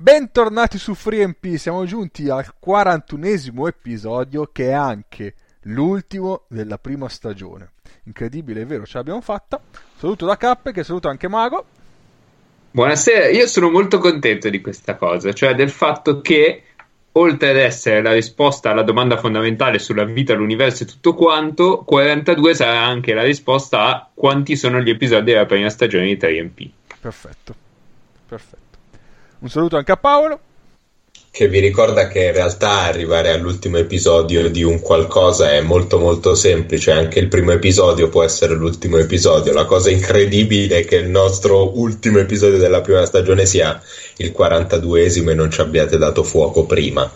Bentornati su FreeMP, siamo giunti al 41esimo episodio, che è anche l'ultimo della prima stagione. Incredibile, è vero, ce l'abbiamo fatta. Saluto da Cappe, che saluto anche Mago. Buonasera, io sono molto contento di questa cosa, cioè del fatto che, oltre ad essere la risposta alla domanda fondamentale sulla vita, l'universo e tutto quanto, 42 sarà anche la risposta a quanti sono gli episodi della prima stagione di 3MP. Perfetto, perfetto. Un saluto anche a Paolo, che vi ricorda che in realtà arrivare all'ultimo episodio di un qualcosa è molto molto semplice. Anche il primo episodio può essere l'ultimo episodio. La cosa incredibile è che il nostro ultimo episodio della prima stagione sia il 42esimo e non ci abbiate dato fuoco prima.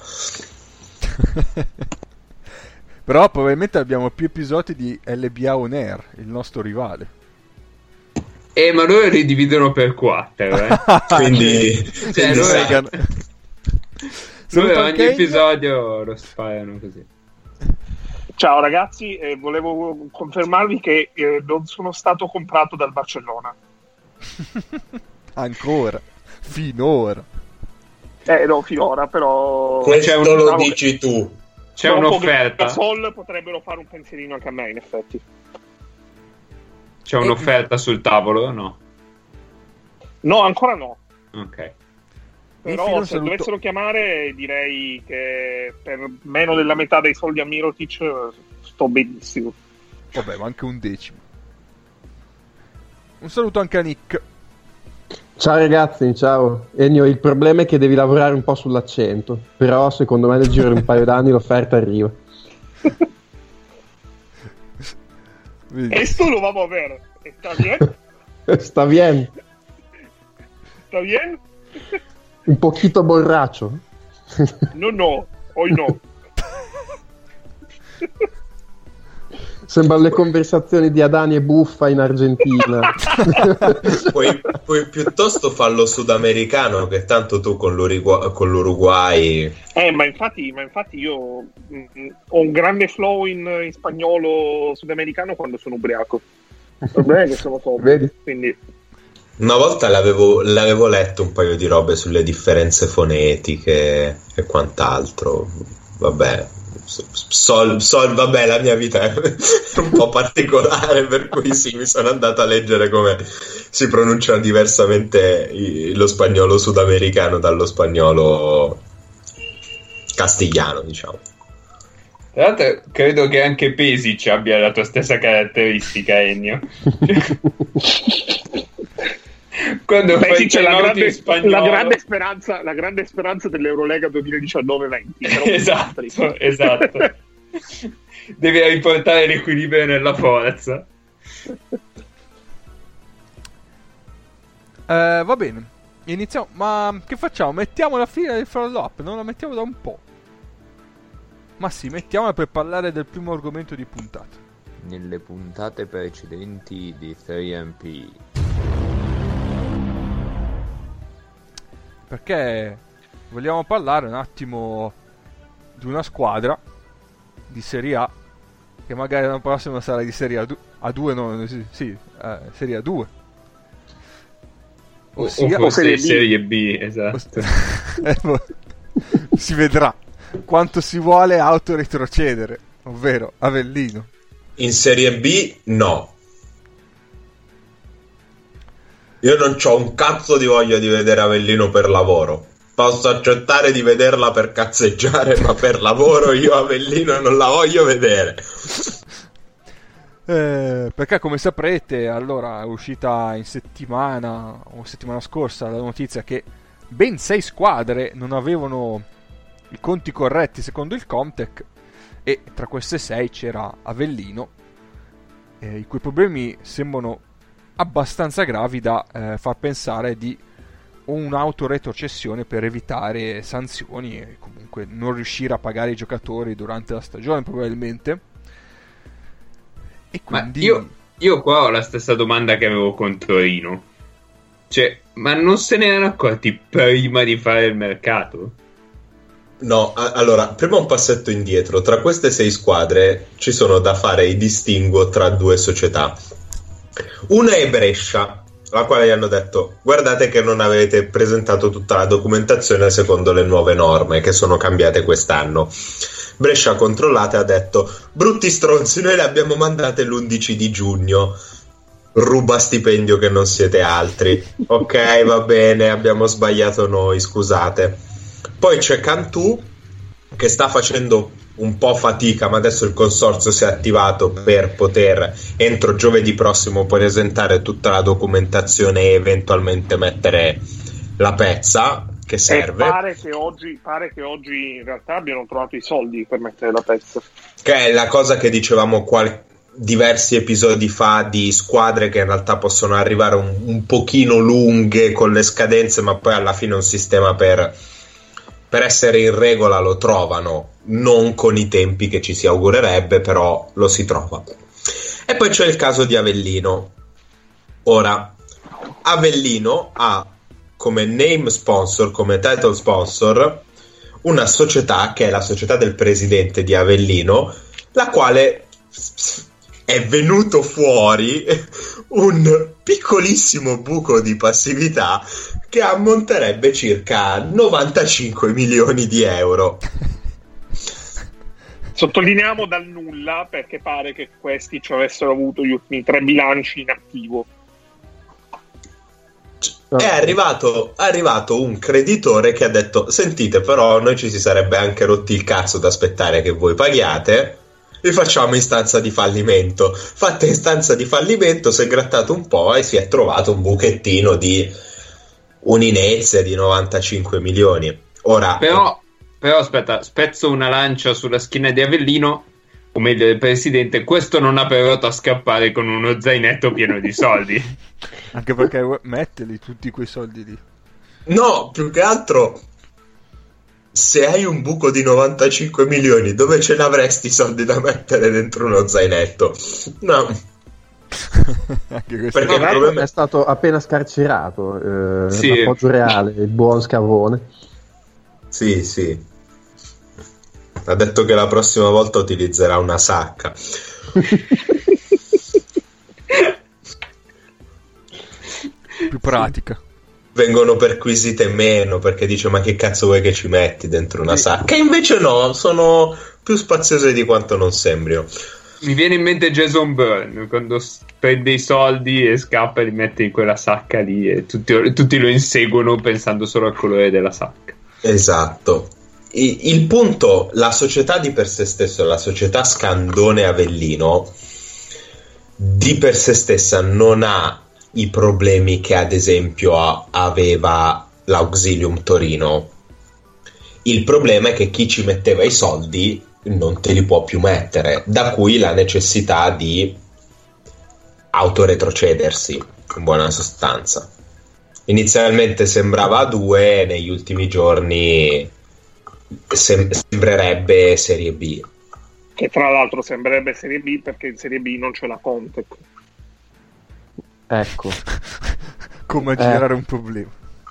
Però probabilmente abbiamo più episodi di LBA On Air, il nostro rivale. Ma loro ridividono per 4, quindi cioè, noi ogni episodio lo sparano così. Ciao ragazzi, volevo confermarvi che non sono stato comprato dal Barcellona. Ancora? Finora? No, finora, però... Questo lo dici tu. C'è un'offerta. Sol potrebbero fare un pensierino anche a me, in effetti. C'è un'offerta sul tavolo, no? No, ancora no. Ok. Però se dovessero chiamare, direi che per meno della metà dei soldi a Mirotic sto benissimo. Vabbè, ma anche un decimo. Un saluto anche a Nick. Ciao ragazzi, ciao. Ennio, il problema è che devi lavorare un po' sull'accento, però secondo me nel giro di un paio d'anni l'offerta arriva. Esto lo vamos a ver. ¿Está bien? Sta bien. ¿Está bien? Un pochino borracho. No, hoy no. Sembra le conversazioni di Adani e Buffa in Argentina. puoi piuttosto farlo sudamericano, che tanto tu con l'Uruguay. Ma infatti io ho un grande flow in spagnolo sudamericano quando sono ubriaco. Il problema è che sono sobrio, quindi... Una volta l'avevo letto un paio di robe sulle differenze fonetiche e quant'altro. Vabbè, vabbè, la mia vita è un po' particolare, per cui sì, mi sono andato a leggere come si pronuncia diversamente lo spagnolo sudamericano dallo spagnolo castigliano, diciamo. Tra l'altro credo che anche Pesic abbia la tua stessa caratteristica, Ennio. Quando fai la grande speranza dell'Eurolega 2019-20. Esatto. Deve riportare l'equilibrio nella forza. Va bene, iniziamo. Ma che facciamo? Mettiamo la fila del follow up? Non la mettiamo da un po'. Ma sì, mettiamola per parlare del primo argomento di puntata. Nelle puntate precedenti di 3MP. Perché vogliamo parlare un attimo di una squadra di Serie A, che magari l'anno prossimo sarà di Serie A2, no, sì, Serie A2. O forse Serie B, esatto. Si vedrà quanto si vuole autoretrocedere, ovvero Avellino. In Serie B no. Io non c'ho un cazzo di voglia di vedere Avellino per lavoro. Posso accettare di vederla per cazzeggiare, ma per lavoro io Avellino non la voglio vedere. Perché come saprete, allora è uscita in settimana scorsa la notizia che ben 6 squadre non avevano i conti corretti secondo il Comtech, e tra queste 6 c'era Avellino, i cui problemi sembrano abbastanza gravi da far pensare di un'autoretrocessione per evitare sanzioni e comunque non riuscire a pagare i giocatori durante la stagione probabilmente. E quindi ma io qua ho la stessa domanda che avevo con Torino, cioè, ma non se ne erano accorti prima di fare il mercato? No, allora, prima un passetto indietro. Tra queste 6 squadre ci sono da fare i distinguo tra 2 società. Una è Brescia, alla quale gli hanno detto: guardate che non avete presentato tutta la documentazione secondo le nuove norme che sono cambiate quest'anno. Brescia ha controllato e ha detto: brutti stronzi, noi le abbiamo mandate l'11 di giugno, ruba stipendio che non siete altri. Ok, va bene, abbiamo sbagliato noi, scusate. Poi c'è Cantù che sta facendo un po' fatica, ma adesso il consorzio si è attivato per poter entro giovedì prossimo presentare tutta la documentazione e eventualmente mettere la pezza che serve. E pare che oggi in realtà abbiano trovato i soldi per mettere la pezza, che è la cosa che dicevamo diversi episodi fa, di squadre che in realtà possono arrivare un pochino lunghe con le scadenze, ma poi alla fine un sistema per essere in regola lo trovano, non con i tempi che ci si augurerebbe, però lo si trova. E poi c'è il caso di Avellino. Ora, Avellino ha come name sponsor, come title sponsor, una società che è la società del presidente di Avellino, la quale è venuto fuori un piccolissimo buco di passività che ammonterebbe circa 95 milioni di euro. Sottolineiamo dal nulla, perché pare che questi ci avessero avuto gli ultimi 3 bilanci in attivo. È arrivato un creditore che ha detto: sentite, però noi ci si sarebbe anche rotti il cazzo ad aspettare che voi paghiate, vi facciamo istanza di fallimento. Fatta istanza di fallimento, si è grattato un po' e si è trovato un buchettino di un'inezia di 95 milioni. Ora però aspetta, spezzo una lancia sulla schiena di Avellino, o meglio del presidente: questo non ha provato a scappare con uno zainetto pieno di soldi. Anche perché metteli tutti quei soldi lì. No, più che altro, se hai un buco di 95 milioni, dove ce ne avresti i soldi da mettere dentro uno zainetto? No. Perché il problema è stato appena scarcerato, sì. L'appoggio reale, il buon Scavone. Sì. Ha detto che la prossima volta utilizzerà una sacca. Più pratica. Vengono perquisite meno, perché dice: ma che cazzo vuoi che ci metti dentro una sacca? E invece no, sono più spaziose di quanto non sembrino. Mi viene in mente Jason Bourne quando prende i soldi e scappa e li mette in quella sacca lì e tutti lo inseguono pensando solo al colore della sacca. Esatto. Il punto, la società di per sé stessa, la società Scandone Avellino di per sé stessa non ha i problemi che ad esempio aveva l'Auxilium Torino. Il problema è che chi ci metteva i soldi non te li può più mettere, da cui la necessità di autoretrocedersi, in buona sostanza. Inizialmente sembrava a 2, negli ultimi giorni sembrerebbe Serie B, che tra l'altro sembrerebbe Serie B perché in Serie B non c'è la Conte. Ecco. Come girare un problema.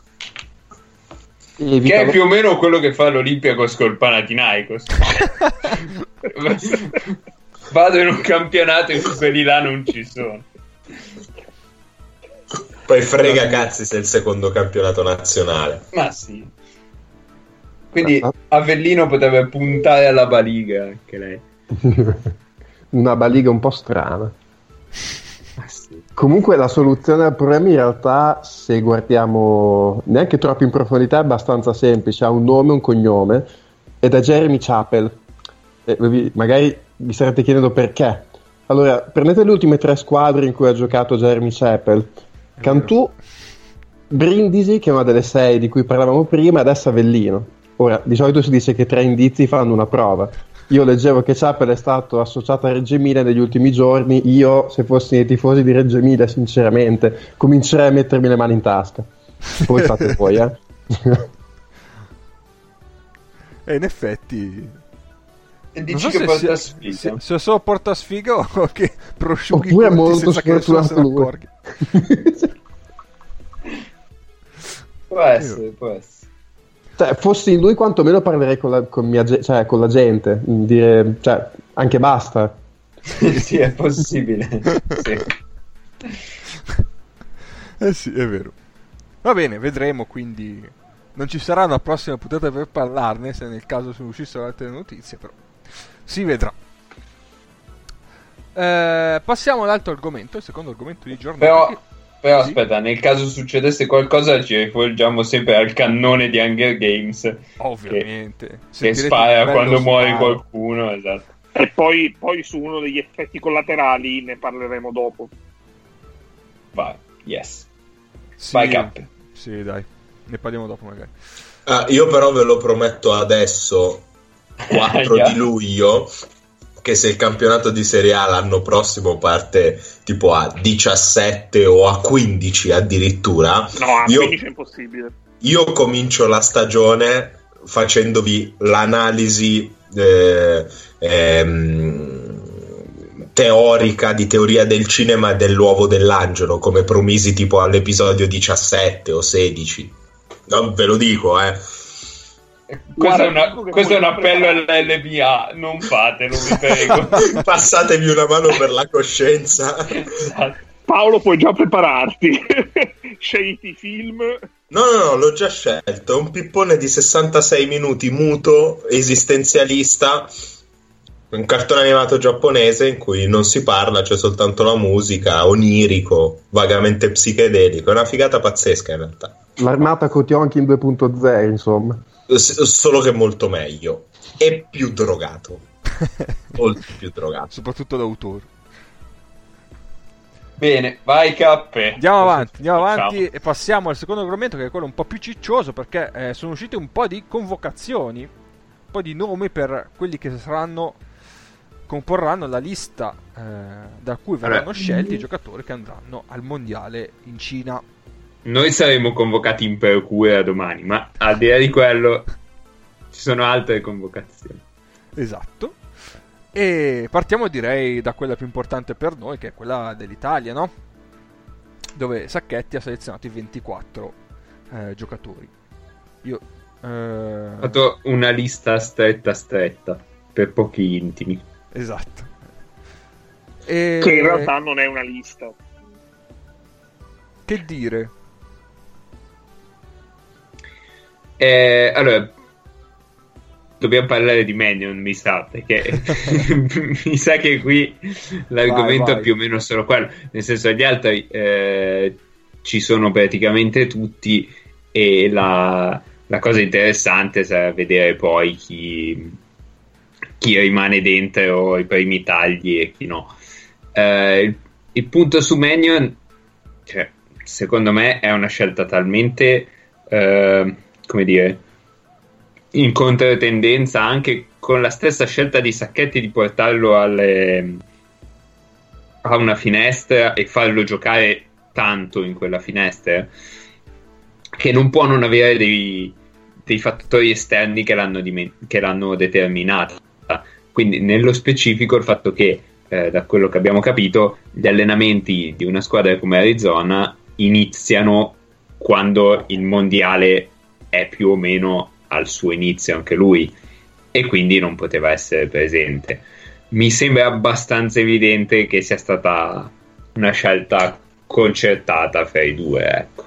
Che è più o meno quello che fa l'Olympiacos col Panathinaikos. Vado in un campionato in cui quelli là non ci sono. Poi frega cazzi se è il secondo campionato nazionale. Ma sì. Quindi Avellino potrebbe puntare alla Baliga anche lei. Una Baliga un po' strana. Comunque la soluzione al problema in realtà, se guardiamo neanche troppo in profondità, è abbastanza semplice. Ha un nome, un cognome, ed è Jeremy Chappell. Magari vi starete chiedendo perché. Allora, prendete le ultime 3 squadre in cui ha giocato Jeremy Chappell: Cantù, Brindisi, che è una delle 6 di cui parlavamo prima, e adesso Avellino. Ora, di solito si dice che 3 indizi fanno una prova. Io leggevo che Chappell è stato associato a Reggio Emilia negli ultimi giorni. Io, se fossi nei tifosi di Reggio Emilia, sinceramente comincerei a mettermi le mani in tasca. Poi fate voi, E in effetti e dici che porta sfiga. Se solo porta sfiga o che prosciughi oppure è molto senza che nessuno se ne lui. accorga. Può essere. Cioè, fossi lui, quantomeno parlerei con la gente, dire, cioè, anche basta. Sì, è possibile. Sì. Sì, è vero. Va bene, vedremo, quindi non ci sarà una prossima puntata per parlarne, se nel caso se uscissero altre notizie, però si vedrà. Passiamo all'altro argomento, il secondo argomento di giornata. Però sì? aspetta, nel caso succedesse qualcosa ci rivolgiamo sempre al cannone di Hunger Games. Ovviamente. Che spara quando muore qualcuno, esatto. E poi su uno degli effetti collaterali ne parleremo dopo. Vai, yes. Sì, Vai Cap. Sì, dai, ne parliamo dopo magari. Io però ve lo prometto adesso, 4 di luglio, che se il campionato di Serie A l'anno prossimo parte tipo a 17 o a 15 addirittura, no, a 15 è impossibile. Io comincio la stagione facendovi l'analisi teorica di teoria del cinema e dell'uovo dell'angelo, come promisi tipo all'episodio 17 o 16. No, ve lo dico, Questo è un appello all'LBA, non fatelo, vi prego. Passatevi una mano per la coscienza. Esatto. Paolo, puoi già prepararti. Scegli i film. No, l'ho già scelto. È un pippone di 66 minuti, muto, esistenzialista, un cartone animato giapponese in cui non si parla, c'è soltanto la musica, onirico, vagamente psichedelico. È una figata pazzesca in realtà. L'armata Kotionkin 2.0, insomma. Solo che molto meglio e più drogato. Molto più drogato, soprattutto d'autore. Bene, vai Cappe. Andiamo avanti e passiamo al secondo argomento, che è quello un po' più ciccioso, perché sono uscite un po' di convocazioni, un po' di nomi per quelli che comporranno la lista da cui verranno scelti i giocatori che andranno al mondiale in Cina. Noi saremo convocati in procura domani, ma al di là di quello ci sono altre convocazioni. Esatto. E partiamo, direi, da quella più importante per noi, che è quella dell'Italia, no? Dove Sacchetti ha selezionato i 24 giocatori. Io ho fatto una lista stretta per pochi intimi. Esatto. Che in realtà non è una lista. Che dire? Allora, dobbiamo parlare di Mannion, mi sa, perché mi sa che qui l'argomento vai. è più o meno solo quello, nel senso gli altri ci sono praticamente tutti, e la cosa interessante sarà vedere poi chi rimane dentro i primi tagli e chi no. Il punto su Mannion, cioè, secondo me è una scelta talmente come dire, in controtendenza anche con la stessa scelta di Sacchetti di portarlo a una finestra e farlo giocare tanto in quella finestra, che non può non avere dei fattori esterni che l'hanno determinata. Quindi nello specifico il fatto che da quello che abbiamo capito gli allenamenti di una squadra come Arizona iniziano quando il mondiale è più o meno al suo inizio anche lui, e quindi non poteva essere presente. Mi sembra abbastanza evidente che sia stata una scelta concertata fra i due, ecco.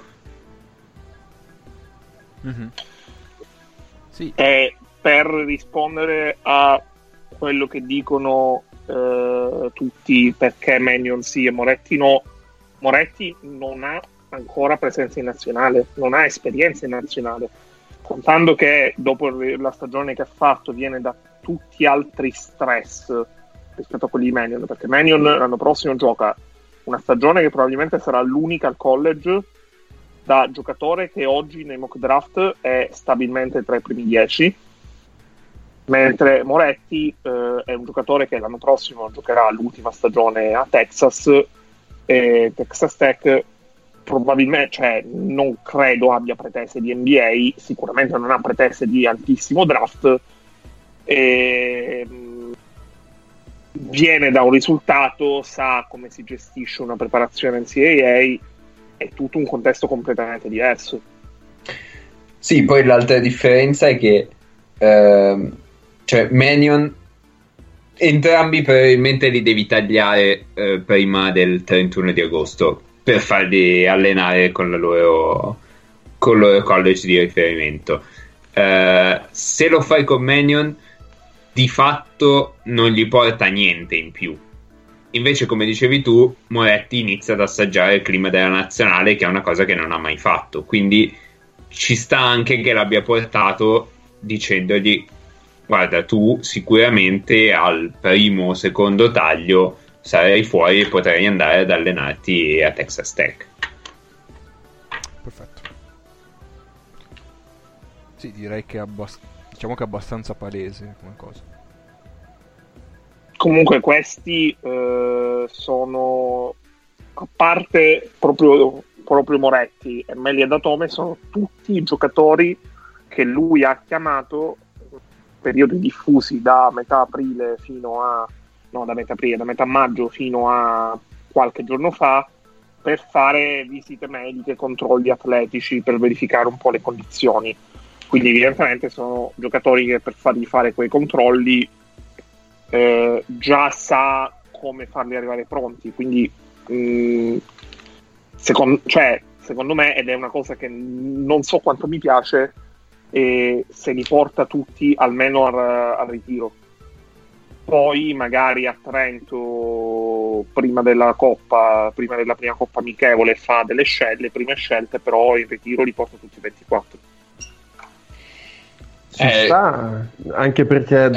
Mm-hmm. Sì. Per rispondere a quello che dicono tutti, perché Mannion sì e Moretti no, Moretti non ha ancora presenza in nazionale, non ha esperienza in nazionale, contando che dopo la stagione che ha fatto viene da tutti altri stress rispetto a quelli di Mannion, perché Mannion l'anno prossimo gioca una stagione che probabilmente sarà l'unica al college da giocatore che oggi nei mock draft è stabilmente tra i primi 10, mentre Moretti è un giocatore che l'anno prossimo giocherà l'ultima stagione a Texas, e Texas Tech probabilmente, cioè, non credo abbia pretese di NBA, sicuramente non ha pretese di altissimo draft, e viene da un risultato, sa come si gestisce una preparazione NCAA, è tutto un contesto completamente diverso. Sì, poi l'altra differenza è che cioè Mannion entrambi probabilmente li devi tagliare prima del 31 di agosto, per farli allenare con il loro college di riferimento. Se lo fai con Mannion, di fatto non gli porta niente in più. Invece, come dicevi tu, Moretti inizia ad assaggiare il clima della nazionale, che è una cosa che non ha mai fatto, quindi ci sta anche che l'abbia portato dicendogli: guarda, tu sicuramente al primo o secondo taglio sarai fuori e potrai andare ad allenarti a Texas Tech. Perfetto. Sì, direi che diciamo che è abbastanza palese come cosa. Comunque questi sono, a parte proprio Moretti e Melia Datome, sono tutti i giocatori che lui ha chiamato periodi diffusi da metà aprile fino a da metà maggio fino a qualche giorno fa, per fare visite mediche, controlli atletici, per verificare un po' le condizioni. Quindi evidentemente sono giocatori che per fargli fare quei controlli già sa come farli arrivare pronti, quindi secondo me, ed è una cosa che non so quanto mi piace, se li porta tutti almeno al ritiro, poi magari a Trento prima della prima Coppa amichevole fa delle prime scelte, però in ritiro li porta tutti 24. Ci sta, anche perché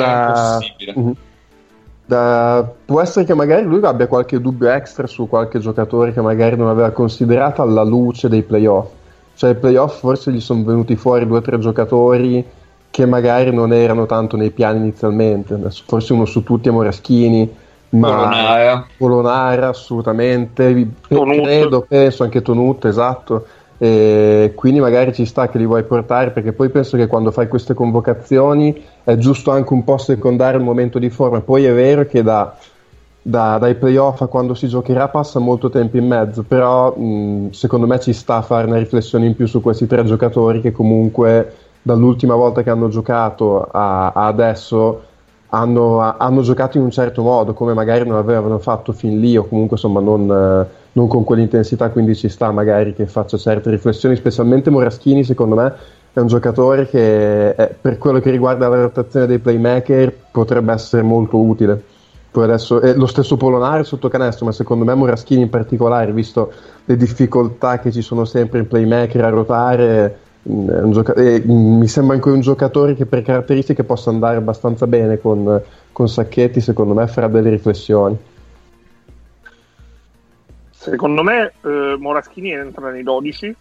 può essere che magari lui abbia qualche dubbio extra su qualche giocatore che magari non aveva considerato alla luce dei playoff. Cioè, ai playoff forse gli sono venuti fuori 2 o 3 giocatori che magari non erano tanto nei piani inizialmente. Forse uno su tutti è Moraschini, ma Polonara assolutamente, penso anche Tonut, esatto. E quindi magari ci sta che li vuoi portare, perché poi penso che quando fai queste convocazioni è giusto anche un po' secondare il momento di forma. Poi è vero che dai playoff a quando si giocherà passa molto tempo in mezzo, però secondo me ci sta a fare una riflessione in più su questi 3 giocatori che comunque dall'ultima volta che hanno giocato a adesso hanno giocato in un certo modo, come magari non avevano fatto fin lì, o comunque insomma non con quell'intensità, quindi ci sta magari che faccia certe riflessioni. Specialmente Moraschini, secondo me è un giocatore che per quello che riguarda la rotazione dei playmaker potrebbe essere molto utile. Poi adesso lo stesso Polonare sotto canestro, ma secondo me Moraschini in particolare, visto le difficoltà che ci sono sempre in playmaker a rotare, mi sembra anche un giocatore che per caratteristiche possa andare abbastanza bene con Sacchetti. Secondo me farà delle riflessioni. Secondo me Moraschini entra nei 12,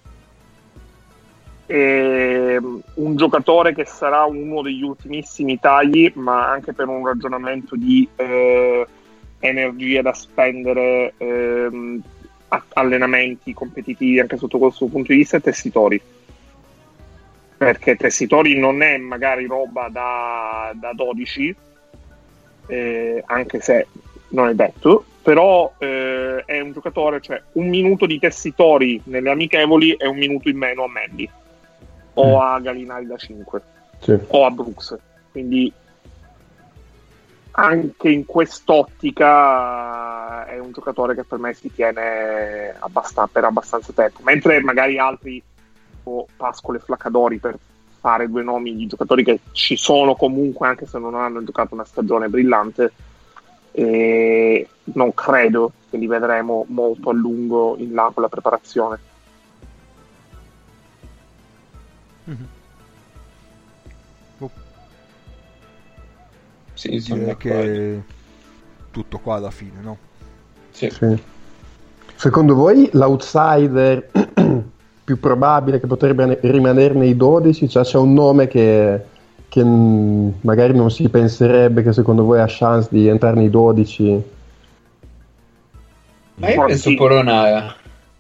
e un giocatore che sarà uno degli ultimissimi tagli, ma anche per un ragionamento di energie da spendere, allenamenti competitivi anche sotto questo punto di vista, è Tessitori, perché Tessitori non è magari roba da 12, anche se non è detto, però è un giocatore, cioè un minuto di Tessitori nelle amichevoli è un minuto in meno a Mandy o a Gallinari da 5, sì, o a Brooks, quindi anche in quest'ottica è un giocatore che per me si tiene per abbastanza tempo, mentre magari altri o Pascolo e Flaccadori, per fare 2 nomi di giocatori che ci sono comunque anche se non hanno giocato una stagione brillante, e non credo che li vedremo molto a lungo in là con la preparazione. Sì, direi che tutto qua alla fine, no? Sì. Secondo voi l'outsider più probabile che potrebbe rimanere nei 12, cioè c'è un nome che magari non si penserebbe, che secondo voi ha chance di entrare nei 12? Ma io penso Polonara.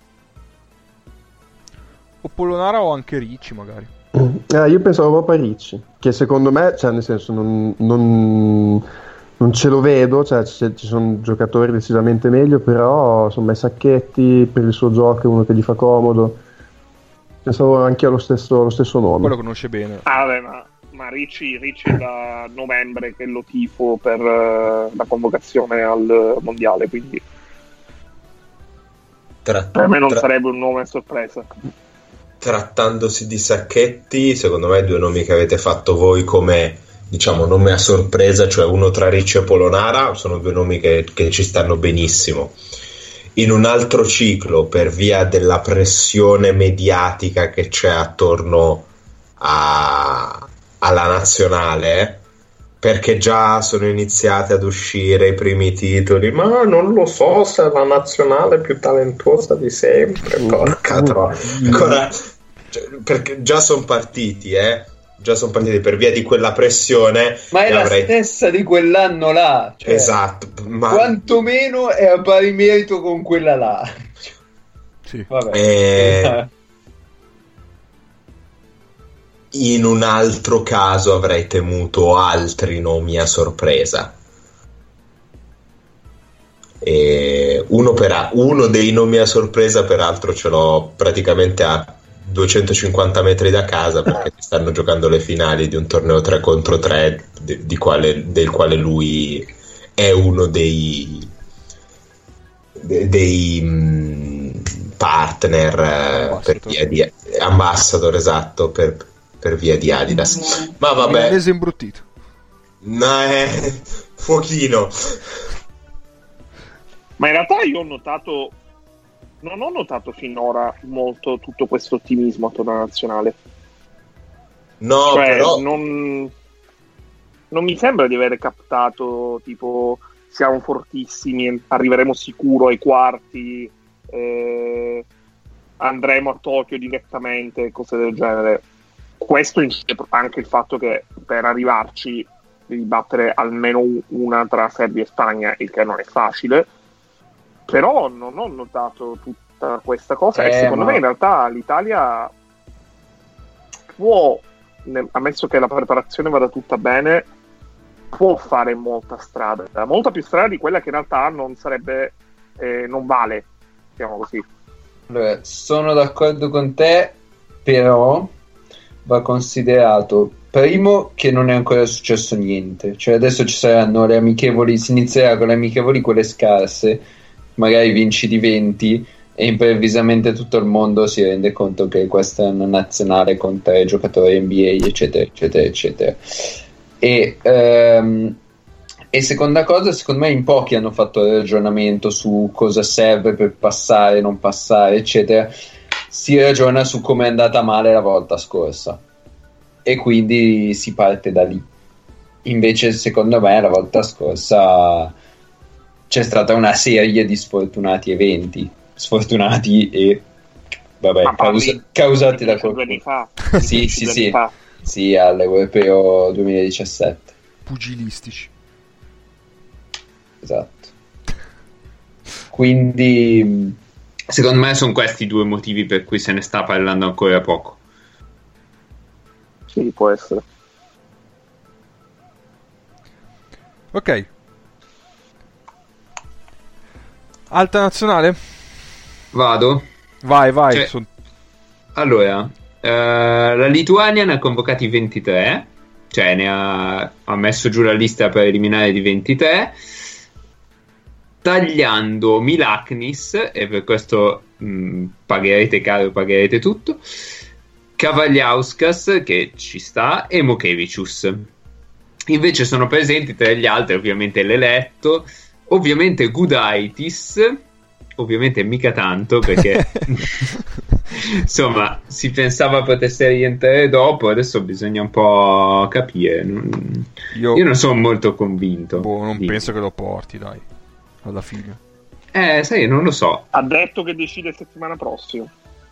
O Polonara o anche Ricci magari. Io pensavo proprio a Ricci, che secondo me, cioè nel senso non ce lo vedo, cioè ci sono giocatori decisamente meglio, però insomma i Sacchetti per il suo gioco è uno che gli fa comodo. Pensavo anche allo stesso nome. Quello conosce bene. Vabbè, ma Ricci è da novembre che lo tifo per la convocazione al mondiale, quindi Per me non sarebbe un nome a sorpresa. Trattandosi di Sacchetti, secondo me 2 nomi che avete fatto voi come, diciamo, nome a sorpresa, cioè uno tra Ricci e Polonara, sono 2 nomi che ci stanno benissimo. In un altro ciclo, per via della pressione mediatica che c'è attorno alla nazionale, perché già sono iniziati ad uscire i primi titoli, ma non lo so se è la nazionale più talentuosa di sempre, porca troia. Ancora, perché già sono partiti, per via di quella pressione. Ma è la stessa di quell'anno là, cioè, esatto, ma quantomeno è a pari merito con quella là. Sì. Vabbè. In un altro caso avrei temuto altri nomi a sorpresa. E uno dei nomi a sorpresa, peraltro, ce l'ho praticamente a 250 metri da casa, perché stanno giocando le finali di un torneo 3 contro 3 del quale lui è uno dei partner, per via di ambassador, esatto, per via di Adidas. Ma vabbè, milanese imbruttito. No, fuochino. Ma in realtà io non ho notato finora molto tutto questo ottimismo attorno alla nazionale. No, cioè, però non mi sembra di avere captato tipo siamo fortissimi, arriveremo sicuro ai quarti, andremo a Tokyo direttamente, cose del genere. Questo incide anche il fatto che per arrivarci devi battere almeno una tra Serbia e Spagna, il che non è facile. Però non ho notato tutta questa cosa e secondo me in realtà l'Italia può, ammesso che la preparazione vada tutta bene, può fare molta più strada di quella che in realtà non sarebbe, non vale, diciamo così. Allora, sono d'accordo con te, però va considerato, primo, che non è ancora successo niente, cioè adesso ci saranno le amichevoli, si inizierà con le amichevoli, quelle scarse, magari vinci di 20 e improvvisamente tutto il mondo si rende conto che questa è una nazionale con 3 giocatori NBA, eccetera eccetera eccetera. E seconda cosa, secondo me in pochi hanno fatto il ragionamento su cosa serve per passare, non passare, eccetera. Si ragiona su come è andata male la volta scorsa e quindi si parte da lì. Invece secondo me la volta scorsa c'è stata una serie di sfortunati eventi, sfortunati e vabbè, causati da qualcuno. Sì, all'Europeo 2017. Pugilistici. Esatto. Quindi secondo me sono questi 2 motivi per cui se ne sta parlando ancora poco. Sì, può essere. Ok. Alta nazionale? Vado? Vai. Cioè, allora, la Lituania ne ha convocati 23, cioè ne ha messo giù la lista preliminare di 23, tagliando Milaknis, e per questo pagherete caro, pagherete tutto, Kavaliauskas, che ci sta, e Mokevicius. Invece sono presenti tra gli altri ovviamente l'eletto, ovviamente Gudaitis, ovviamente mica tanto perché insomma si pensava potesse rientrare dopo, adesso bisogna un po' capire. Io non sono molto convinto. Non penso che lo porti, dai, alla fine. Sai, non lo so. Ha detto che decide settimana prossima.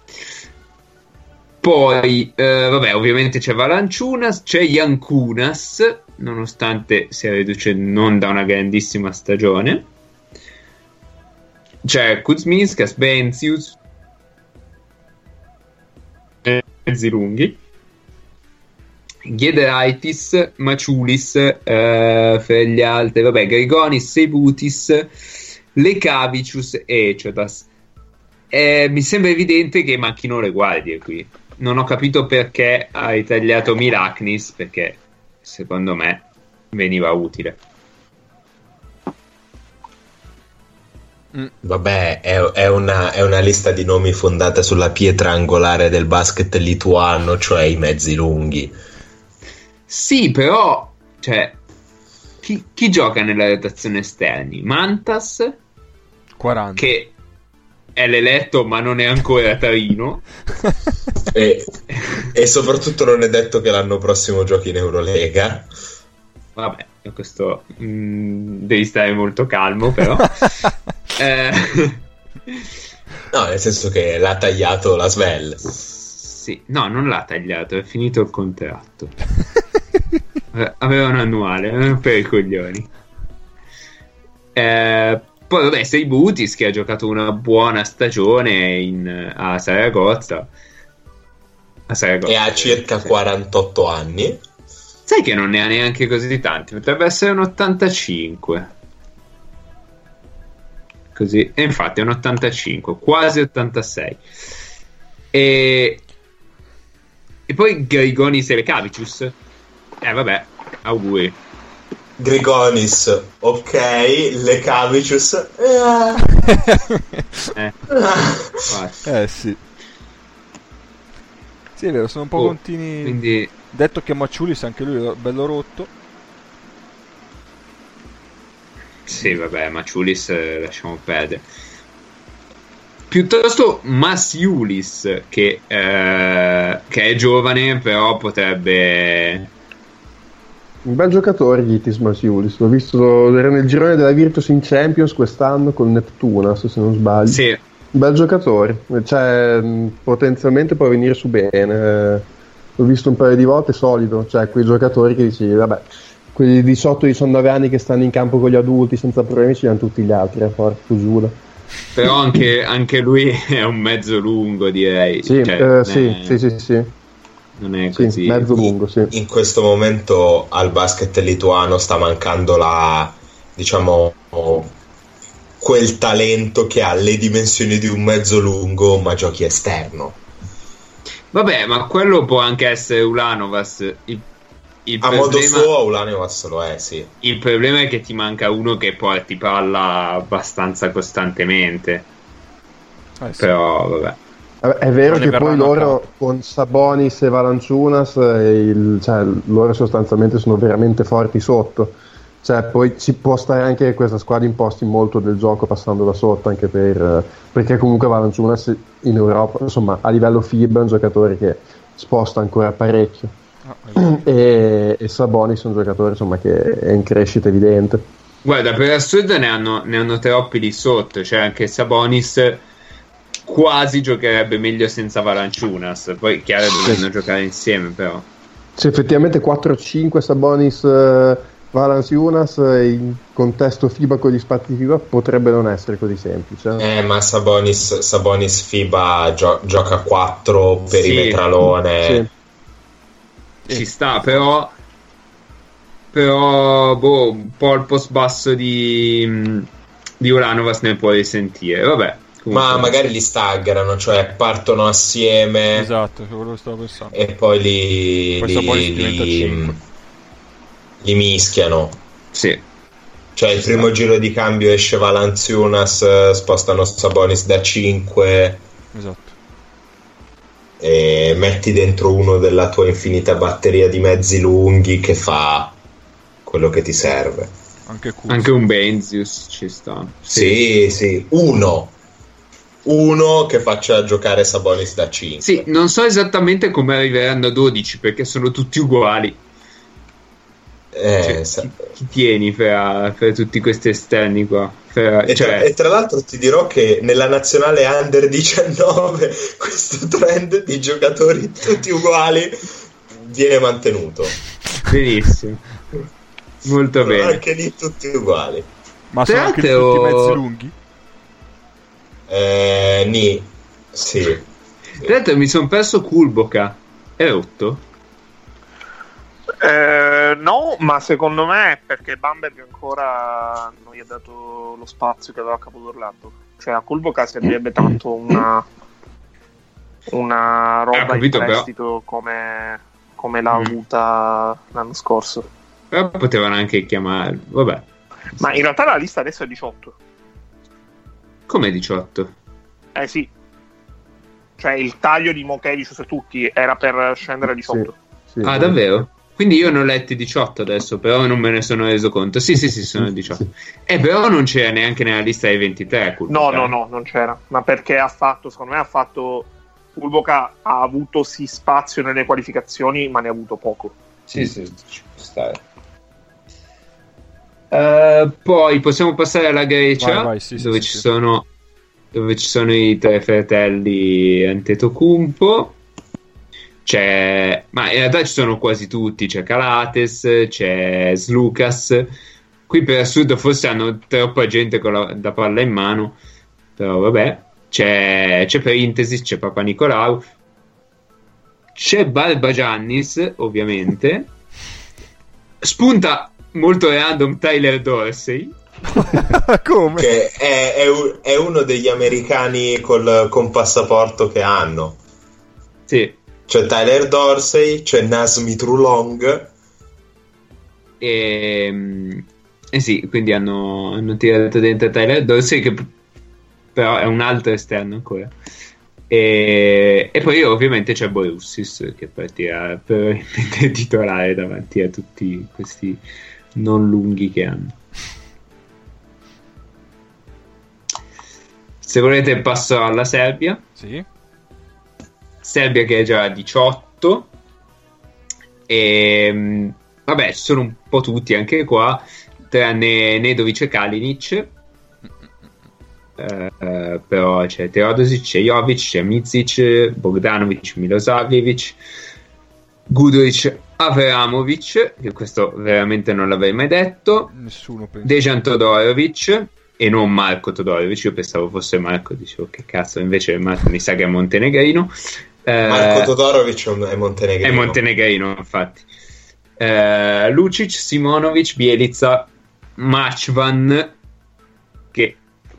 Poi vabbè, ovviamente c'è Valanciunas, c'è Jankunas, nonostante sia riduce non da una grandissima stagione. C'è Kuzminskas, Benzius, mezzi lunghi, Giedraitis, Maciulis, fra gli altri, vabbè, Grigonis, Seibutis, Lekavicius e Eciotas. Mi sembra evidente che manchino le guardie qui. Non ho capito perché hai tagliato Milaknis, perché secondo me veniva utile. Vabbè, è una lista di nomi fondata sulla pietra angolare del basket lituano, cioè i mezzi lunghi. Sì, però, cioè, chi gioca nella rotazione esterni? Mantas, 40. che è l'eletto ma non è ancora Tarino. E soprattutto non è detto che l'anno prossimo giochi in Eurolega. Vabbè, questo devi stare molto calmo, però. No, nel senso che l'ha tagliato la Svel. Sì, no, non l'ha tagliato, è finito il contratto. Aveva un annuale per i coglioni. Poi vabbè, Seibutis che ha giocato una buona stagione a Saragozza. E ha circa 48 anni. Sai che non ne ha neanche così tanti, potrebbe essere un 85. Così, e infatti è un 85, quasi 86. E poi Grigonis e Lekavicius. Vabbè, auguri. Grigonis, ok, Lekavicius. Sì. Sì, è vero, sono un po' continui. Quindi... Detto che Maciulis anche lui è bello rotto. Sì, vabbè, Maciulis lasciamo perdere. Piuttosto Masiulis, che è giovane, però potrebbe... Un bel giocatore Gitis Masiulis, l'ho visto, era nel girone della Virtus in Champions quest'anno con Neptunas, se non sbaglio. Sì. Un bel giocatore, cioè potenzialmente può venire su bene. L'ho visto un paio di volte, solido, cioè quei giocatori che dici, vabbè, quelli di sotto 19 anni che stanno in campo con gli adulti senza problemi, ci hanno tutti gli altri, Fusula. Però anche lui è un mezzo lungo, direi. Sì, cioè, sì. Non è così. Sì, mezzo lungo, sì. In questo momento al basket lituano sta mancando diciamo, quel talento che ha le dimensioni di un mezzo lungo, ma giochi esterno. Vabbè, ma quello può anche essere Ulanovas. A modo suo Ulanovas lo è, sì. Il problema è che ti manca uno che porti palla abbastanza costantemente. Sì. Però vabbè. È vero che poi loro con Sabonis e Valanciunas cioè, loro sostanzialmente sono veramente forti sotto, cioè poi ci può stare anche questa squadra imposti molto del gioco passando da sotto, anche perché comunque Valanciunas in Europa, insomma, a livello FIBA è un giocatore che sposta ancora parecchio. E Sabonis è un giocatore, insomma, che è in crescita evidente. Guarda, per assurdo ne hanno troppi di sotto, cioè anche Sabonis quasi giocherebbe meglio senza Valanciunas, poi chiaro dovranno giocare insieme, però sì, effettivamente 4-5 Sabonis Valanciunas in contesto FIBA con gli spazi FIBA potrebbe non essere così semplice. Ma Sabonis FIBA gioca 4 perimetralone. Sì. Ci sta, però un po' il post basso di Ulanovas ne puoi risentire, vabbè. Comunque. Ma magari li staggerano, cioè partono assieme. Esatto, quello stavo pensando. E poi li mischiano. Sì. Cioè il primo giro di cambio esce Valanciunas, spostano Sabonis da 5. Esatto. E metti dentro uno della tua infinita batteria di mezzi lunghi che fa quello che ti serve. Anche un Benzius ci sta. Sì. Uno che faccia giocare Sabonis da 5. Sì, non so esattamente come arriveranno a 12 perché sono tutti uguali. Chi tieni per tutti questi esterni qua? E tra l'altro ti dirò che nella nazionale under 19 questo trend di giocatori tutti uguali viene mantenuto. Benissimo, molto bene. Anche lì tutti uguali. Ma sono anche tutti mezzi lunghi? Sì. Tra l'altro mi sono perso Kulboka. È rotto? No, ma secondo me è perché Bamberg ancora non gli ha dato lo spazio che aveva a Capodorlato. Cioè a Kulboka servirebbe tanto una roba in prestito come l'ha avuta l'anno scorso. Però potevano anche chiamare, vabbè. Ma in realtà la lista adesso è 18. Come 18? Sì. Cioè il taglio di Mokedic su tutti era per scendere di sotto. Sì, ah, davvero? Quindi io ne ho letti 18 adesso, però non me ne sono reso conto. Sì, sono 18. Però non c'era neanche nella lista dei 23. No, non c'era. Ma perché secondo me Kulboka ha avuto sì spazio nelle qualificazioni, ma ne ha avuto poco. Sì, ci può stare. Poi possiamo passare alla Grecia, vai, dove ci sono i tre fratelli Antetokounmpo. Ma in realtà ci sono quasi tutti, c'è Calates, c'è Slukas. Qui per assurdo forse hanno troppa gente con la palla in mano, però vabbè. C'è Perintesis, c'è Papanicolaou, c'è Barbagiannis, ovviamente. Spunta molto random Tyler Dorsey. Come? Che è uno degli americani con passaporto che hanno. Sì. C'è Tyler Dorsey, c'è Nazmi Trulong. E sì, quindi hanno tirato dentro Tyler Dorsey, che però è un altro esterno ancora. E poi ovviamente c'è Borussis, che partirà probabilmente titolare davanti a tutti questi non lunghi che hanno. Se volete passo alla Serbia. Sì. Serbia che è già a 18 e vabbè, ci sono un po' tutti anche qua, tranne Nedovic e Kalinic. Però c'è Teodosic, c'è Jovic, c'è Mizic, Bogdanovic, Milosavljevic, Guduric, Avramovic, che questo veramente non l'avrei mai detto. Nessuno pensa. Dejan Todorovic e non Marco Todorovic. Io pensavo fosse Marco, dicevo che cazzo, invece Marco mi sa che è montenegrino. Marco Todorovic è montenegrino. È montenegrino, infatti. Lucic, Simonovic, Bjelica, Machvan, che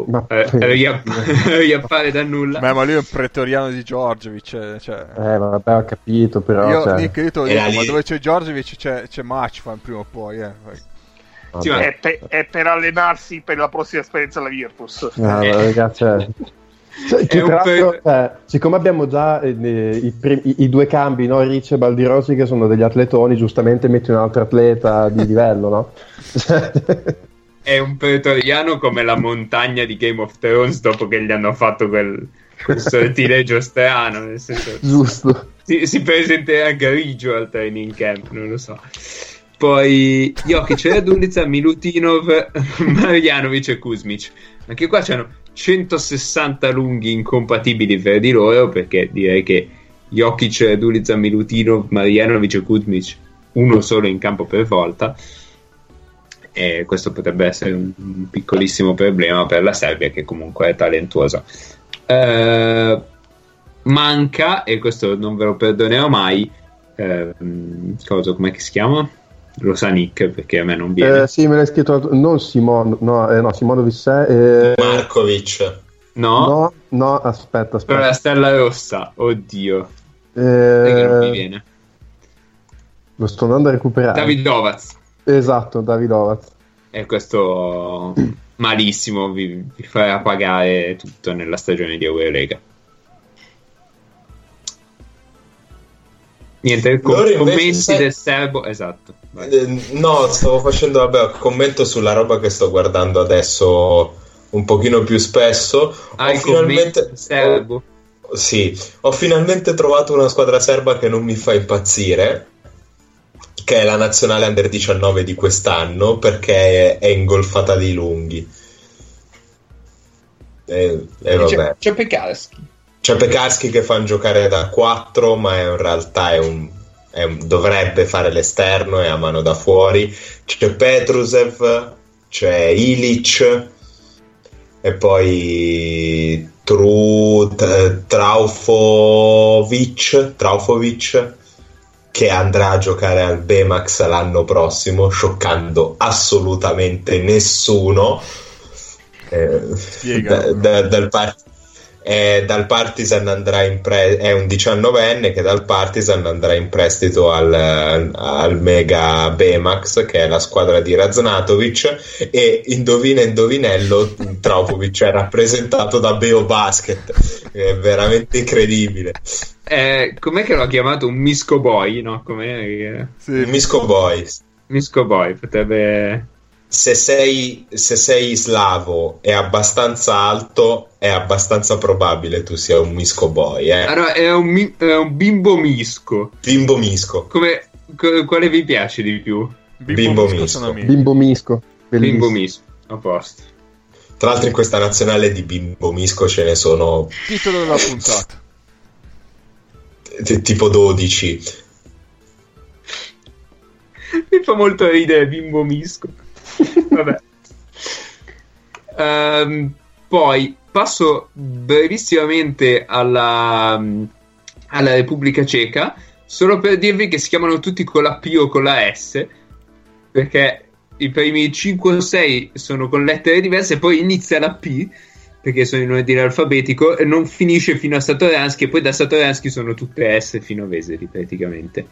riappare da nulla. Ma lui è un pretoriano di Djordjevic, cioè. Vabbè, ho capito, però io Nick, io te lo dico, ma dove c'è Djordjevic c'è Machvan prima o poi, Sì, ma è per allenarsi per la prossima esperienza alla Virtus. Ragazzi, siccome abbiamo già i due cambi, no? Ricci e Baldirosi, che sono degli atletoni, giustamente metti un altro atleta di livello, no? È un pretoriano come la montagna di Game of Thrones dopo che gli hanno fatto quel sortileggio strano, nel senso, giusto. Si presenterà grigio al training camp, non lo so. Poi Jokic, Radulica, Milutinov, Marjanovic e Kuzmic. Anche qua c'hanno 160 lunghi incompatibili fra di loro, perché direi che Jokic, Radulica, Milutinov, Marjanovic e Kuzmic, uno solo in campo per volta, e questo potrebbe essere un piccolissimo problema per la Serbia, che comunque è talentuosa. Manca, e questo non ve lo perdonerò mai, com'è che si chiama? Lo sa Nick, perché a me non viene. Sì, me l'hai scritto non Simonovic Markovic. No, aspetta. Per la Stella Rossa, oddio, perché non mi viene. Lo sto andando a recuperare. Davidovac. Esatto, Davidovac. E questo malissimo, vi farà pagare tutto nella stagione di Eurolega. Niente, commenti del serbo, esatto. No, stavo facendo un commento sulla roba che sto guardando adesso un pochino più spesso. Ho finalmente trovato una squadra serba che non mi fa impazzire, che è la nazionale under 19 di quest'anno, perché è ingolfata di lunghi. Vabbè. C'è Pekarski. C'è Pekarski che fanno giocare da 4, ma in realtà dovrebbe fare l'esterno, è a mano da fuori. C'è Petrusev, c'è Ilic e poi Traufovic, che andrà a giocare al Bemax l'anno prossimo, scioccando assolutamente nessuno. dal Partizan andrà è un 19enne che dal Partizan andrà in prestito al Mega Bemax, che è la squadra di Raznatovic, e indovinello, Traupovic è rappresentato da Beo Basket. È veramente incredibile. Com'è che l'ho chiamato? Un Misco Boy, no? Com'è? Sì. Misco Boy. Misco Boy potrebbe... Se sei slavo e abbastanza alto, è abbastanza probabile tu sia un Misco Boy. Allora, è un bimbo misco. Bimbo misco. Quale vi piace di più? Bimbo misco. Bimbo misco. Bellissimo. Bimbo misco, a posto. Tra l'altro in questa nazionale di Bimbo misco ce ne sono... Titolo della puntata. Tipo 12. Mi fa molto ridere Bimbo misco. Vabbè. Poi passo brevissimamente alla Repubblica Ceca, solo per dirvi che si chiamano tutti con la P o con la S, perché i primi 5 o 6 sono con lettere diverse, poi inizia la P perché sono in ordine alfabetico e non finisce fino a Satoransky, e poi da Satoransky sono tutte S fino a Veseli praticamente.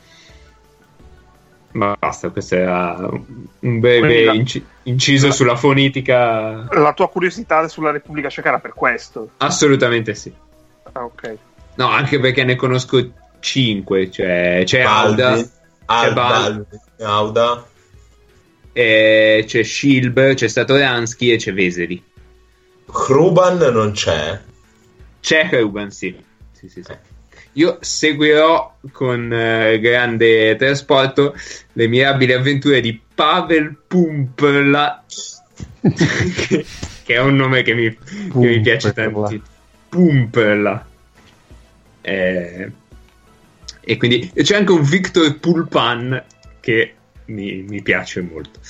Ma basta, questo era un breve inciso sulla fonetica. La tua curiosità sulla Repubblica Ceca era per questo? Assolutamente sì. Ah, ok. No, anche perché ne conosco 5, cioè c'è Auda, c'è Shilb, c'è Satoransky e c'è Veseli. Hruban non c'è? C'è Hruban, sì. Sì. Io seguirò con grande trasporto le mirabili avventure di Pavel Pumpla, che è un nome che mi piace tantissimo. Pumpla. E quindi c'è anche un Victor Pulpan che mi piace molto.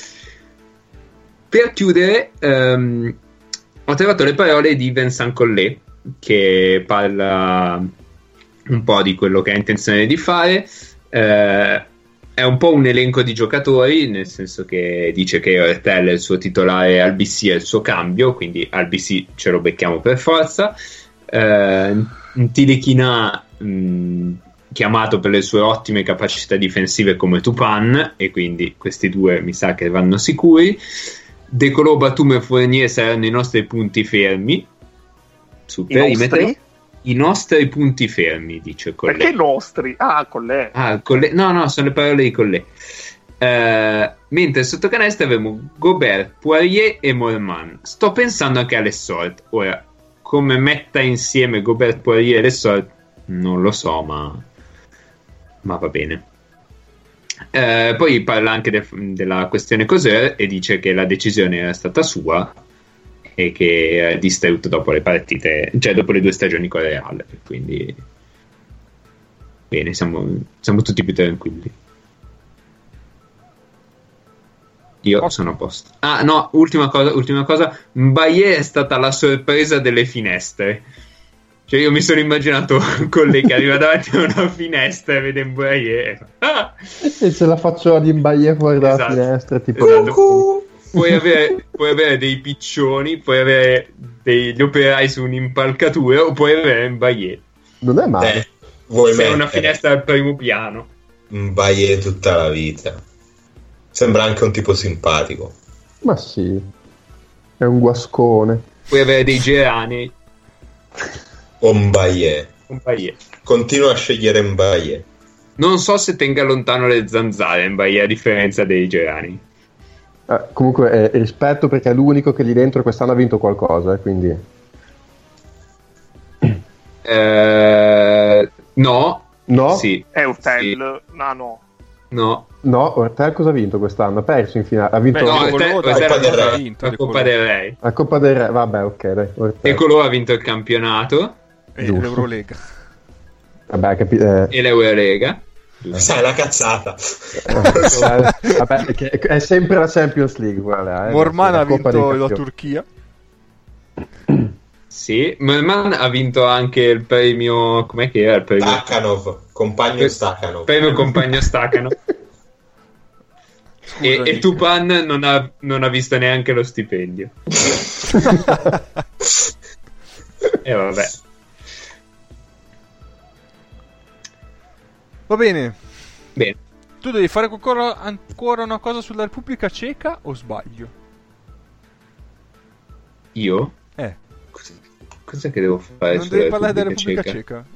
Per chiudere, ho trovato le parole di Vincent Collet, che parla un po' di quello che ha intenzione di fare. È un po' un elenco di giocatori, nel senso che dice che Ortel è il suo titolare, Albc è il suo cambio, quindi Albc ce lo becchiamo per forza. Tilichina, chiamato per le sue ottime capacità difensive come Tupan, e quindi questi due mi sa che vanno sicuri. De Colo, Batum e Fournier saranno i nostri punti fermi sul perimetro. I nostri punti fermi, dice Collet. Perché nostri? Ah, Collet. No, sono le parole di Collet. Mentre sotto canestro avremo Gobert, Poirier e Morman. Sto pensando anche alle Sort. Ora, come metta insieme Gobert, Poirier e le Sort non lo so, ma va bene. Poi parla anche della questione Coser e dice che la decisione era stata sua e che è distrutto dopo le partite, cioè dopo le 2 stagioni con Real, quindi bene, siamo tutti più tranquilli. Io sono a posto. Ah no, ultima cosa, Mbaye è stata la sorpresa delle finestre. Cioè io mi sono immaginato con lei che arriva davanti a una finestra e vede Mbaye e ce la faccio ad Mbaye fuori dalla finestra, tipo esatto. Puoi avere dei piccioni, puoi avere degli operai su un'impalcatura, o puoi avere Mbaye. Non è male. C'è una finestra al primo piano. Mbaye tutta la vita. Sembra anche un tipo simpatico. Ma sì, è un guascone. Puoi avere dei gerani. O Mbaye. Continua a scegliere Mbaye. Non so se tenga lontano le zanzare Mbaye, a differenza dei gerani. Comunque rispetto, perché è l'unico che lì dentro quest'anno ha vinto qualcosa, quindi no? Sì. È Ortel? Sì. No. No, Ortel cosa ha vinto quest'anno? Ha perso in finale. Ha vinto la Coppa del Re. La Coppa del Re, vabbè, ok, dai. E Colo ha vinto il campionato e l'Eurolega. Vabbè, e l'Eurolega. Sai, la cazzata. Vabbè, è sempre la Champions League, guarda. Morman ha vinto la Turchia. Sì, Morman ha vinto anche il premio. Com'è che era il premio? Stakhanov, compagno Stakhanov. Premio compagno Stakhanov. E Tupan non ha visto neanche lo stipendio. vabbè. Va bene. Bene. Tu devi fare ancora una cosa sulla Repubblica Ceca o sbaglio? Io? Cos'è che devo fare? Non devi parlare della Repubblica Ceca?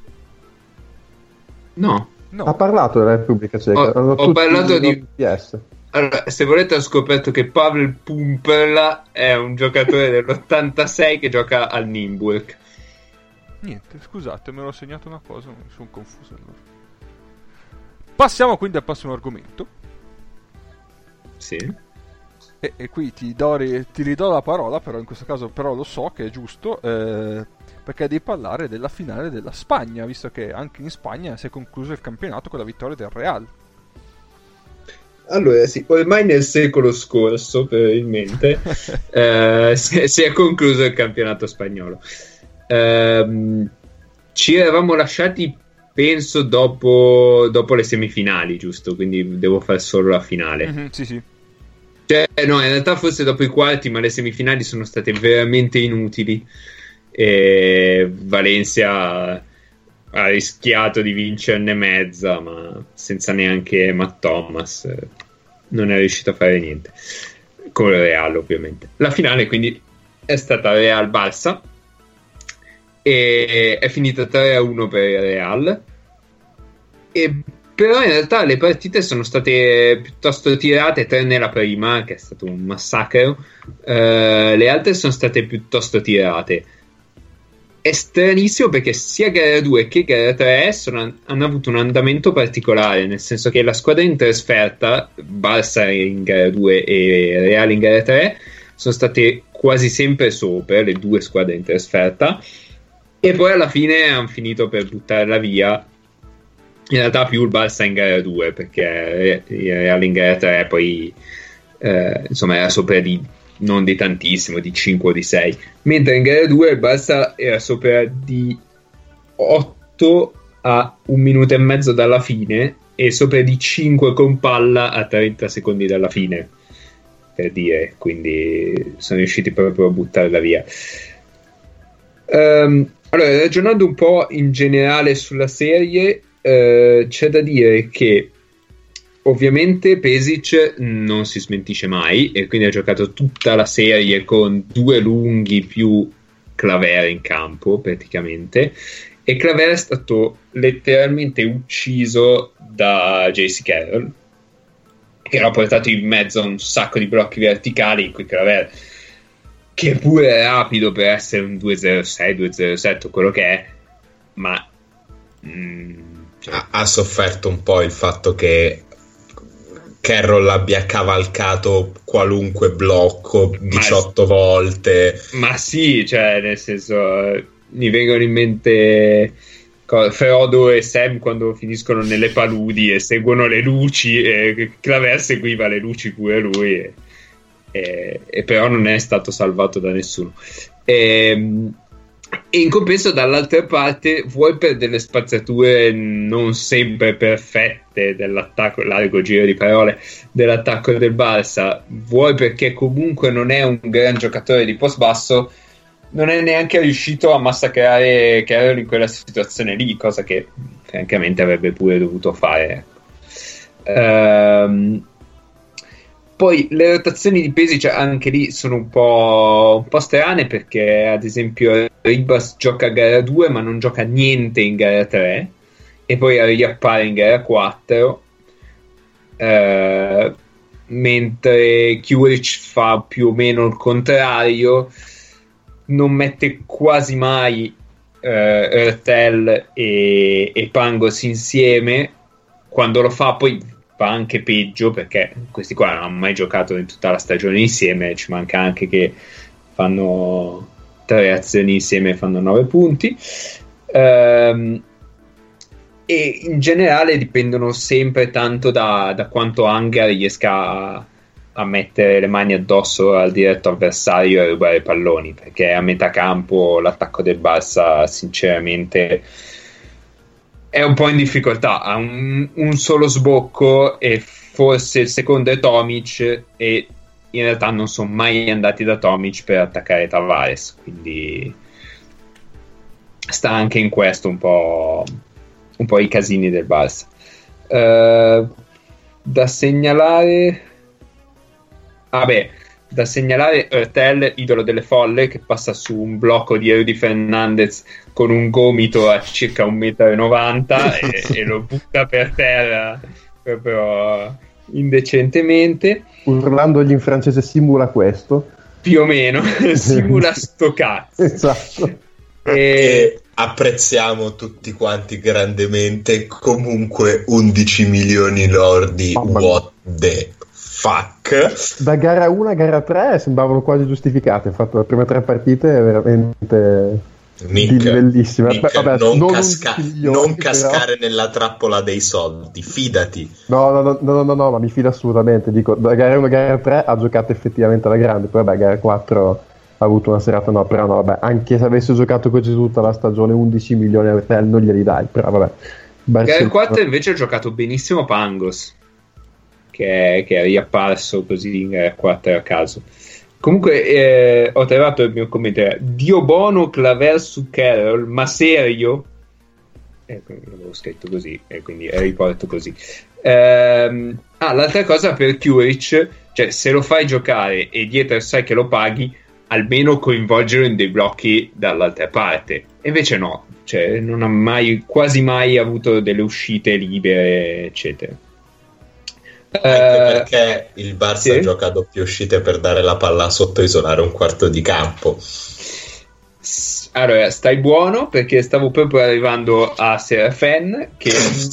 No. Ha parlato della Repubblica Ceca. Ho parlato di PS. Allora, se volete, ho scoperto che Pavel Pumperla è un giocatore dell'86 che gioca al Nimburg. Niente, scusate, me l'ho segnato una cosa, mi sono confuso allora. Passiamo quindi al prossimo argomento. Sì. E qui ti ridò la parola, però in questo caso però lo so che è giusto, perché devi parlare della finale della Spagna, visto che anche in Spagna si è concluso il campionato con la vittoria del Real. Allora sì, ormai nel secolo scorso probabilmente si è concluso il campionato spagnolo. Ci eravamo lasciati, penso, dopo le semifinali, giusto? Quindi devo fare solo la finale. Mm-hmm, sì. Cioè, no, in realtà forse dopo i quarti, ma le semifinali sono state veramente inutili. E Valencia ha rischiato di vincerne mezza, ma senza neanche Matt Thomas non è riuscito a fare niente. Con il Real, ovviamente. La finale, quindi, è stata Real-Barça e è finita 3-1 per il Real. Però in realtà le partite sono state piuttosto tirate, tranne la prima, che è stato un massacro. Le altre sono state piuttosto tirate. È stranissimo perché sia gara 2 che gara 3 hanno avuto un andamento particolare, nel senso che la squadra in trasferta, Barça in gara 2 e Real in gara 3, sono state quasi sempre sopra, le due squadre in trasferta, e poi alla fine hanno finito per buttarla via. In realtà più il Barça in gara 2, perché il Real in gara 3 poi insomma era sopra non di tantissimo, di 5 o di 6, mentre in gara 2 il Barça era sopra di 8 a 1 minuto e mezzo dalla fine e sopra di 5 con palla a 30 secondi dalla fine, per dire, quindi sono riusciti proprio a buttarla via. Allora, ragionando un po' in generale sulla serie, c'è da dire che ovviamente Pesic non si smentisce mai e quindi ha giocato tutta la serie con 2 lunghi più Claver in campo praticamente, e Claver è stato letteralmente ucciso da JC Carroll, che l'ha portato in mezzo a un sacco di blocchi verticali in cui Claver, che pure è rapido per essere un 206, 207 quello che è, ma ha sofferto un po' il fatto che Carroll abbia cavalcato qualunque blocco 18 volte. Ma sì, cioè nel senso, mi vengono in mente Frodo e Sam quando finiscono nelle paludi e seguono le luci, e Claver seguiva le luci pure lui, e però non è stato salvato da nessuno. E in compenso dall'altra parte, vuoi per delle spazzature non sempre perfette dell'attacco, largo giro di parole, dell'attacco del Barça, vuoi perché comunque non è un gran giocatore di post basso, non è neanche riuscito a massacrare Carroll in quella situazione lì, cosa che francamente avrebbe pure dovuto fare. Poi le rotazioni di Pesic anche lì sono un po' strane, perché ad esempio Ribas gioca a gara 2 ma non gioca niente in gara 3 e poi riappare in gara 4, mentre Kjuric fa più o meno il contrario, non mette quasi mai Ertel e Pangos insieme. Quando lo fa poi fa anche peggio, perché questi qua non hanno mai giocato in tutta la stagione insieme, ci manca anche che fanno 3 azioni insieme e fanno 9 punti, e in generale dipendono sempre tanto da quanto Anga riesca a mettere le mani addosso al diretto avversario e rubare palloni, perché a metà campo l'attacco del Barça sinceramente è un po' in difficoltà, ha un solo sbocco e forse il secondo è Tomic, e in realtà non sono mai andati da Tomic per attaccare Tavares, quindi sta anche in questo un po' i casini del Barça. Da segnalare Ertel, idolo delle folle, che passa su un blocco di Rudy Fernandez con un gomito a circa 1,90 m e lo butta per terra proprio indecentemente, urlandogli in francese simula questo, più o meno simula sto cazzo. Esatto. E apprezziamo tutti quanti grandemente. Comunque 11 milioni lordi, what the fuck. Da gara 1 a gara 3 sembravano quasi giustificate, infatti le prime 3 partite veramente bellissime. Vabbè, non cascare nella trappola dei soldi, fidati. No, ma mi fido assolutamente. Dico, da gara 1 a gara 3 ha giocato effettivamente alla grande, poi vabbè, gara 4 ha avuto una serata, però no, vabbè, anche se avesse giocato così tutta la stagione 11 milioni a Real non glieli dai, però vabbè. Gara 4 invece ha giocato benissimo Pangos, che è riapparso così in gara 4 a caso. Comunque ho trovato il mio commento, Dio bono claver su Carroll, ma serio? L'avevo scritto così e quindi riporto così. L'altra cosa per Kuric, cioè se lo fai giocare e dietro sai che lo paghi, almeno coinvolgerlo in dei blocchi dall'altra parte. E invece no, cioè non ha quasi mai avuto delle uscite libere, eccetera. Anche perché il Barça gioca a doppie uscite per dare la palla sotto e isolare un quarto di campo. Allora, stai buono, perché stavo proprio arrivando a Serafen che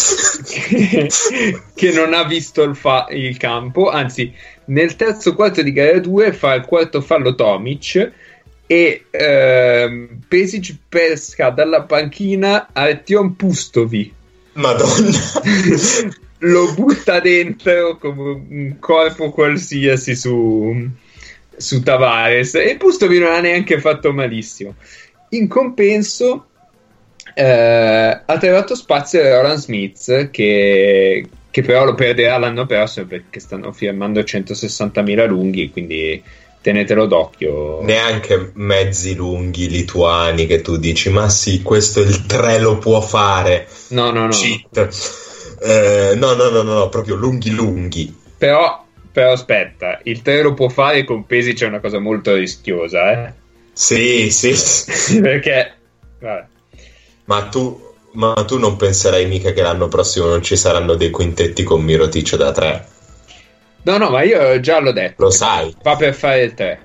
non ha visto il campo, anzi nel terzo quarto di gara 2 fa il quarto fallo Tomic e Pesic pesca dalla panchina Artyom Pustovi, Madonna. lo butta dentro come un corpo qualsiasi su Tavares, e Pustovi non ha neanche fatto malissimo. In compenso ha trovato spazio Roland Smith che però lo perderà l'anno prossimo, perché stanno firmando 160.000 lunghi, quindi tenetelo d'occhio. Neanche mezzi lunghi lituani che tu dici ma sì, questo il 3 lo può fare. No. Cheat. No, proprio lunghi. Però aspetta, il 3 lo può fare con Pesic, è una cosa molto rischiosa, Sì. Perché vabbè. Ma tu non penserai mica che l'anno prossimo non ci saranno dei quintetti con Mirotic da 3? No, ma io già l'ho detto. Lo sai. Fa per fare il 3.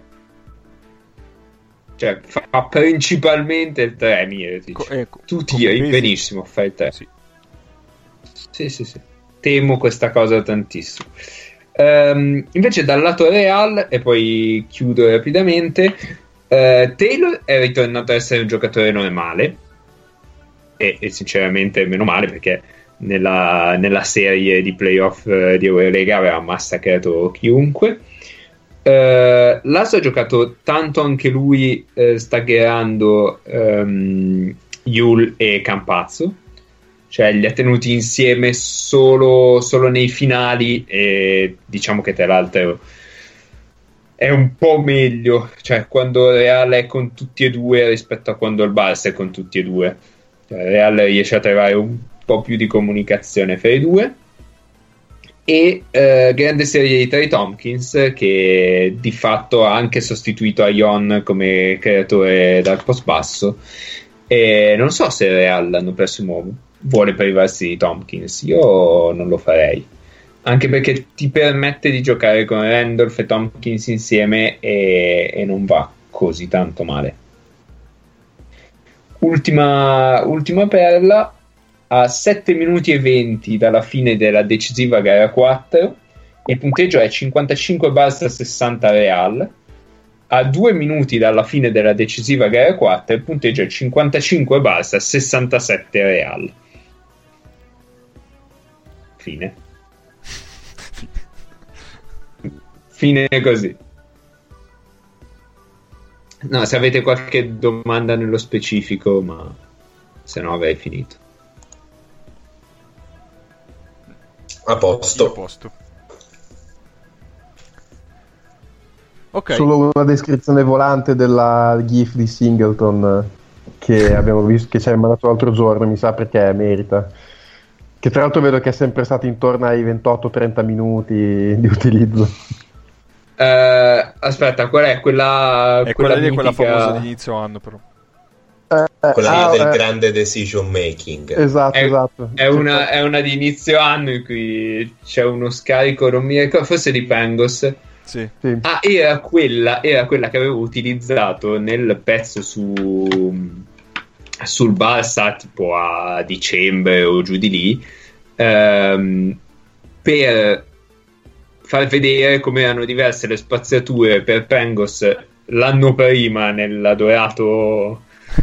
Cioè, fa principalmente il 3 Mirotic. Tu tiri benissimo, fai il 3. Sì. Temo questa cosa tantissimo. Invece dal lato Real, e poi chiudo rapidamente, Taylor è ritornato a essere un giocatore normale e sinceramente meno male, perché nella serie di playoff di Eurolega aveva massacrato chiunque. Lasso ha giocato tanto anche lui, staggerando Yul e Campazzo, cioè li ha tenuti insieme solo nei finali, e diciamo che tra l'altro è un po' meglio, cioè quando il Real è con tutti e due rispetto a quando il Barça è con tutti e due. Cioè, il Real riesce a trovare un po' più di comunicazione fra i due. E grande serie di Trey Tompkins, che di fatto ha anche sostituito Ion come creatore dal post basso, e non so se il Real l'anno prossimo vuole privarsi di Tompkins. Io non lo farei, anche perché ti permette di giocare con Randolph e Tompkins insieme e non va così tanto male. Ultima perla: a 7 minuti e 20 dalla fine della decisiva gara 4 il punteggio è 55 Barça 60 Real. A 2 minuti dalla fine della decisiva gara 4 il punteggio è 55 Barça 67 Real. Fine così. No, se avete qualche domanda nello specifico, ma se no avrei finito. A posto. Ok. Solo una descrizione volante della GIF di Singleton che abbiamo visto, che ci hai mandato l'altro giorno, mi sa perché merita. Che tra l'altro vedo che è sempre stato intorno ai 28-30 minuti di utilizzo. Aspetta, qual è quella? È quella lì, mitica... quella famosa di inizio anno, però. Quella del grande decision making. Esatto. È una di inizio anno in cui c'è uno scarico, non mi ricordo, forse di Pangos. Sì. Ah, era quella che avevo utilizzato nel pezzo sul Barça tipo a dicembre o giù di lì, per far vedere come erano diverse le spaziature per Pangos l'anno prima nella dorata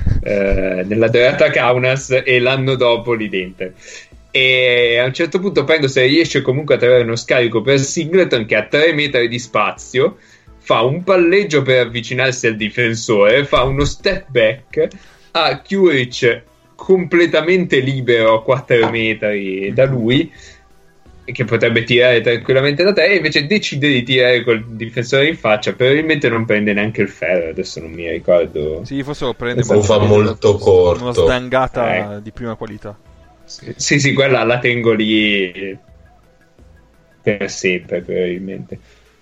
Kaunas e l'anno dopo lì dentro. E a un certo punto Pangos riesce comunque a trovare uno scarico per Singleton che a 3 metri di spazio fa un palleggio per avvicinarsi al difensore, fa uno step back a Kuric completamente libero a 4 metri da lui, che potrebbe tirare tranquillamente da 3, e invece decide di tirare col difensore in faccia. Probabilmente non prende neanche il ferro, adesso non mi ricordo. Sì, forse lo prende, Lo fa molto corto. una sdangata di prima qualità. Sì, quella la tengo lì per sempre, probabilmente.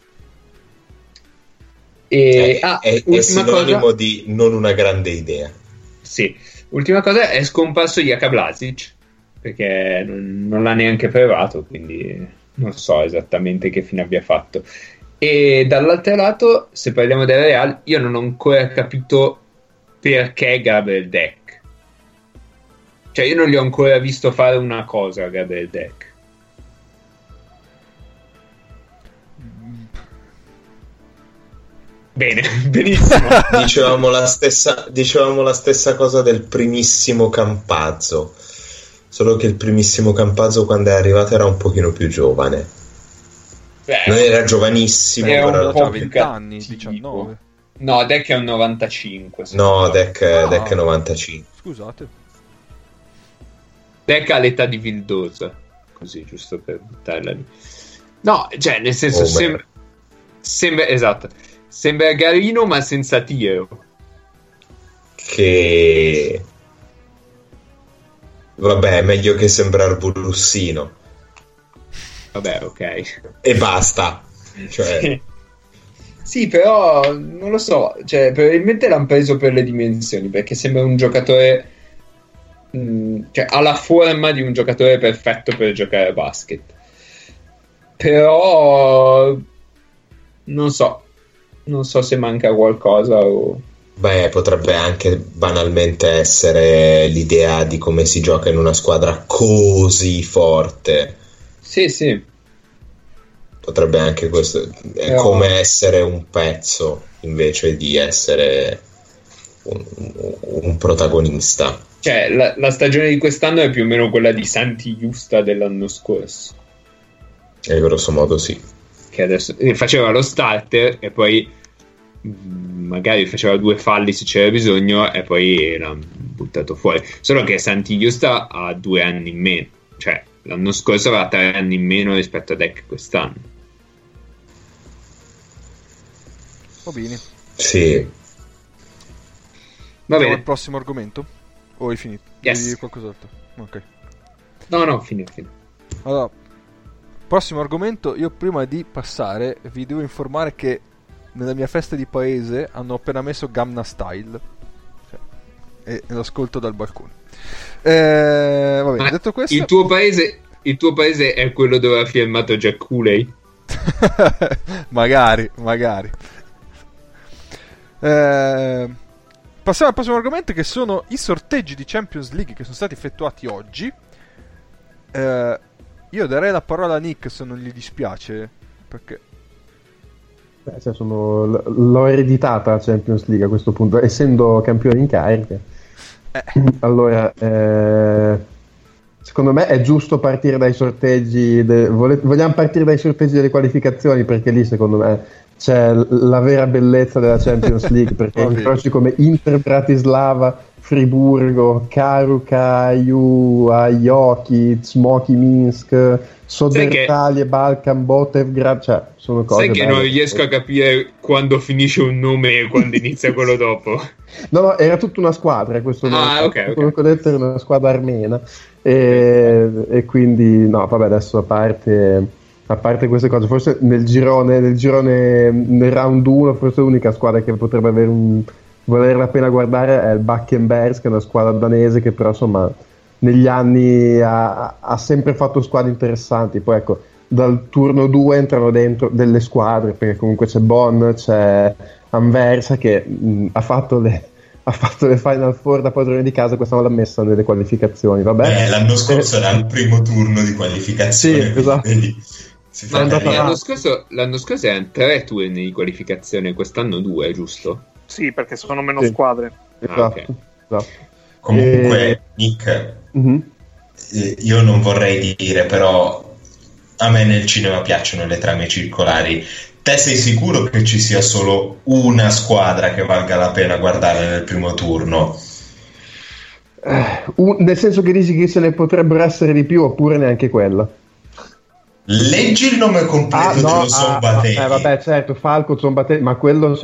È ultima sinonimo cosa, di non una grande idea. sì, ultima cosa, è scomparso Jaka Blažić, perché non l'ha neanche provato, quindi non so esattamente che fine abbia fatto. E dall'altro lato, se parliamo del Real, io non ho ancora capito perché Gabriel Deck. Cioè, io non gli ho ancora visto fare una cosa a Gabriel Deck. Bene, benissimo. Dicevamo la stessa cosa del primissimo Campazzo, solo che il primissimo Campazzo quando è arrivato era un pochino più giovane. Non era giovanissimo, era un po' 20 anni, 19. No, Deck è un 95. No, Deck è 95. Scusate. Deck ha l'età di Vildosa, così, giusto per buttarla lì. No, cioè, nel senso, sembra esatto. Sembra Garino, ma senza tiro. Che vabbè, è meglio che sembrar Bulussino. Vabbè, ok. E basta. Cioè... Sì, però non lo so. Cioè, probabilmente l'hanno preso per le dimensioni, perché sembra un giocatore. Cioè, ha la forma di un giocatore perfetto per giocare a basket. Però non so se manca qualcosa o... Beh, potrebbe anche banalmente essere l'idea di come si gioca in una squadra così forte. Sì. Potrebbe anche questo. È come essere un pezzo invece di essere un protagonista. Cioè, la stagione di quest'anno è più o meno quella di Santi Justa dell'anno scorso. Grosso modo sì. Che adesso faceva lo starter e poi magari faceva 2 falli se c'era bisogno e poi l'ha buttato fuori. Solo che Santi Justa ha 2 anni in meno. Cioè, l'anno scorso aveva 3 anni in meno rispetto a Deck quest'anno. Va bene. Sì. Va bene. Il prossimo argomento? O hai finito? Yes. Devi qualcos'altro? Ok. No, finito. Allora, prossimo argomento. Io prima di passare vi devo informare che nella mia festa di paese hanno appena messo Gangnam Style, cioè, e l'ascolto dal balcone. Vabbè, ma detto questo, il tuo paese è quello dove ha firmato Jack Cooley? magari. Passiamo al prossimo argomento, che sono i sorteggi di Champions League che sono stati effettuati oggi. Io darei la parola a Nick se non gli dispiace, perché cioè l'ho ereditata la Champions League a questo punto, essendo campione in carica. Allora, secondo me è giusto partire dai sorteggi. Vogliamo partire dai sorteggi delle qualificazioni, perché lì secondo me c'è la vera bellezza della Champions League, perché incroci come Inter Bratislava, Friburgo, Karuka, Aioki, Smoky Minsk, Sodertali e Balkan, Botevgrad, cioè sono cose sai che belle. non riesco a capire quando finisce un nome e quando inizia quello dopo. No, era tutta una squadra questo nome. Ok. Quello che ho detto era una squadra armena e quindi no, vabbè, adesso a parte queste cose, forse nel girone nel round 1 forse l'unica squadra che potrebbe avere valere la pena guardare è il Bakkenbergs, che è una squadra danese che però insomma negli anni ha sempre fatto squadre interessanti. Poi ecco, dal turno 2 entrano dentro delle squadre, perché comunque c'è Bonn, c'è Anversa che ha fatto le Final Four da padrone di casa, quest'anno l'ha messa nelle qualificazioni. Vabbè. L'anno scorso era il primo turno di qualificazione, sì, esatto. Si fa L'anno scorso erano 3 turni di qualificazione, quest'anno 2, giusto? Sì, perché sono meno Sì. squadre. Esatto, ok. esatto. Comunque, Nick, io non vorrei dire, però a me nel cinema piacciono le trame circolari. Te sei sicuro che ci sia solo una squadra che valga la pena guardare nel primo turno? Nel senso che dici che se ne potrebbero essere di più, oppure neanche quella? Leggi il nome completo dello Zombatelli. Vabbè, certo, Falco, Zombatelli, ma quello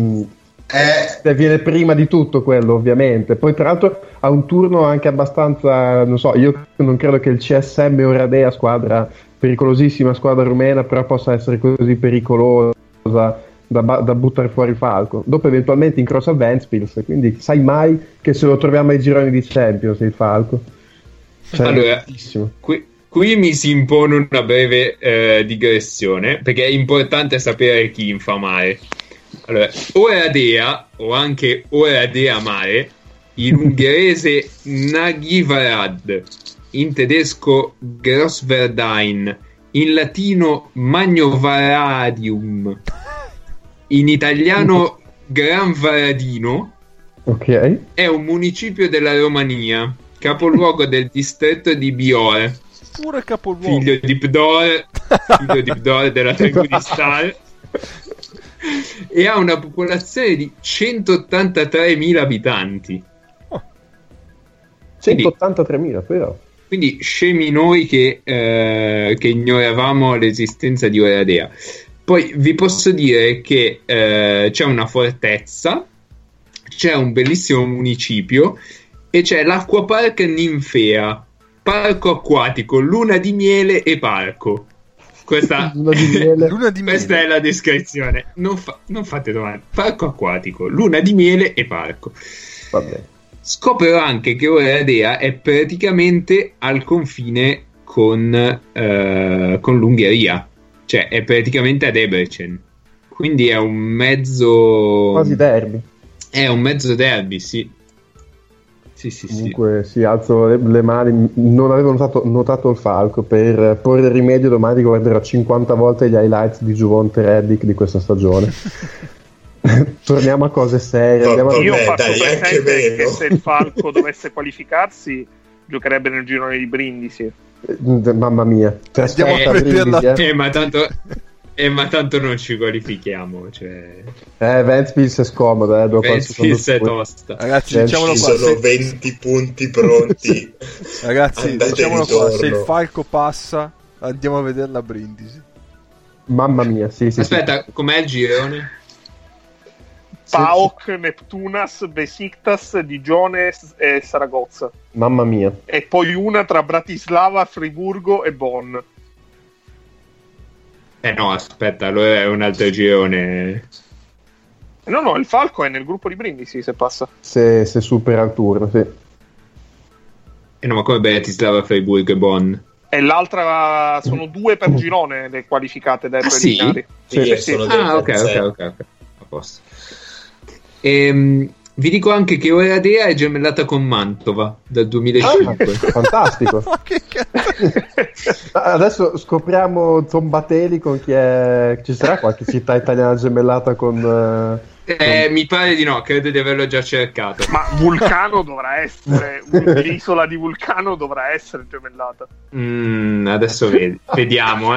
viene prima di tutto quello, ovviamente. Poi tra l'altro ha un turno anche abbastanza, non so, io non credo che il CSM Oradea, squadra pericolosissima, squadra rumena, però possa essere così pericolosa da buttare fuori Falco. Dopo eventualmente incrocia Ventspils, quindi sai mai che se lo troviamo ai gironi di Champions il Falco. Allora, qui mi si impone una breve digressione, perché è importante sapere chi infa male. Allora, Oradea, o anche Oradea mare, in ungherese Nagyvarad, in tedesco Grossverdain, in latino Magnovaradium, in italiano Gran Varadino, ok, è un municipio della Romania, capoluogo del distretto di Bior, Pure capoluogo. figlio di Bdor della tribù di Star, e ha una popolazione di 183.000 abitanti. 183.000 però. Quindi scemi noi che ignoravamo l'esistenza di Oradea. Poi vi posso dire che c'è una fortezza, c'è un bellissimo municipio e c'è l'acquapark Ninfea, parco acquatico, luna di miele e parco. Questa è la descrizione. Non fate domande. Parco acquatico, luna di miele e parco. Vabbè. Scopro anche che Oradea è praticamente al confine con l'Ungheria, cioè è praticamente a Debrecen, quindi è un mezzo quasi derby. È un mezzo derby, sì. Comunque sì, alzo le mani. Non avevo notato il Falco. Per porre rimedio domani guarderò 50 volte gli highlights di Giuvonte Reddick di questa stagione. Torniamo a cose serie. Io faccio presente che se il Falco dovesse qualificarsi giocherebbe nel girone di Brindisi. Mamma mia, ma tanto non ci qualifichiamo, cioè. Ventspils è scomoda, Ventspils è tosta. Ragazzi, diciamolo qua, sono 20 punti pronti. Ragazzi, diciamolo qua, se il Falco passa andiamo a vederla a Brindisi. Mamma mia, sì. Aspetta, com'è il girone? PAOK, Neptunas, Besiktas, Digione e Saragozza. Mamma mia. E poi una tra Bratislava, Friburgo e Bonn. No, aspetta, allora è un altro girone. No, il Falco è nel gruppo di Brindisi se passa. Se supera il turno, sì. No, ma come Bratislava, Friburgo e Bonn? E l'altra sono 2 per girone le qualificate dai preliminari. Sì. Ok. A posto. Vi dico anche che Oradea è gemellata con Mantova dal 2005. Fantastico. Adesso scopriamo Zombatelli con chi è. Ci sarà qualche città italiana gemellata con... Mi pare di no, credo di averlo già cercato. Ma Vulcano dovrà essere, l'isola di Vulcano dovrà essere gemellata. Adesso vediamo,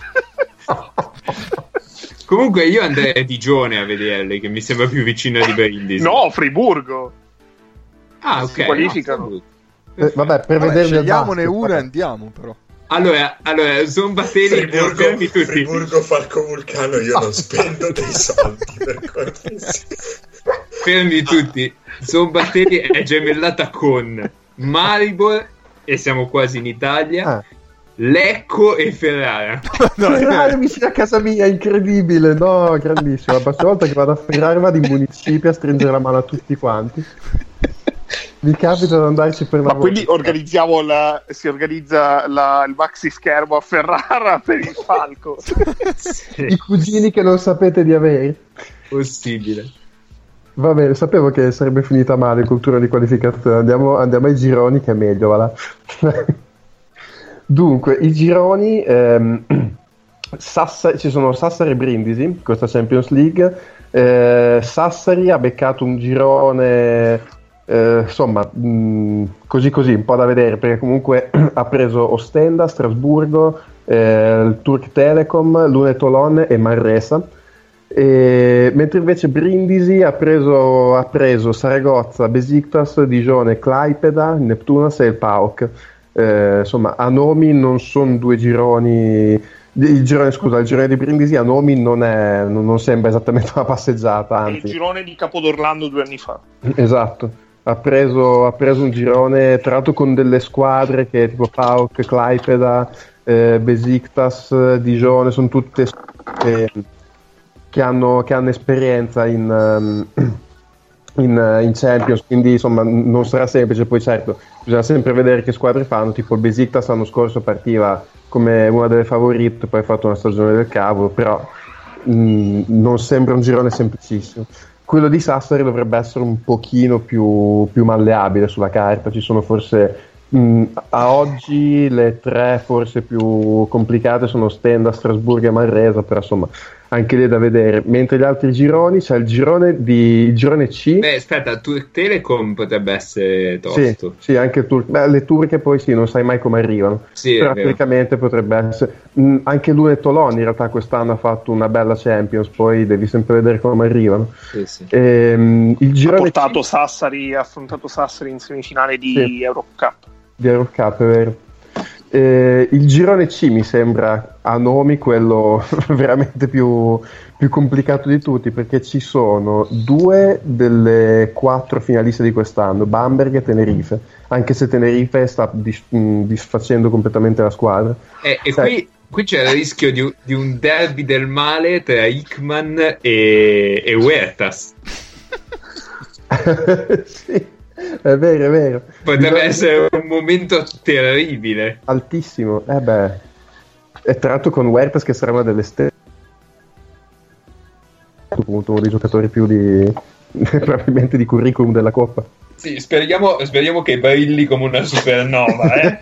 Comunque io andrei a Digione a vederle, che mi sembra più vicino di Brindisi. No, Friburgo. ok. Si qualificano. Vabbè, per vedervi scegliamone una e andiamo, però. Allora, Zombateli, fermi tutti. Friburgo, Falco Vulcano, io non spendo dei soldi per cortesia. Fermi tutti. Zombateli è gemellata con Maribor, e siamo quasi in Italia, Lecco e Ferrara. Ferrara vicino a casa mia, incredibile, no, grandissimo. La prossima volta che vado a Ferrara vado in municipio a stringere la mano a tutti quanti. Mi capita di andarci per ma quindi si organizza il maxi schermo a Ferrara per il Falco. Sì. I cugini che non sapete di avere. Possibile. Va bene, sapevo che sarebbe finita male cultura di qualificazione. Andiamo ai gironi, che è meglio, va là. Dunque, i gironi, ci sono Sassari e Brindisi, questa Champions League. Sassari ha beccato un girone, insomma, così, un po' da vedere, perché comunque ha preso Ostenda, Strasburgo, il Turk Telecom, Lune Toulon e Manresa. Mentre invece Brindisi ha preso Saragozza, Besiktas, Digione, Klaipeda, Neptunas e il PAOK. Insomma, a nomi non sono due gironi. Il girone di Brindisi a nomi non sembra esattamente una passeggiata, anzi. Il girone di Capodorlando 2 anni fa. Esatto, ha preso un girone tra l'altro con delle squadre che tipo PAOK, Klaipeda, Besiktas, Digione, sono tutte che hanno esperienza in Champions, quindi insomma non sarà semplice. Poi certo bisogna sempre vedere che squadre fanno, tipo il Besiktas l'anno scorso partiva come una delle favorite, poi ha fatto una stagione del cavolo, però non sembra un girone semplicissimo. Quello di Sassari dovrebbe essere un pochino più malleabile sulla carta, ci sono forse a oggi le tre forse più complicate sono Stenda, Strasburgo e Manresa, però insomma anche lì è da vedere. Mentre gli altri gironi c'è il girone C. Beh, aspetta, Turk Telecom potrebbe essere tosto. Sì, anche le turche poi sì, non sai mai come arrivano. Sì, però praticamente potrebbe essere. Anche Lune Toulon in realtà quest'anno ha fatto una bella Champions, poi devi sempre vedere come arrivano. Sì. Il girone ha affrontato Sassari in semifinale di Eurocup. Di Eurocup, è vero. Il girone C mi sembra a nomi quello veramente più complicato di tutti, perché ci sono 2 delle 4 finaliste di quest'anno, Bamberg e Tenerife, anche se Tenerife sta disfacendo completamente la squadra. Qui c'è il rischio di un derby del male tra Hickman e Huertas. Sì. È vero. Potrebbe essere un momento terribile. Altissimo. E tra l'altro con Huertas che sarà una delle stelle. Appunto uno dei giocatori più probabilmente di curriculum della Coppa. Sì, speriamo che brilli come una supernova, eh?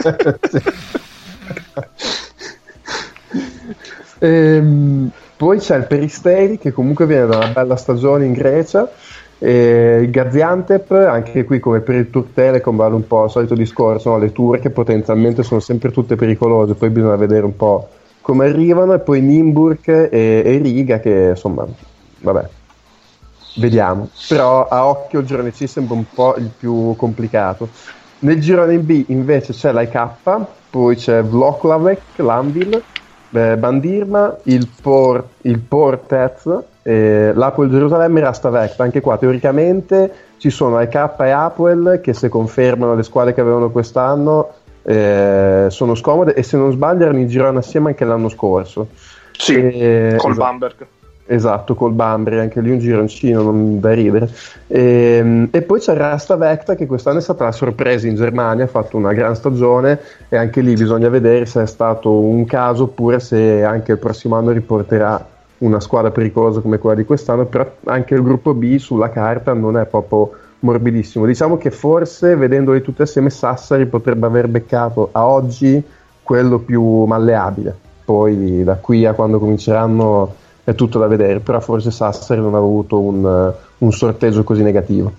Poi c'è il Peristeri che comunque viene da una bella stagione in Grecia. Il Gaziantep, anche qui come per il Turk Telecom vale un po' il solito discorso, no? Le turche potenzialmente sono sempre tutte pericolose, poi bisogna vedere un po' come arrivano. E poi Nimburg e Riga che insomma vabbè, vediamo, però a occhio il girone C sembra un po' il più complicato. Nel girone B invece c'è l'AEK, poi c'è Vloklavek, l'Anvil, Bandirma, il Portez, l'Apoel Gerusalemme e Rastavec. Anche qua teoricamente ci sono AEK e Apoel che, se confermano le squadre che avevano quest'anno, sono scomode, e se non sbaglio erano in girone assieme anche l'anno scorso. Sì, col esatto. Bamberg. Esatto, col Bambri, anche lì un gironcino non da ridere. E poi c'è Rastavec che quest'anno è stata la sorpresa in Germania, ha fatto una gran stagione, e anche lì bisogna vedere se è stato un caso oppure se anche il prossimo anno riporterà una squadra pericolosa come quella di quest'anno. Però anche il gruppo B sulla carta non è proprio morbidissimo. Diciamo che forse, vedendoli tutti assieme, Sassari potrebbe aver beccato a oggi quello più malleabile. Poi da qui a quando cominceranno è tutto da vedere, però forse Sassari non ha avuto un sorteggio così negativo.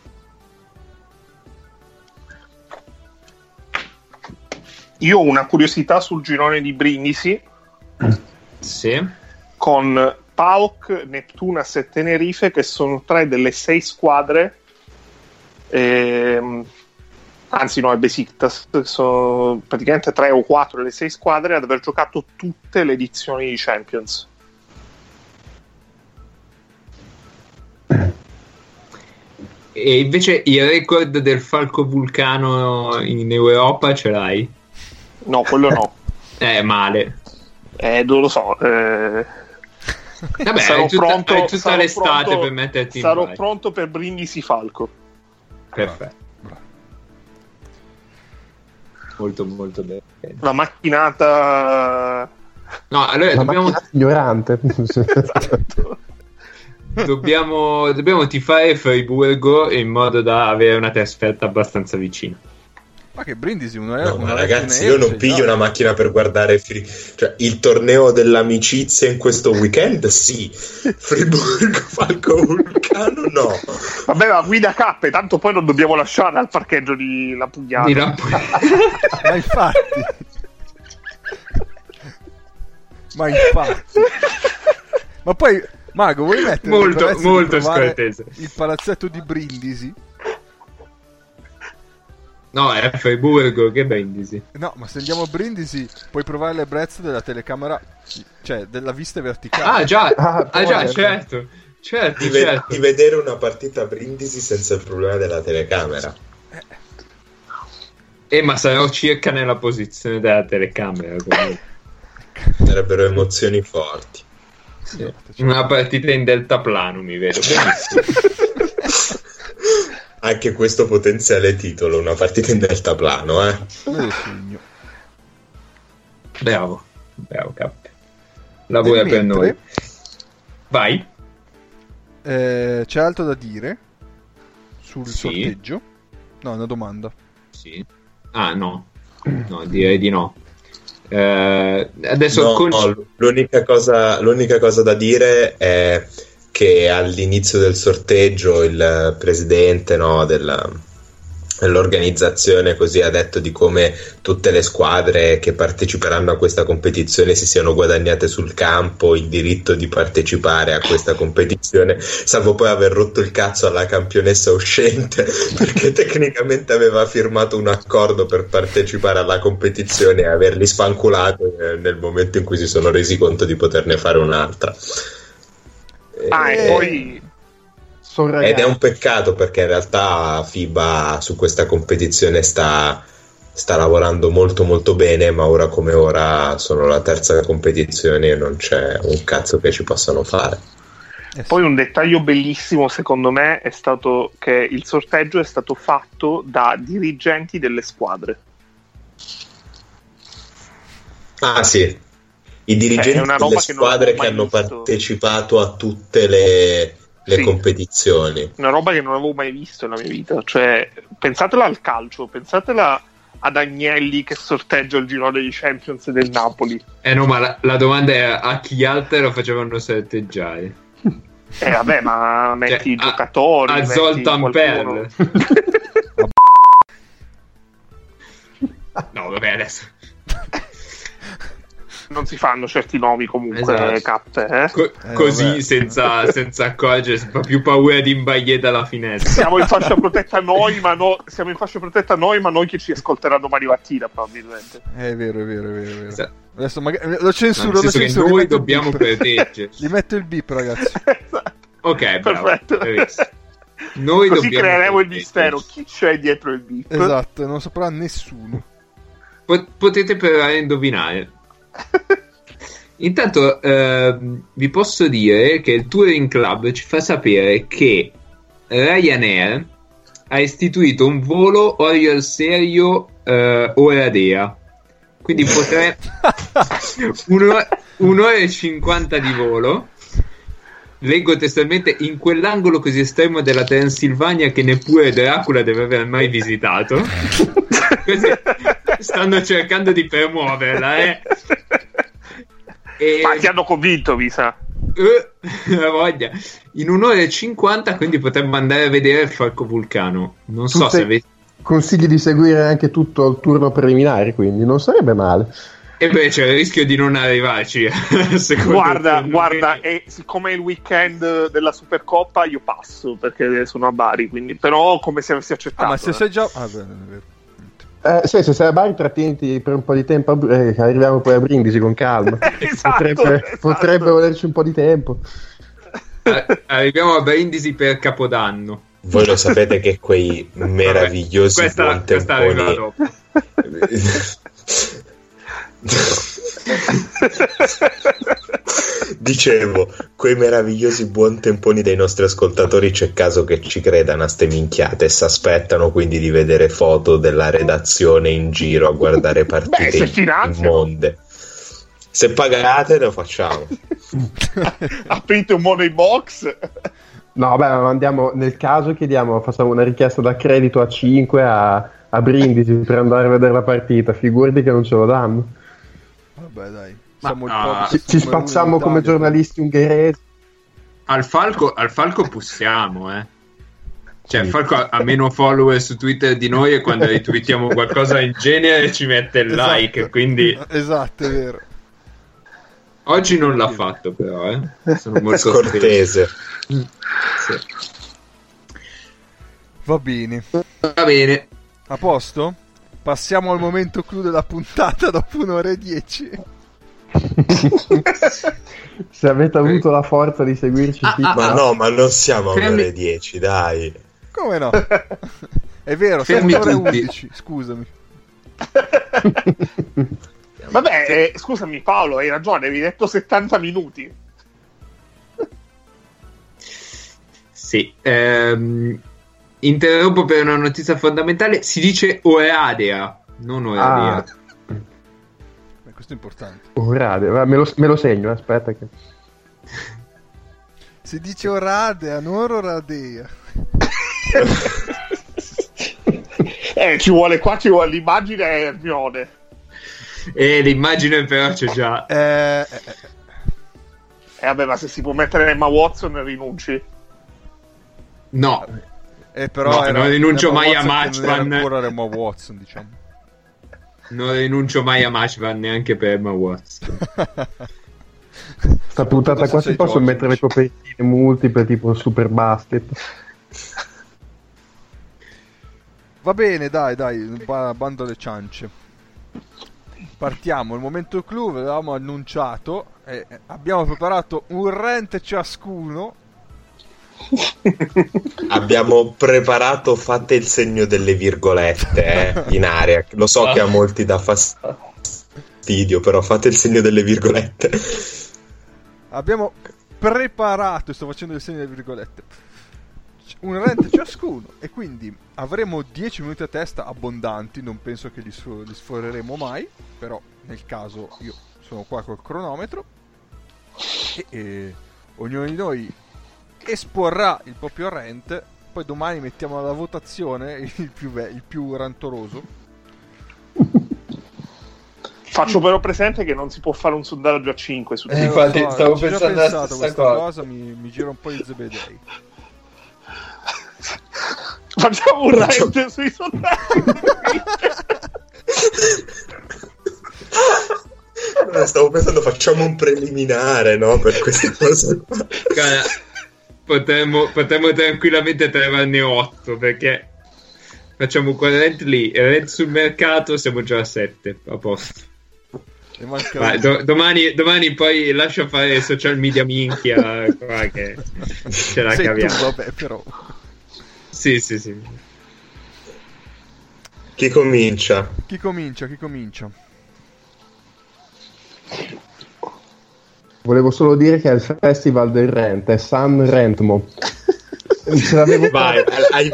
Io ho una curiosità sul girone di Brindisi. Sì. Con PAOK, Neptunas e Tenerife, che sono 3 delle 6 squadre Anzi no, è Besiktas, sono praticamente 3 o 4 delle 6 squadre ad aver giocato tutte le edizioni di Champions. E invece il record del Falco Vulcano in Europa ce l'hai? No, quello no. Male. Non lo so. Vabbè, hai tutta l'estate per metterti in sarò vai. pronto per Brindisi Falco. Perfetto. Molto molto bene. La macchinata. No, allora dobbiamo ignorante. Esatto. dobbiamo tifare Friburgo in modo da avere una trasferta abbastanza vicina. Ma che Brindisi no, ma ragazzi, io non piglio una macchina per guardare cioè, il torneo dell'amicizia in questo weekend, sì. Friburgo, Falco Vulcano, no. Vabbè, ma guida cappe, tanto poi non dobbiamo lasciare al parcheggio di La Pugnata. Ma infatti. Ma poi, Mago, vuoi mettere molto scortese il palazzetto di Brindisi? No, è Friburgo, che Brindisi. No, ma se andiamo a Brindisi puoi provare l'ebbrezza della telecamera, cioè della vista verticale. Già, certo. Di vedere una partita a Brindisi senza il problema della telecamera. Ma sarò circa nella posizione della telecamera. Sarebbero emozioni forti. Sì. Una partita in deltaplano, mi vedo benissimo. Anche questo potenziale titolo, una partita in deltaplano, Bravo Cap. Lavora per noi. Vai. C'è altro da dire sul sorteggio? No, è una domanda. Sì. No, direi di no. Adesso l'unica cosa da dire è che all'inizio del sorteggio il presidente dell'organizzazione così ha detto di come tutte le squadre che parteciperanno a questa competizione si siano guadagnate sul campo il diritto di partecipare a questa competizione, salvo poi aver rotto il cazzo alla campionessa uscente perché tecnicamente aveva firmato un accordo per partecipare alla competizione e averli sfanculato nel momento in cui si sono resi conto di poterne fare un'altra. E poi ed è un peccato perché in realtà FIBA su questa competizione sta lavorando molto molto bene, ma ora come ora sono la terza competizione e non c'è un cazzo che ci possano fare. Poi un dettaglio bellissimo secondo me è stato che il sorteggio è stato fatto da dirigenti delle squadre. Sì, i dirigenti delle squadre che hanno partecipato a tutte le competizioni. Una roba che non avevo mai visto nella mia vita. Cioè, pensatela al calcio, pensatela ad Agnelli che sorteggia il girone di Champions del Napoli. No, ma la domanda è a chi altro lo facevano sorteggiare? Vabbè, ma metti i giocatori. A Zoltan Perl. No, vabbè, adesso non si fanno certi nomi comunque, esatto. Così senza accorgersi, fa più paura di imbagliare dalla finestra. Siamo in fascia protetta noi, ma noi che ci ascolteranno domani mattina probabilmente. È vero. Esatto. Adesso magari lo censuro, noi dobbiamo proteggerci. Gli metto il bip, ragazzi. Ok, perfetto. Noi così creeremo il mistero, chi c'è dietro il bip. Esatto, non saprà nessuno. Potete provare a indovinare. Intanto vi posso dire che il Touring Club ci fa sapere che Ryanair ha istituito un volo Oriol Serio Oradea, quindi potrebbe un'ora e 50 di volo. Leggo testualmente: in quell'angolo così estremo della Transilvania che neppure Dracula deve aver mai visitato. Stanno cercando di promuoverla, ma ti hanno convinto, mi sa. La voglia. In un'ora e 50, quindi potremmo andare a vedere il Falco Vulcano. Non so se avete consigli di seguire anche tutto il turno preliminare, quindi non sarebbe male. E beh, c'è il rischio di non arrivarci. Guarda, e siccome è il weekend della Supercoppa, io passo perché sono a Bari, quindi però come se avessi accettato. Ma se sei già... Sì, se sei a Bari trattieniti per un po' di tempo, arriviamo poi a Brindisi con calma. Potrebbe volerci un po' di tempo. Arriviamo a Brindisi per Capodanno. Voi lo sapete che quei meravigliosi questa arriva dopo. Dicevo, quei meravigliosi buontemponi dei nostri ascoltatori c'è caso che ci credano a ste minchiate e si aspettano quindi di vedere foto della redazione in giro a guardare partite immonde. Se pagate lo facciamo. Aprite un money box. No, vabbè, ma andiamo, nel caso facciamo una richiesta da credito a 5 a Brindisi per andare a vedere la partita, figurati che non ce lo danno. Vabbè, dai. Ci spacciamo come giornalisti ungheresi. Al Falco possiamo, Cioè, il Falco ha meno follower su Twitter di noi e quando ritweetiamo qualcosa in genere ci mette il like, quindi... Esatto, è vero. Oggi non l'ha fatto, però, Sono molto scortese. Sì. Va bene. A posto? Passiamo al momento clou della puntata dopo 1 ora e 10. Se avete avuto la forza di seguirci ma non siamo a 1 ora e 10, dai. Come no? È vero, siamo 1 ora e 11, scusami. Vabbè, scusami Paolo, hai ragione, avevi detto 70 minuti. Sì, interrompo per una notizia fondamentale. Si dice Oradea, non Oradea. Questo è importante. Oradea, me lo segno, aspetta che... Si dice Oradea, non Oradea. ci vuole l'immagine a Hermione. L'immagine però c'è già. Vabbè, ma se si può mettere Emma Watson rinunci? No. Però non rinuncio mai a Matchman. Ancora Emma Watson, diciamo. Non rinuncio mai a Matchman neanche per Emma Watson. Sta puntata qua si possono mettere le copertine multiple tipo Super Basket. Va bene, dai, bando alle ciance. Partiamo, il momento clou, ve l'avevamo annunciato, abbiamo preparato un rant ciascuno. Abbiamo preparato, fate il segno delle virgolette in area. Lo so che a molti dà fastidio, però fate il segno delle virgolette. Abbiamo preparato, sto facendo il segno delle virgolette, un rant ciascuno e quindi avremo 10 minuti a testa abbondanti, non penso che li sforeremo mai, però nel caso io sono qua col cronometro e ognuno di noi esporrà il proprio rant, poi domani mettiamo alla votazione il più rantoroso. Faccio però presente che non si può fare un sondaggio a 5 su infatti stavo pensando alla stessa cosa. Mi gira un po' i zebedei. Facciamo un rant sui sondaggi. Stavo pensando facciamo un preliminare, no, per queste cose qua. Potremmo tranquillamente travarne 8 perché facciamo quel rent lì e rent sul mercato siamo già a 7 a posto. Vai, domani poi lascia fare social media minchia qua che ce la caviamo. Vabbè, però sì. Chi comincia? Chi comincia? Volevo solo dire che è il festival del rent, è San Rentmo. Vai, hai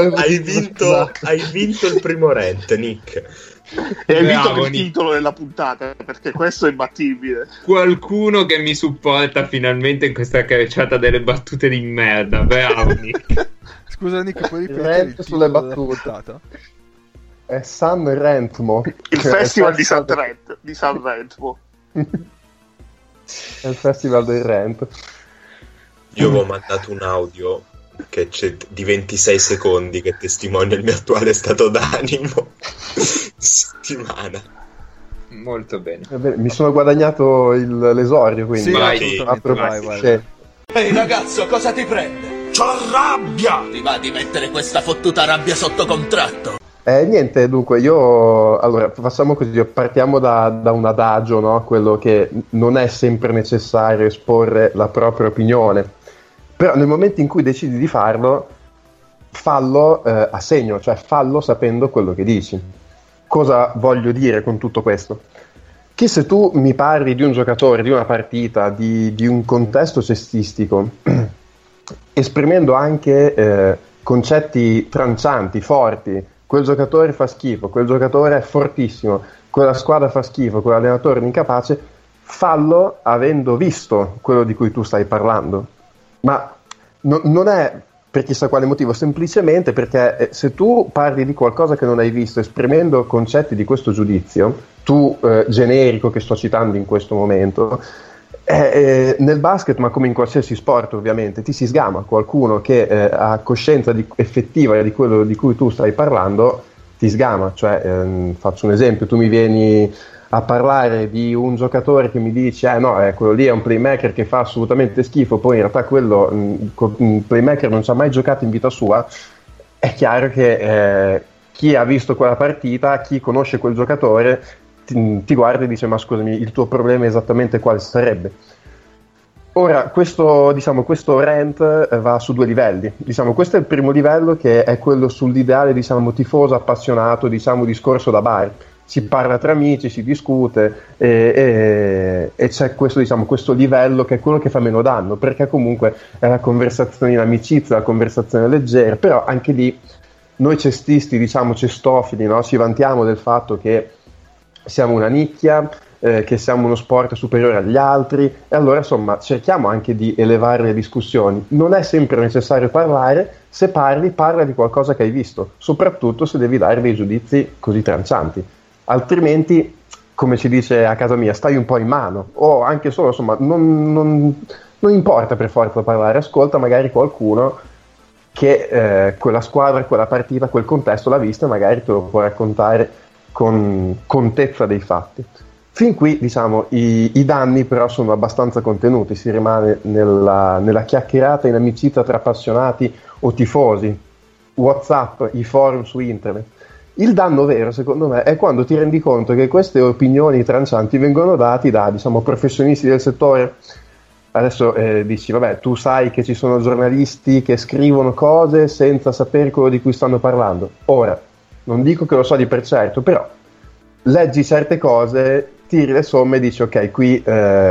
vinto il primo rent, Nick. E hai vinto il titolo della puntata, perché questo è imbattibile. Qualcuno che mi supporta finalmente in questa carrecciata delle battute di merda. Bravo, Nick. Scusa, Nick, puoi ripetere il sulle titolo battute. della puntata? È San Rentmo. Il festival di San Rentmo. È il festival del rent. Io avevo mandato un audio che c'è di 26 secondi che testimonia il mio attuale stato d'animo settimana. Molto bene. Mi sono guadagnato l'esordio, quindi. Sì, Vai, vai. Ehi ragazzo, cosa ti prende? C'ho la rabbia! Ti va di mettere questa fottuta rabbia sotto contratto? Niente, dunque, allora, facciamo così, partiamo da un adagio, no? Quello che non è sempre necessario esporre la propria opinione, però nel momento in cui decidi di farlo, fallo a segno, cioè fallo sapendo quello che dici. Cosa voglio dire con tutto questo? Che se tu mi parli di un giocatore, di una partita, di un contesto cestistico, esprimendo anche concetti trancianti, forti, quel giocatore fa schifo, quel giocatore è fortissimo, quella squadra fa schifo, quell'allenatore è incapace, fallo avendo visto quello di cui tu stai parlando. Ma non è per chissà quale motivo, semplicemente perché se tu parli di qualcosa che non hai visto, esprimendo concetti di questo giudizio, tu generico che sto citando in questo momento, nel basket, ma come in qualsiasi sport ovviamente, ti si sgama qualcuno che ha coscienza effettiva di quello di cui tu stai parlando, ti sgama. Cioè, faccio un esempio, tu mi vieni a parlare di un giocatore che mi dice quello lì è un playmaker che fa assolutamente schifo, poi in realtà quello un playmaker non ci ha mai giocato in vita sua, è chiaro che chi ha visto quella partita, chi conosce quel giocatore ti guarda e dice: ma scusami, il tuo problema esattamente quale sarebbe? Ora, questo rant va su due livelli. Questo è il primo livello, che è quello sull'ideale tifoso appassionato, discorso da bar. Si parla tra amici, si discute e c'è questo livello che è quello che fa meno danno, perché comunque è la conversazione in amicizia, la conversazione leggera. Però anche lì noi cestisti, cestofili, no? Ci vantiamo del fatto che siamo una nicchia, che siamo uno sport superiore agli altri, e allora insomma cerchiamo anche di elevare le discussioni. Non è sempre necessario parlare, se parla di qualcosa che hai visto, soprattutto se devi dare dei giudizi così trancianti, altrimenti, come si dice a casa mia, stai un po' in mano, o anche solo, insomma, non importa per forza parlare, ascolta magari qualcuno che quella squadra, quella partita, quel contesto l'ha vista e magari te lo può raccontare con contezza dei fatti. Fin qui i danni però sono abbastanza contenuti, si rimane nella chiacchierata in amicizia tra appassionati o tifosi, WhatsApp, i forum su internet. Il danno vero, secondo me, è quando ti rendi conto che queste opinioni trancianti vengono date da professionisti del settore. Adesso dici, vabbè, tu sai che ci sono giornalisti che scrivono cose senza sapere quello di cui stanno parlando. Ora, non dico che lo so di per certo, però leggi certe cose, tiri le somme e dici: ok, qui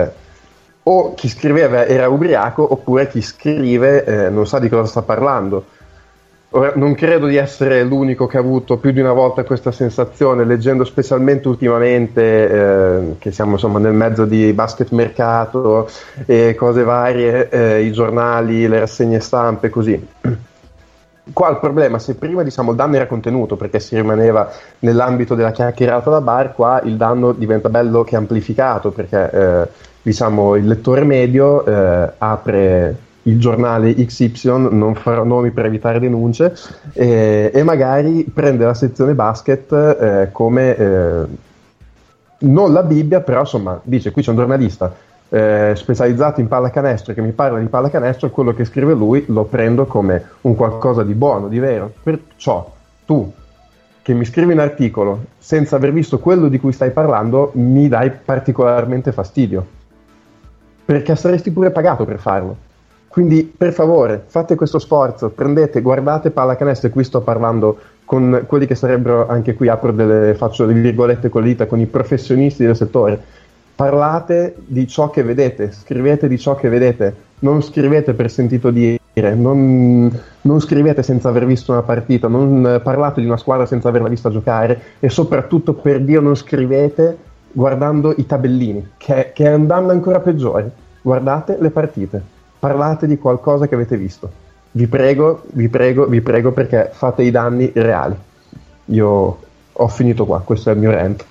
o chi scriveva era ubriaco, oppure chi scrive non sa di cosa sta parlando. Ora, non credo di essere l'unico che ha avuto più di una volta questa sensazione, leggendo specialmente ultimamente che siamo nel mezzo di basket mercato e cose varie, i giornali, le rassegne stampe, così. Qua il problema, se prima il danno era contenuto perché si rimaneva nell'ambito della chiacchierata da bar, qua il danno diventa bello che amplificato, perché il lettore medio apre il giornale XY, non farò nomi per evitare denunce, e magari prende la sezione basket come non la Bibbia, però insomma dice: qui c'è un giornalista specializzato in pallacanestro che mi parla di pallacanestro, e quello che scrive lui lo prendo come un qualcosa di buono, di vero. Perciò tu che mi scrivi un articolo senza aver visto quello di cui stai parlando mi dai particolarmente fastidio, perché saresti pure pagato per farlo. Quindi per favore fate questo sforzo, guardate pallacanestro, e qui sto parlando con quelli che sarebbero, anche qui faccio delle virgolette con le dita, con i professionisti del settore. Parlate di ciò che vedete, scrivete di ciò che vedete, non scrivete per sentito dire, non scrivete senza aver visto una partita, non parlate di una squadra senza averla vista giocare, e soprattutto, per Dio, non scrivete guardando i tabellini, che è un danno ancora peggiore. Guardate le partite, parlate di qualcosa che avete visto. Vi prego, perché fate i danni reali. Io ho finito qua, questo è il mio rant.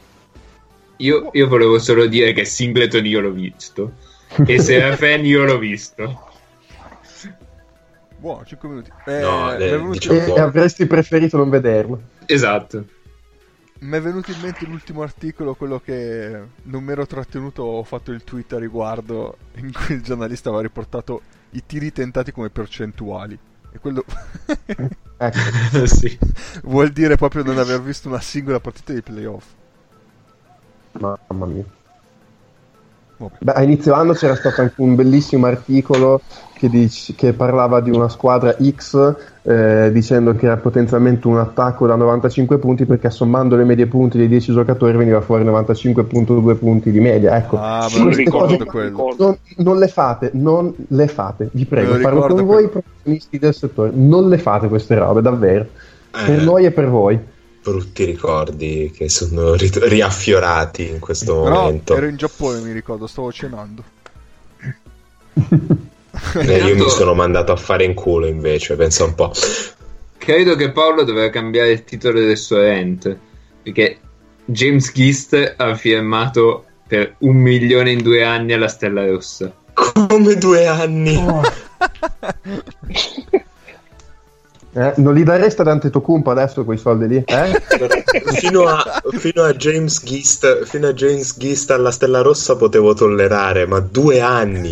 Io volevo solo dire che Singleton io l'ho visto e Serafen io l'ho visto. Buono, 5 minuti. E avresti preferito non vederlo. Esatto. Mi è venuto in mente l'ultimo articolo, quello che non mi ero trattenuto, ho fatto il tweet a riguardo, in cui il giornalista aveva riportato i tiri tentati come percentuali. E quello Sì. vuol dire proprio non aver visto una singola partita di playoff. Mamma mia. Vabbè. Beh, a inizio anno c'era stato anche un bellissimo articolo che parlava di una squadra X, dicendo che era potenzialmente un attacco da 95 punti, perché sommando le medie punti dei 10 giocatori veniva fuori 95.2 punti di media. Ecco, Ah, me lo queste ricordo cose quello. non le fate, vi prego, Me lo parlo ricordo con voi quello. professionisti del settore, non le fate queste robe, davvero, per noi e per voi. Brutti ricordi che sono riaffiorati in questo No, momento. ero in Giappone, mi ricordo, stavo cenando. Io mi sono mandato a fare in culo invece, pensa un po'. Credo che Paolo doveva cambiare il titolo del suo event, perché James Gist ha firmato per 1 milione in 2 anni alla Stella Rossa. Come 2 anni? Non li dareste ad Antetokounmpo adesso quei soldi lì? fino a James Gist alla Stella Rossa potevo tollerare, ma 2 anni?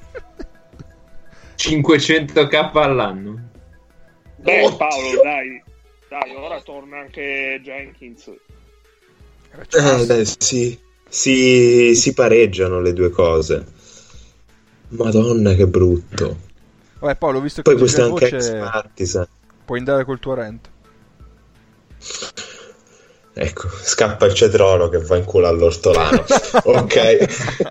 500k all'anno. Beh, Oddio. Paolo, dai, ora torna anche Jenkins. Dai, sì. Si pareggiano le due cose. Madonna, che brutto. Vabbè, Paolo, visto che Poi c'è questo è la anche ex voce, Partisan. puoi andare col tuo rant. Ecco, scappa il cetrolo che va in culo all'ortolano. Ok.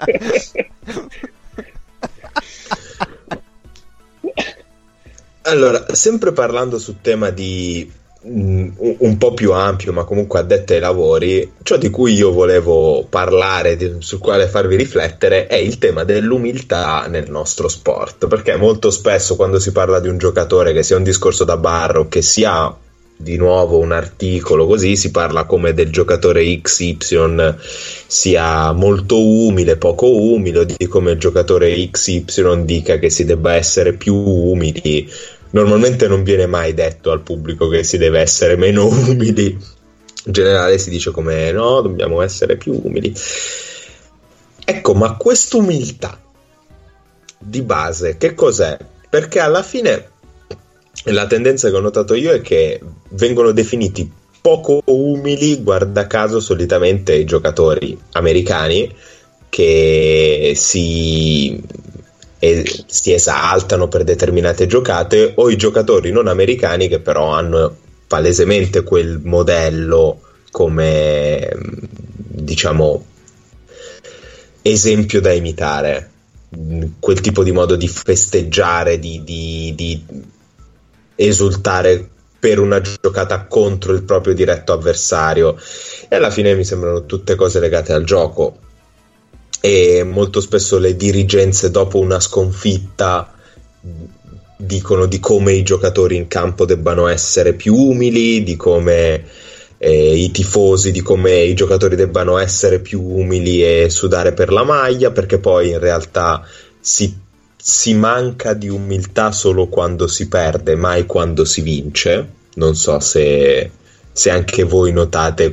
Allora, sempre parlando sul tema di un po' più ampio, ma comunque addetto ai lavori, ciò di cui io volevo parlare, sul quale farvi riflettere, è il tema dell'umiltà nel nostro sport, perché molto spesso quando si parla di un giocatore, che sia un discorso da bar o che sia di nuovo un articolo così, si parla come del giocatore XY sia molto umile, poco umile, o di come il giocatore XY dica che si debba essere più umili. Normalmente non viene mai detto al pubblico che si deve essere meno umili, in generale si dice come no, dobbiamo essere più umili. Ecco, ma quest'umiltà di base che cos'è? Perché alla fine la tendenza che ho notato io è che vengono definiti poco umili, guarda caso, solitamente i giocatori americani che si esaltano per determinate giocate, o i giocatori non americani che però hanno palesemente quel modello come, diciamo, esempio da imitare, quel tipo di modo di festeggiare, di esultare per una giocata contro il proprio diretto avversario, e alla fine mi sembrano tutte cose legate al gioco. E molto spesso le dirigenze dopo una sconfitta dicono di come i giocatori in campo debbano essere più umili, di come i tifosi, di come i giocatori debbano essere più umili e sudare per la maglia, perché poi in realtà si manca di umiltà solo quando si perde, mai quando si vince. Non so se anche voi notate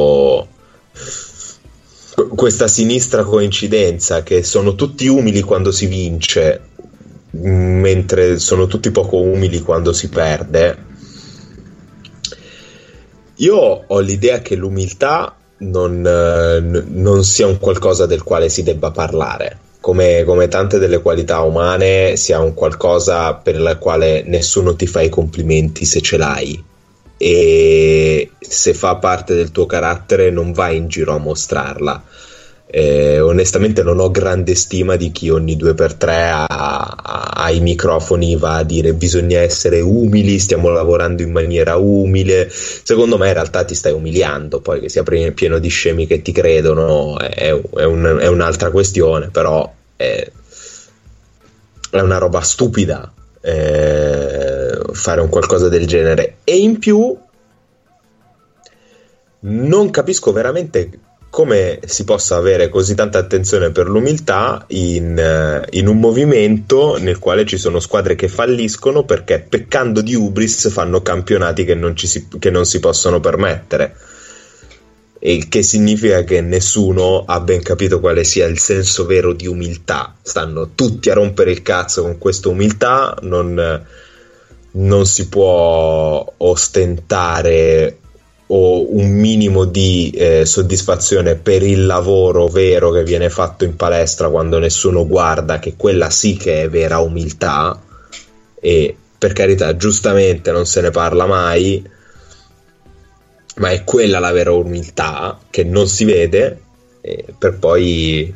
questa sinistra coincidenza, che sono tutti umili quando si vince, mentre sono tutti poco umili quando si perde. Io ho l'idea che l'umiltà non sia un qualcosa del quale si debba parlare, come tante delle qualità umane sia un qualcosa per la quale nessuno ti fa i complimenti se ce l'hai, e se fa parte del tuo carattere non vai in giro a mostrarla. Onestamente non ho grande stima di chi ogni 2x3 ai microfoni va a dire bisogna essere umili, stiamo lavorando in maniera umile. Secondo me in realtà ti stai umiliando, poi che sia pieno di scemi che ti credono è un'altra questione, però è una roba stupida fare un qualcosa del genere. E in più non capisco veramente come si possa avere così tanta attenzione per l'umiltà in un movimento nel quale ci sono squadre che falliscono perché, peccando di hubris, fanno campionati che non si possono permettere. il che significa che nessuno ha ben capito quale sia il senso vero di umiltà. Stanno tutti a rompere il cazzo con questa umiltà, non si può ostentare o un minimo di soddisfazione per il lavoro vero che viene fatto in palestra quando nessuno guarda, che quella sì che è vera umiltà, e per carità giustamente non se ne parla mai, ma è quella la vera umiltà, che non si vede, per poi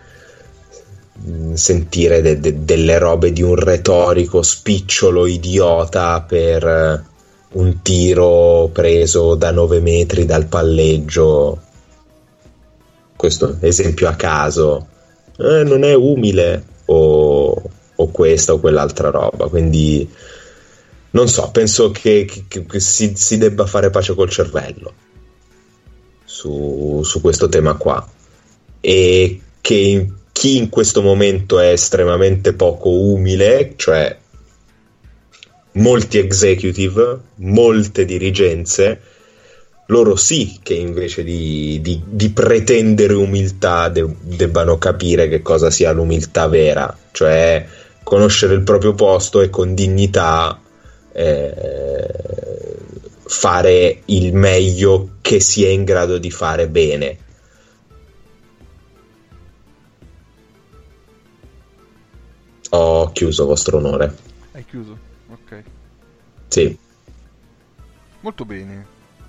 sentire delle robe di un retorico spicciolo idiota per un tiro preso da 9 metri dal palleggio. Questo esempio a caso, non è umile, o questa o quell'altra roba. Quindi non so, penso che si debba fare pace col cervello su questo tema qua, e che chi in questo momento è estremamente poco umile, cioè molti executive, molte dirigenze, loro sì che invece di pretendere umiltà debbano capire che cosa sia l'umiltà vera, cioè conoscere il proprio posto e con dignità fare il meglio che si è in grado di fare bene. Ho chiuso, vostro onore. Hai chiuso? Ok. Sì. Molto bene.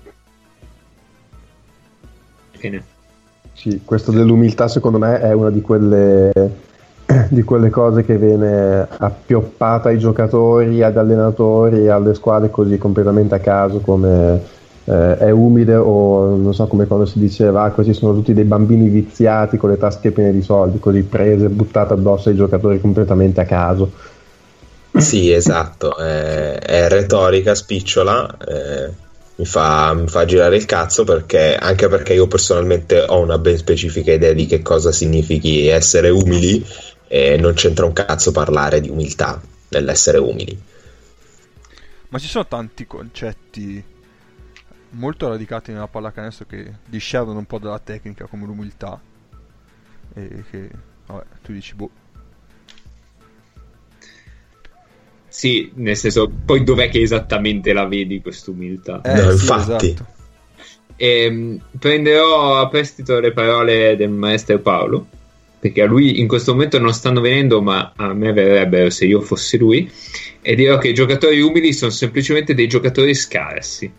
Bene. Sì, questo dell'umiltà secondo me è una di quelle cose che viene appioppata ai giocatori, ad allenatori, alle squadre così completamente a caso, come è umile, o non so, come quando si diceva così sono tutti dei bambini viziati con le tasche piene di soldi, così prese e buttate addosso ai giocatori completamente a caso. Sì, esatto, è retorica spicciola, mi fa girare il cazzo, anche perché io personalmente ho una ben specifica idea di che cosa significhi essere umili, e non c'entra un cazzo parlare di umiltà nell'essere umili. Ma ci sono tanti concetti molto radicati nella pallacanestro che discernono un po' dalla tecnica, come l'umiltà, e che vabbè, tu dici boh. Sì, nel senso, poi dov'è che esattamente la vedi quest'umiltà? No, Sì, infatti. esatto. Prenderò a prestito le parole del maestro Paolo, perché a lui in questo momento non stanno venendo, ma a me verrebbero se io fossi lui, e dirò che i giocatori umili sono semplicemente dei giocatori scarsi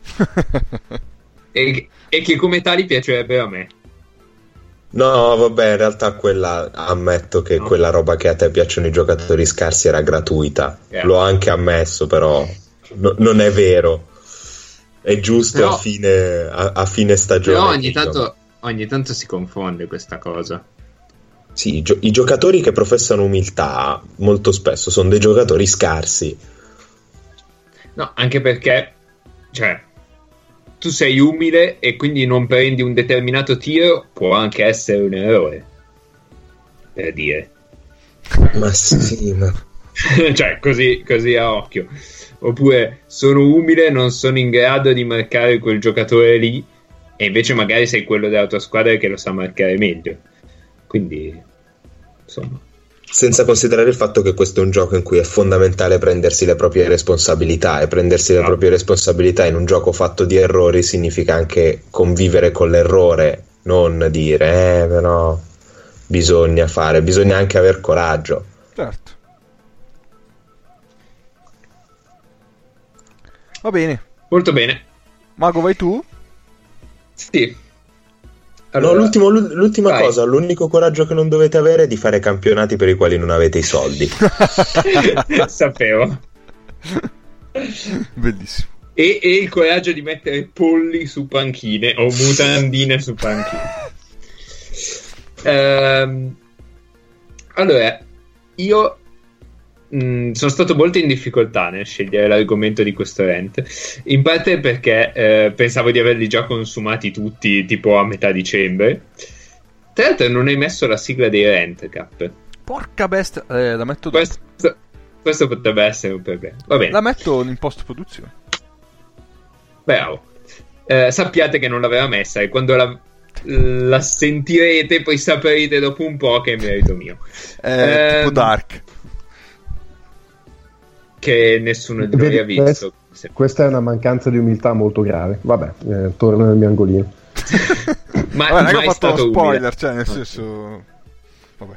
e che come tali piacerebbero a me. No, vabbè, in realtà ammetto che quella roba che a te piacciono i giocatori scarsi era gratuita. L'ho anche ammesso, però non è vero. È giusto, però, a fine stagione. Però ogni tanto si confonde questa cosa. Sì, i giocatori che professano umiltà molto spesso sono dei giocatori scarsi. No, anche perché, cioè, tu sei umile e quindi non prendi un determinato tiro, può anche essere un errore, per dire. Ma sì, ma... cioè, così a occhio. Oppure sono umile, non sono in grado di marcare quel giocatore lì, e invece magari sei quello della tua squadra che lo sa marcare meglio. Quindi, insomma, senza considerare il fatto che questo è un gioco in cui è fondamentale prendersi le proprie responsabilità, e prendersi le proprie responsabilità in un gioco fatto di errori significa anche convivere con l'errore, non dire però bisogna anche aver coraggio. Certo. Va bene. Molto bene. Mago, vai tu? Sì. Allora, no, l'ultima cosa, l'unico coraggio che non dovete avere è di fare campionati per i quali non avete i soldi. Sapevo. Bellissimo. E il coraggio di mettere polli su panchine o mutandine su panchine. Allora, io sono stato molto in difficoltà nel scegliere l'argomento di questo rant, in parte perché pensavo di averli già consumati tutti tipo a metà dicembre. Tra l'altro non hai messo la sigla dei rant, Cap. Porca bestia, la metto dopo. Questo potrebbe essere un problema. Va bene. La metto in post produzione. Bravo. Sappiate che non l'aveva messa, e quando la sentirete, poi saprete dopo un po' che è merito mio. Tipo Dark, che nessuno di noi ha visto. Questa è una mancanza di umiltà molto grave. Vabbè, torno nel mio angolino. Ma vabbè, mai ho fatto stato uno spoiler, umile. cioè nel senso, vabbè.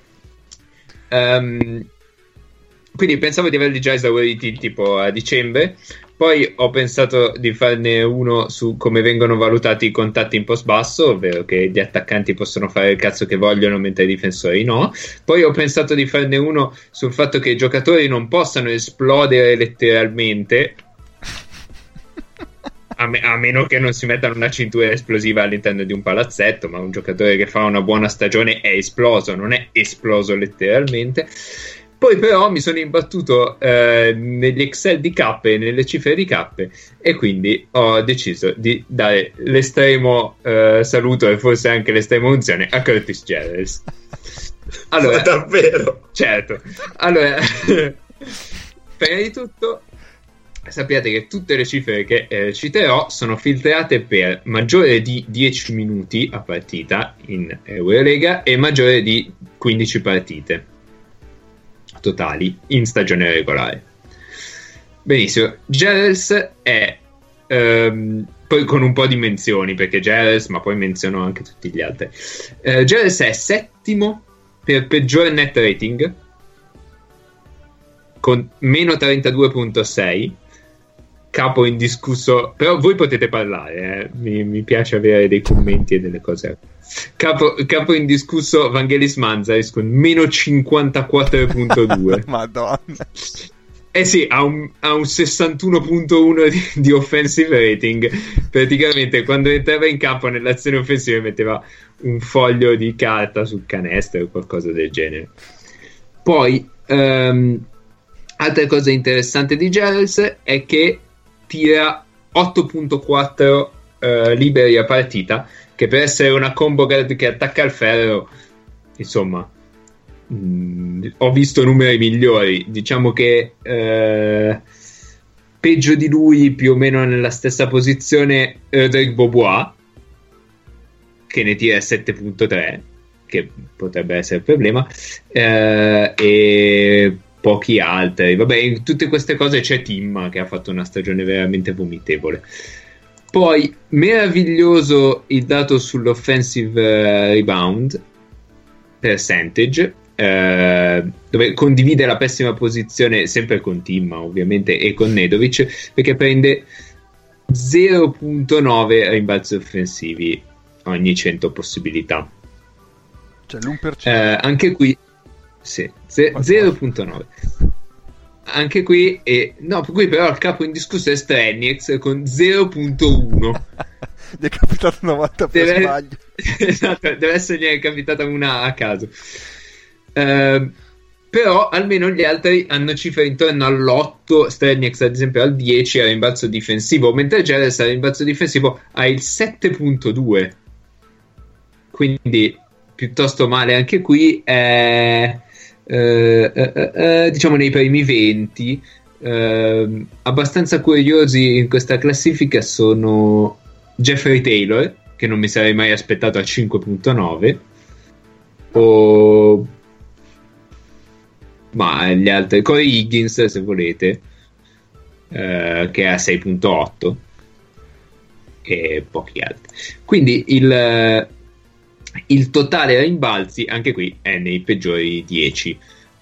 Quindi pensavo di averli già esauriti tipo a dicembre. Poi ho pensato di farne uno su come vengono valutati i contatti in post basso, ovvero che gli attaccanti possono fare il cazzo che vogliono mentre i difensori no. Poi ho pensato di farne uno sul fatto che i giocatori non possano esplodere letteralmente, a meno che non si mettano una cintura esplosiva all'interno di un palazzetto, ma un giocatore che fa una buona stagione è esploso, non è esploso letteralmente. Poi però mi sono imbattuto negli Excel di K e nelle cifre di K, e quindi ho deciso di dare l'estremo saluto e forse anche l'estrema unzione a Curtis Jerrels. Allora, ma davvero? Certo. Allora, prima di tutto sappiate che tutte le cifre che citerò sono filtrate per maggiore di 10 minuti a partita in Eurolega e maggiore di 15 partite totali in stagione regolare. Benissimo. Jerrels è poi con un po' di menzioni, perché Jerrels, ma poi menziono anche tutti gli altri. Jerrels è settimo per peggior net rating con meno 32.6, capo indiscusso, però voi potete parlare, mi piace avere dei commenti e delle cose. Capo indiscusso Vangelis Manzaris con meno 54.2. Madonna. Eh sì, ha un 61.1 di offensive rating. Praticamente quando entrava in campo nell'azione offensiva metteva un foglio di carta sul canestro o qualcosa del genere. Poi altra cosa interessante di Jerrels è che tira 8.4 liberi a partita, che per essere una combo guard che attacca al ferro, insomma, ho visto numeri migliori. Diciamo che peggio di lui, più o meno nella stessa posizione, Rodrigue Beaubois, che ne tira 7.3, che potrebbe essere il problema, e pochi altri. Vabbè, in tutte queste cose c'è Timma, che ha fatto una stagione veramente vomitevole. Poi meraviglioso il dato sull'offensive rebound percentage, dove condivide la pessima posizione sempre con Timma ovviamente e con Nedovic, perché prende 0.9 rimbalzi offensivi ogni 100 possibilità, cioè l'1%. Anche qui sì, 0.9. Anche qui, no, qui però il capo indiscusso è Strelnieks con 0.1. Gli è capitato una volta per sbaglio. Esatto, deve essergli capitata una a caso. Però almeno gli altri hanno cifre intorno all'8. Strelnieks ad esempio al 10 a rimbalzo difensivo, mentre Jerrels a rimbalzo difensivo ha il 7.2. Quindi piuttosto male anche qui. Diciamo nei primi 20. Abbastanza curiosi in questa classifica sono Jeffrey Taylor, che non mi sarei mai aspettato, a 5.9, o ma gli altri, Corey Higgins se volete, che è a 6.8, e pochi altri. Quindi il totale rimbalzi anche qui è nei peggiori 10,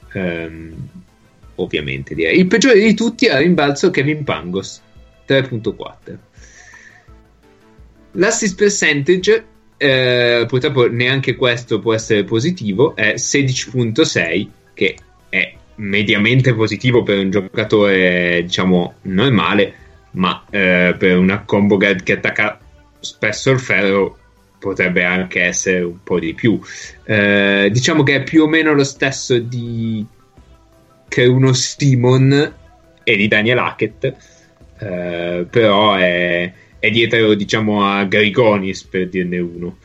ovviamente direi. Il peggiore di tutti è a rimbalzo Kevin Pangos, 3.4. L'assist percentage, purtroppo neanche questo può essere positivo, è 16.6, che è mediamente positivo per un giocatore diciamo normale, ma per una combo guard che attacca spesso il ferro potrebbe anche essere un po' di più. Diciamo che è più o meno lo stesso che uno Simon e di Daniel Hackett, però è dietro diciamo a Grigonis, per dirne uno,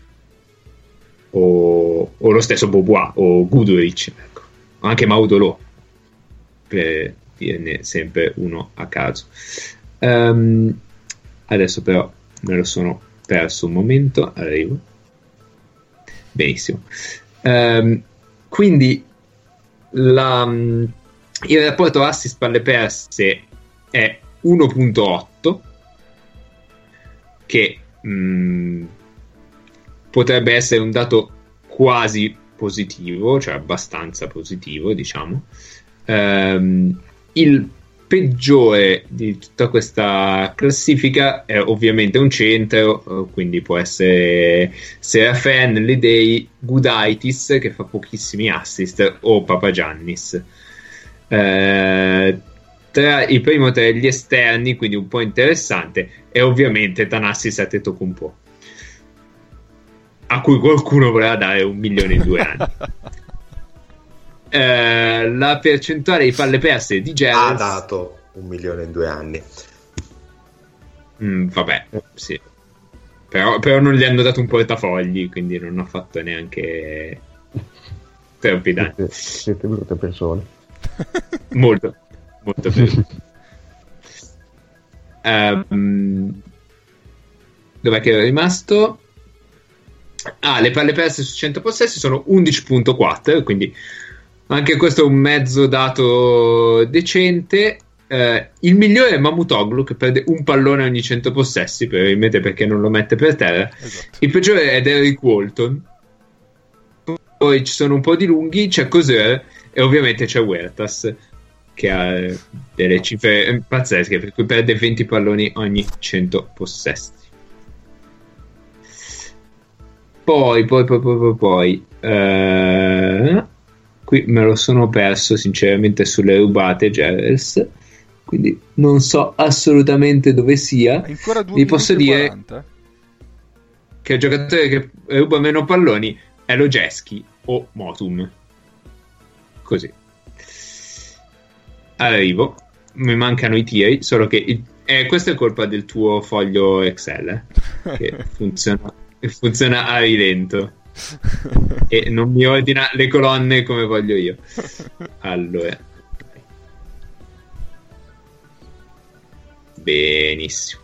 o lo stesso Beaubois o Guduric, ecco. Anche Maudolò, per dirne sempre uno a caso. Adesso però me lo sono perso un momento, arrivo. Benissimo. Quindi il rapporto assist palle perse è 1.8, che potrebbe essere un dato quasi positivo, cioè abbastanza positivo, diciamo. Il peggiore di tutta questa classifica è ovviamente un centro, quindi può essere Serafen, Ledei, Gudaitis, che fa pochissimi assist, o Papagiannis. Il primo tra gli esterni, quindi un po' interessante, è ovviamente Thanasis Antetokounmpo, a cui qualcuno voleva dare 1 milione in 2 anni. La percentuale di palle perse di Giannis ha dato 1 milione in 2 anni. Vabbè, sì, però non gli hanno dato un portafogli, quindi non ha fatto neanche troppi danni. Siete brutte persone. Molto bene. Dov'è che ero rimasto? Le palle perse su 100 possessi sono 11.4, quindi anche questo è un mezzo dato decente. Il migliore è Mamutoglu, che perde un pallone ogni 100 possessi, probabilmente perché non lo mette per terra. Esatto. Il peggiore è Derrick Walton. Poi ci sono un po' di lunghi, c'è Coser e ovviamente c'è Huertas, che ha delle cifre pazzesche, per cui perde 20 palloni ogni 100 possessi. Poi qui me lo sono perso sinceramente sulle rubate Gerrels, quindi non so assolutamente dove sia. Vi posso dire 40. Che il giocatore che ruba meno palloni è Lojeski o Motum, così. Arrivo, mi mancano i tiri, solo che questa è colpa del tuo foglio Excel, che funziona a rilento e non mi ordina le colonne come voglio io. Allora, benissimo.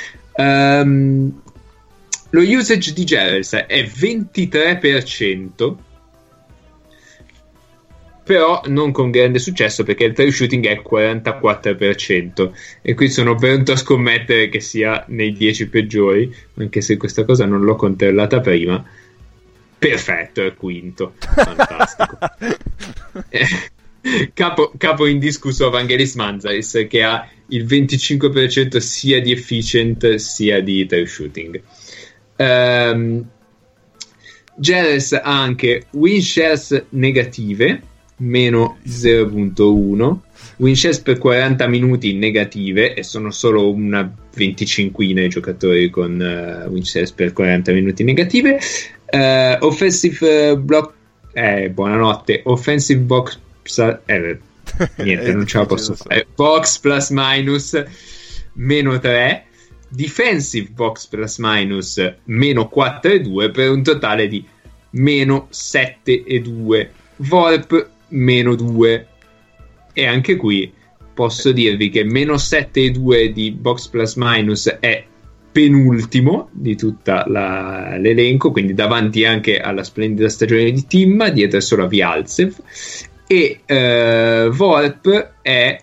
Lo usage di Gerrels è 23%, però non con grande successo, perché il true shooting è 44%, e qui sono pronto a scommettere che sia nei 10 peggiori, anche se questa cosa non l'ho controllata prima. Perfetto, è quinto, fantastico. Capo indiscusso Vangelis Manzaris, che ha il 25% sia di efficient sia di true shooting. Gerrels ha anche win shares negative, meno 0.1, win shares per 40 minuti negative, e sono solo una 25ina i giocatori con win shares per 40 minuti negative. Offensive block, buonanotte, offensive box, niente, non ce la posso fare. Box plus minus meno 3, defensive box plus minus meno 4,2, per un totale di meno 7,2. VORP meno 2, e anche qui posso dirvi che meno 7,2 di box plus minus è penultimo di tutta l'elenco, quindi davanti anche alla splendida stagione di Tim, dietro solo a Vialcev, e VORP è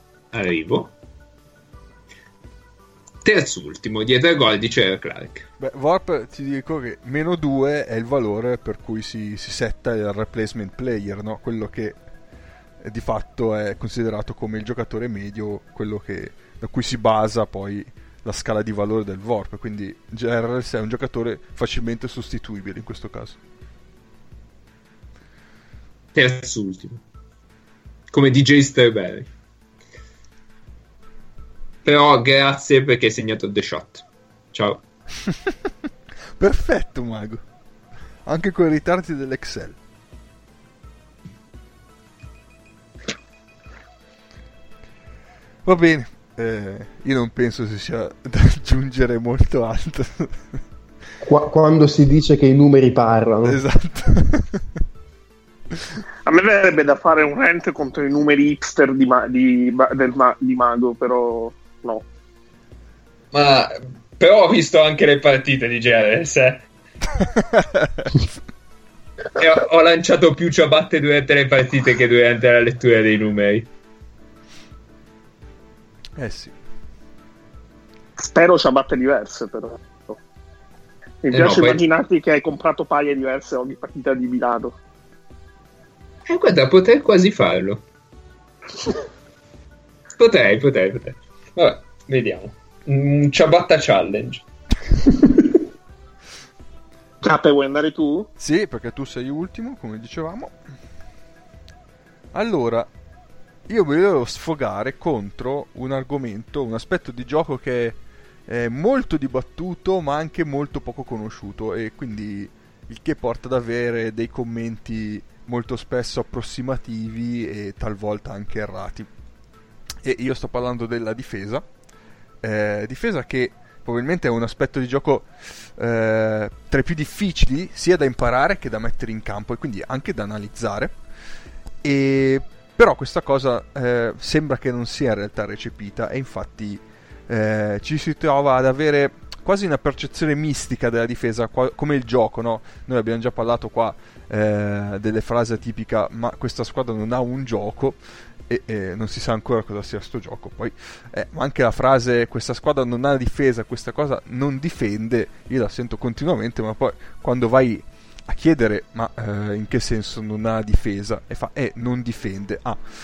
terzultimo dietro ai gol di J.R. Clark. VORP, ti dico che meno 2 è il valore per cui si setta il replacement player, no? Quello che di fatto è considerato come il giocatore medio, quello da cui si basa poi la scala di valore del VORP, quindi Gerrels è un giocatore facilmente sostituibile in questo caso. Terzultimo, come DJ Starberry. Però grazie perché hai segnato The Shot. Ciao. Perfetto, Mago. Anche con i ritardi dell'Excel. Va bene. Io non penso si sia da aggiungere molto altro. Quando si dice che i numeri parlano. Esatto. A me verrebbe da fare un rant contro i numeri hipster di Mago, però no. Ma Però ho visto anche le partite di GRS, e ho lanciato più ciabatte durante le partite che durante la lettura dei numeri. Sì. Spero ciabatte diverse, però. Mi piace immaginarti che hai comprato paglie diverse ogni partita di Milano. Guarda, potrei quasi farlo. Potrei. Vabbè, vediamo. Ciabatta challenge. Cappe, vuoi andare tu? Sì, perché tu sei ultimo, come dicevamo. Allora, io mi volevo sfogare contro un argomento, un aspetto di gioco che è molto dibattuto ma anche molto poco conosciuto, e quindi il che porta ad avere dei commenti molto spesso approssimativi e talvolta anche errati. E io sto parlando della difesa, difesa che probabilmente è un aspetto di gioco tra i più difficili sia da imparare che da mettere in campo, e quindi anche da analizzare. E però questa cosa sembra che non sia in realtà recepita, e infatti ci si trova ad avere quasi una percezione mistica della difesa, come il gioco, no? Noi abbiamo già parlato qua delle frasi tipica, ma questa squadra non ha un gioco, e non si sa ancora cosa sia sto gioco. Poi ma anche la frase questa squadra non ha difesa, questa cosa non difende, io la sento continuamente, ma poi quando vai a chiedere ma in che senso non ha difesa, e fa non difende,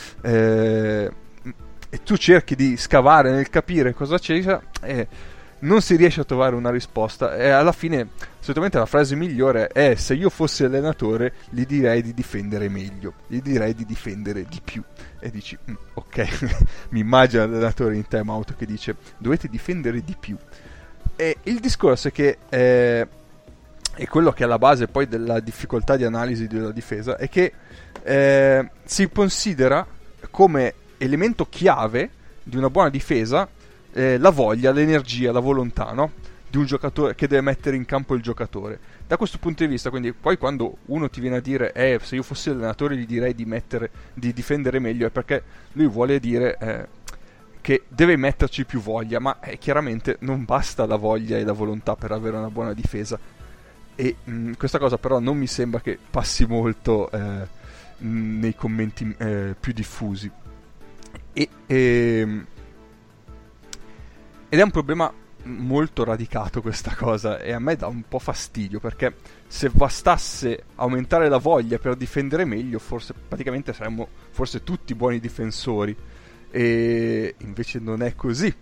e tu cerchi di scavare nel capire cosa c'è, non si riesce a trovare una risposta, e alla fine solitamente la frase migliore è: se io fossi allenatore gli direi di difendere meglio, gli direi di difendere di più. E dici ok, mi immagino l'allenatore in time out che dice dovete difendere di più. E il discorso è che è quello che è alla base poi della difficoltà di analisi della difesa, è che si considera come elemento chiave di una buona difesa la voglia, l'energia, la volontà, no? Di un giocatore, che deve mettere in campo il giocatore. Da questo punto di vista, quindi, poi quando uno ti viene a dire se io fossi allenatore gli direi di difendere meglio, è perché lui vuole dire che deve metterci più voglia, ma chiaramente non basta la voglia e la volontà per avere una buona difesa. E questa cosa però non mi sembra che passi molto nei commenti più diffusi, ed è un problema molto radicato questa cosa, e a me dà un po' fastidio, perché se bastasse aumentare la voglia per difendere meglio, forse praticamente saremmo forse tutti buoni difensori, e invece non è così.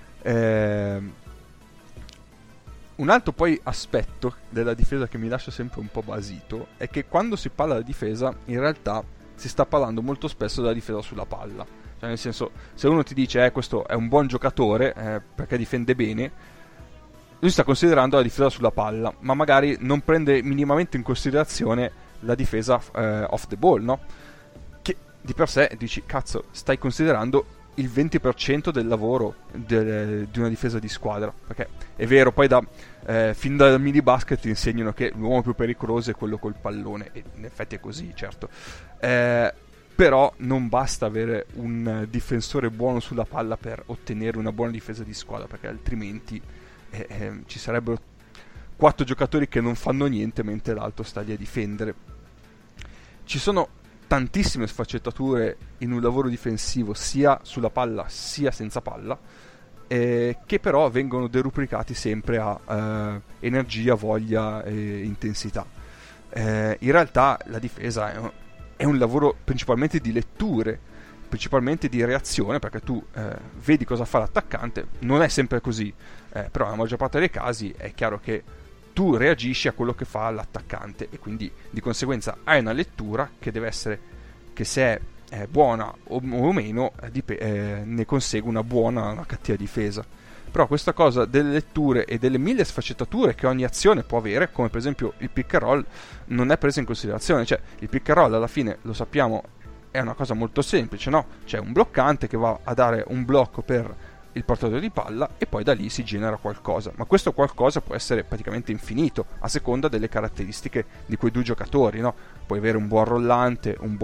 Un altro poi aspetto della difesa che mi lascia sempre un po' basito è che quando si parla di difesa in realtà si sta parlando molto spesso della difesa sulla palla. Cioè, nel senso, se uno ti dice questo è un buon giocatore perché difende bene, lui sta considerando la difesa sulla palla, ma magari non prende minimamente in considerazione la difesa off the ball, no? Che di per sé dici, cazzo, stai considerando il 20% del lavoro di una difesa di squadra, perché è vero, poi fin dal mini basket ti insegnano che l'uomo più pericoloso è quello col pallone, e in effetti è così, certo, però non basta avere un difensore buono sulla palla per ottenere una buona difesa di squadra, perché altrimenti ci sarebbero 4 giocatori che non fanno niente mentre l'altro sta lì a difendere. Ci sono tantissime sfaccettature in un lavoro difensivo, sia sulla palla sia senza palla, che però vengono derubricati sempre a energia, voglia e intensità. In realtà la difesa è un lavoro principalmente di letture, principalmente di reazione, perché tu vedi cosa fa l'attaccante, non è sempre così, però nella maggior parte dei casi è chiaro che tu reagisci a quello che fa l'attaccante, e quindi di conseguenza hai una lettura che deve essere, che se è buona o meno ne consegue una buona o una cattiva difesa. Però questa cosa delle letture e delle 1000 sfaccettature che ogni azione può avere, come per esempio il pick and roll, non è presa in considerazione. Cioè, il pick and roll alla fine, lo sappiamo, è una cosa molto semplice, no? C'è un bloccante che va a dare un blocco per il portatore di palla, e poi da lì si genera qualcosa, ma questo qualcosa può essere praticamente infinito a seconda delle caratteristiche di quei due giocatori, no? Puoi avere un buon rollante, un buon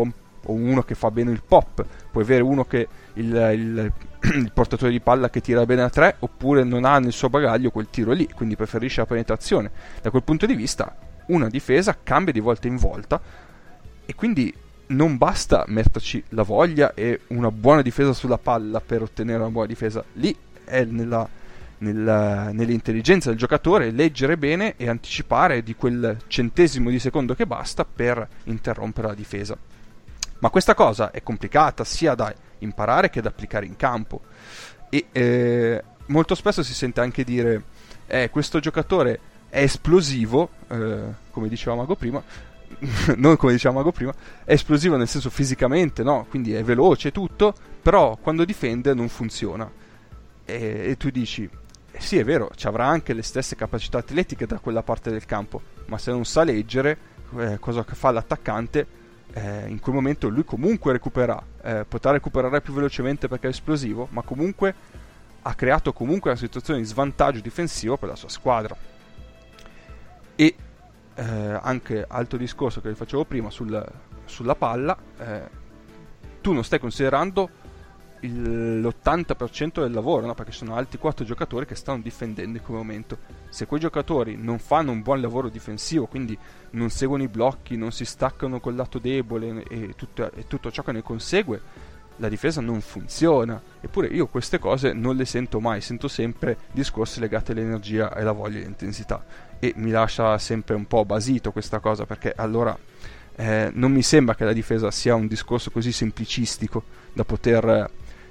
o uno che fa bene il pop, puoi avere uno che il portatore di palla che tira bene a 3, oppure non ha nel suo bagaglio quel tiro lì, quindi preferisce la penetrazione. Da quel punto di vista una difesa cambia di volta in volta, e quindi non basta metterci la voglia e una buona difesa sulla palla per ottenere una buona difesa. Lì è nell'intelligenza del giocatore leggere bene e anticipare di quel centesimo di secondo che basta per interrompere la difesa. Ma questa cosa è complicata sia da imparare che da applicare in campo, e molto spesso si sente anche dire questo giocatore è esplosivo, come diceva Mago prima, non come diceva Mago prima, è esplosivo nel senso fisicamente, no? Quindi è veloce e tutto, però quando difende non funziona. E tu dici sì, è vero, ci avrà anche le stesse capacità atletiche da quella parte del campo, ma se non sa leggere cosa fa l'attaccante, in quel momento lui comunque potrà recuperare più velocemente perché è esplosivo, ma comunque ha creato comunque una situazione di svantaggio difensivo per la sua squadra. E anche altro discorso che vi facevo prima sulla palla, tu non stai considerando l'80% del lavoro, no? Perché sono altri 4 giocatori che stanno difendendo in quel momento. Se quei giocatori non fanno un buon lavoro difensivo, quindi non seguono i blocchi, non si staccano col lato debole e tutto ciò che ne consegue, la difesa non funziona. Eppure io queste cose non le sento mai, sento sempre discorsi legati all'energia e alla voglia e all'intensità, e mi lascia sempre un po' basito questa cosa, perché allora non mi sembra che la difesa sia un discorso così semplicistico da poter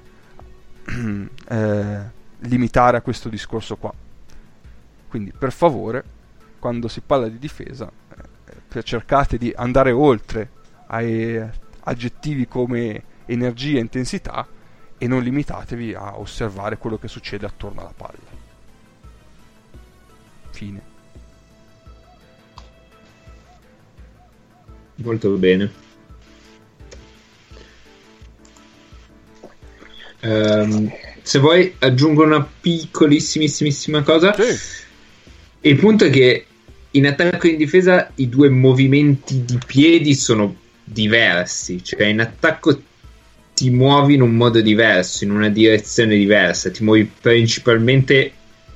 limitare a questo discorso qua. Quindi per favore, quando si parla di difesa, cercate di andare oltre ai aggettivi come energia e intensità, e non limitatevi a osservare quello che succede attorno alla palla. Fine. Molto bene. Se vuoi aggiungo una piccolissimissima cosa. Sì. Il punto è che in attacco e in difesa i due movimenti di piedi sono diversi, cioè in attacco ti muovi in un modo diverso, in una direzione diversa, ti muovi principalmente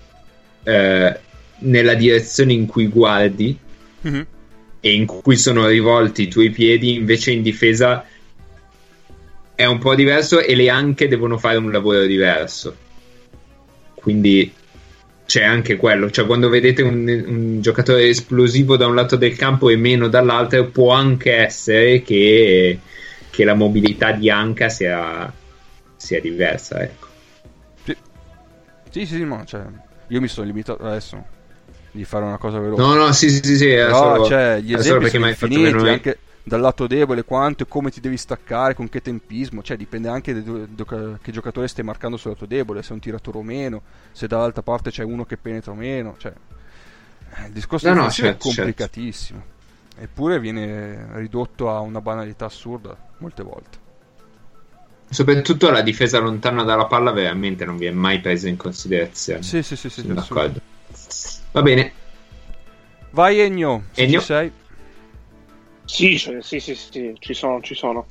nella direzione in cui guardi, Mm-hmm. e in cui sono rivolti i tuoi piedi. Invece in difesa è un po' diverso e le anche devono fare un lavoro diverso, quindi c'è anche quello, cioè quando vedete un giocatore esplosivo da un lato del campo e meno dall'altro, può anche essere che la mobilità di anca sia diversa, ecco. Sì, ma cioè, io mi sono limitato adesso di fare una cosa veloce. No, sì, però cioè, gli esempi sono infiniti, anche dal lato debole, quanto e come ti devi staccare, con che tempismo, cioè dipende anche da che giocatore stai marcando sul lato debole, se è un tiratore o meno, se dall'altra parte c'è uno che penetra o meno, cioè il discorso difensivo è complicatissimo, eppure viene ridotto a una banalità assurda molte volte. Soprattutto la difesa lontana dalla palla veramente non viene mai presa in considerazione. Sì, d'accordo. Va bene. Vai Ennio, ci sei? Sì, ci sono.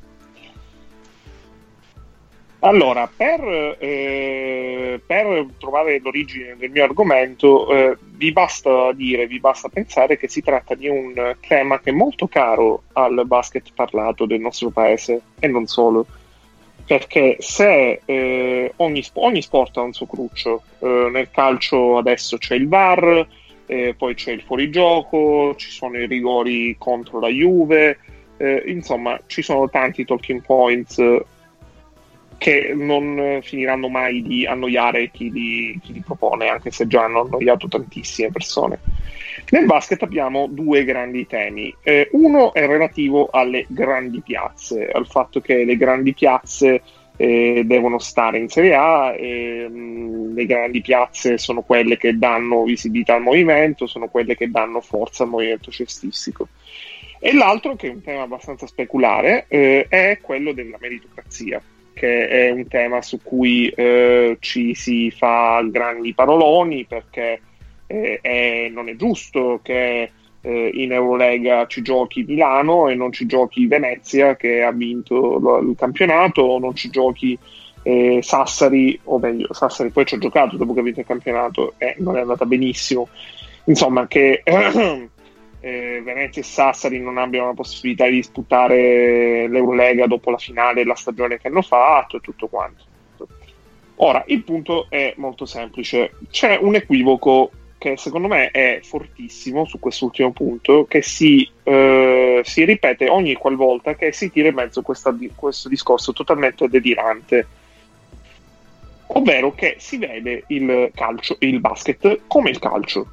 Allora, per trovare l'origine del mio argomento, vi basta pensare che si tratta di un tema che è molto caro al basket parlato del nostro paese, e non solo. Perché se ogni sport ha un suo cruccio, nel calcio adesso c'è il VAR, poi c'è il fuorigioco, ci sono i rigori contro la Juve, insomma ci sono tanti talking points che non finiranno mai di annoiare chi li propone, anche se già hanno annoiato tantissime persone. Nel basket abbiamo due grandi temi. Uno è relativo alle grandi piazze, al fatto che le grandi piazze devono stare in Serie A, le grandi piazze sono quelle che danno visibilità al movimento, sono quelle che danno forza al movimento cestistico. E l'altro, che è un tema abbastanza speculare, è quello della meritocrazia, che è un tema su cui ci si fa grandi paroloni, perché non è giusto che in Eurolega ci giochi Milano e non ci giochi Venezia che ha vinto il campionato, o non ci giochi Sassari, o meglio Sassari poi ci ha giocato dopo che ha vinto il campionato e non è andata benissimo, insomma che Venezia e Sassari non abbiano la possibilità di disputare l'Eurolega dopo la finale della stagione che hanno fatto e tutto quanto. Ora, il punto è molto semplice, c'è un equivoco che secondo me è fortissimo su quest'ultimo punto, che si ripete ogni qualvolta che si tira in mezzo questo discorso totalmente delirante, ovvero che si vede il basket come il calcio.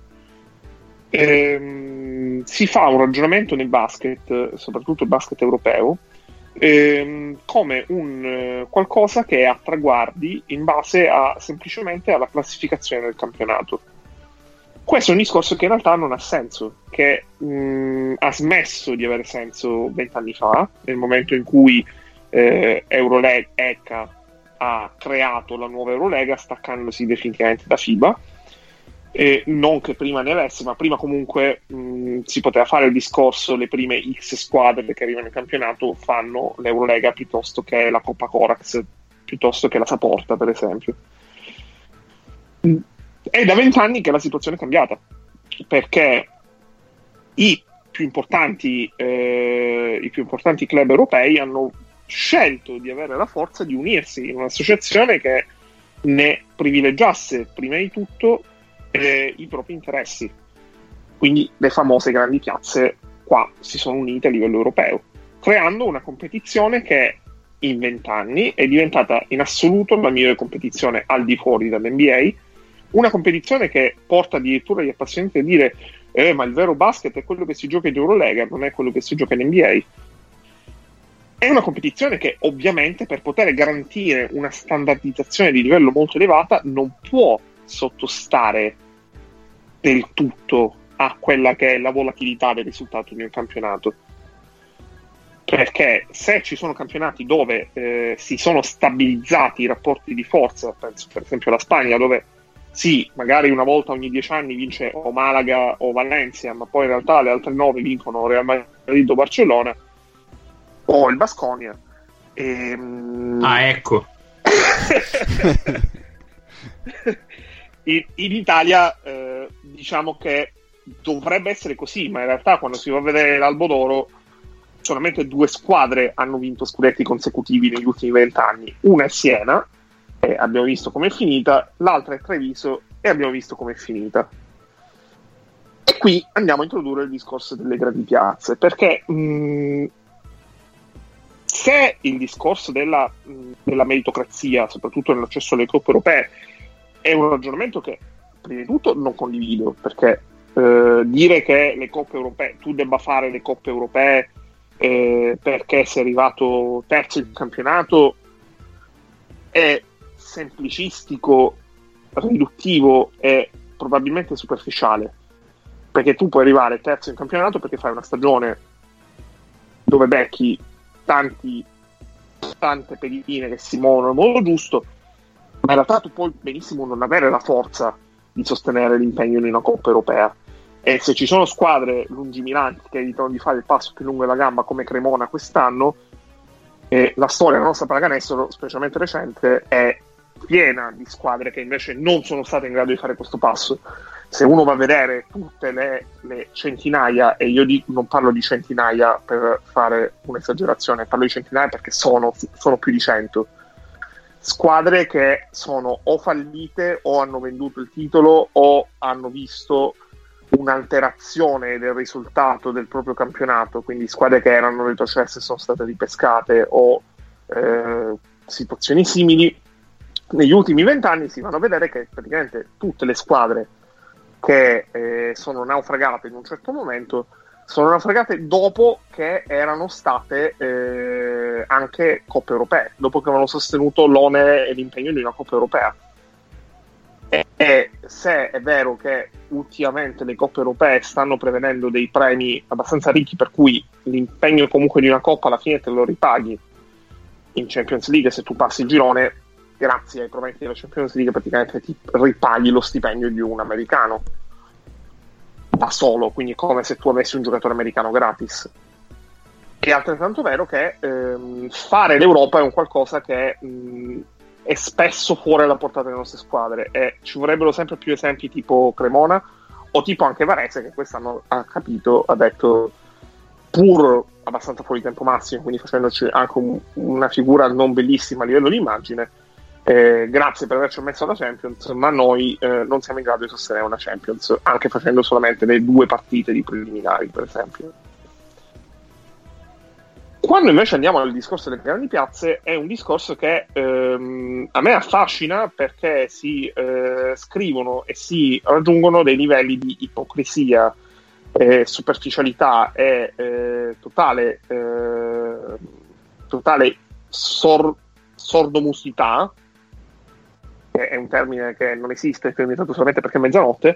Si fa un ragionamento nel basket, soprattutto il basket europeo, come un qualcosa che è a traguardi in base semplicemente alla classificazione del campionato. Questo è un discorso che in realtà non ha senso, che ha smesso di avere senso 20 anni fa, nel momento in cui ECA ha creato la nuova Eurolega staccandosi definitivamente da FIBA. Non che prima ne avesse, ma prima comunque si poteva fare il discorso: le prime X squadre che arrivano in campionato fanno l'Eurolega piuttosto che la Coppa Corax, piuttosto che la Saporta, per esempio. È da 20 anni che la situazione è cambiata, perché i più importanti club europei hanno scelto di avere la forza di unirsi in un'associazione che ne privilegiasse prima di tutto i propri interessi. Quindi le famose grandi piazze qua si sono unite a livello europeo, creando una competizione che in 20 anni è diventata in assoluto la migliore competizione al di fuori dall'NBA, una competizione che porta addirittura gli appassionati a dire ma il vero basket è quello che si gioca in Eurolega, non è quello che si gioca in NBA. È una competizione che ovviamente, per poter garantire una standardizzazione di livello molto elevata, non può sottostare del tutto a quella che è la volatilità del risultato di un campionato, perché se ci sono campionati dove si sono stabilizzati i rapporti di forza, penso per esempio alla Spagna, dove sì, magari una volta ogni 10 anni vince o Malaga o Valencia, ma poi in realtà le altre 9 vincono Real Madrid o Barcellona o il Baskonia. Ecco. In Italia diciamo che dovrebbe essere così, ma in realtà quando si va a vedere l'Albo d'Oro solamente 2 squadre hanno vinto scudetti consecutivi negli ultimi 20 anni. Una è Siena, e abbiamo visto com'è finita, l'altra è Treviso e abbiamo visto com'è finita. E qui andiamo a introdurre il discorso delle grandi piazze, perché se il discorso della meritocrazia, soprattutto nell'accesso alle coppe europee, è un ragionamento che prima di tutto non condivido, perché dire che le coppe europee, tu debba fare le coppe europee perché sei arrivato terzo in campionato, è semplicistico, riduttivo e probabilmente superficiale, perché tu puoi arrivare terzo in campionato perché fai una stagione dove becchi tante pedine che si muovono nel modo giusto, ma in realtà tu puoi benissimo non avere la forza di sostenere l'impegno in una Coppa Europea. E se ci sono squadre lungimiranti che evitano di fare il passo più lungo della gamba come Cremona quest'anno, la storia della nostra pallacanestro, specialmente recente, è piena di squadre che invece non sono state in grado di fare questo passo. Se uno va a vedere tutte le centinaia, e io non parlo di centinaia per fare un'esagerazione, parlo di centinaia perché sono più di 100 squadre che sono o fallite o hanno venduto il titolo o hanno visto un'alterazione del risultato del proprio campionato, quindi squadre che erano retrocesse sono state ripescate o situazioni simili. Negli ultimi 20 anni si vanno a vedere che praticamente tutte le squadre che sono naufragate in un certo momento sono naufragate dopo che erano state anche coppe europee, dopo che avevano sostenuto l'onere e l'impegno di una Coppa Europea. E se è vero che ultimamente le coppe europee stanno prevedendo dei premi abbastanza ricchi, per cui l'impegno comunque di una coppa alla fine te lo ripaghi in Champions League, se tu passi il girone, grazie ai proventi della Champions League praticamente ti ripaghi lo stipendio di un americano. da solo, quindi è come se tu avessi un giocatore americano gratis. È altrettanto vero che fare l'Europa è un qualcosa che è spesso fuori alla portata delle nostre squadre, e ci vorrebbero sempre più esempi tipo Cremona o tipo anche Varese, che quest'anno ha capito, ha detto, pur abbastanza fuori tempo massimo, quindi facendoci anche una figura non bellissima a livello di immagine, grazie per averci messo alla Champions, ma noi non siamo in grado di sostenere una Champions anche facendo solamente le 2 partite di preliminari, per esempio. Quando invece andiamo al discorso delle grandi piazze, è un discorso che a me affascina, perché si scrivono e si raggiungono dei livelli di ipocrisia, superficialità e totale sordomusità, che è un termine che non esiste, che ho inventato solamente perché è mezzanotte,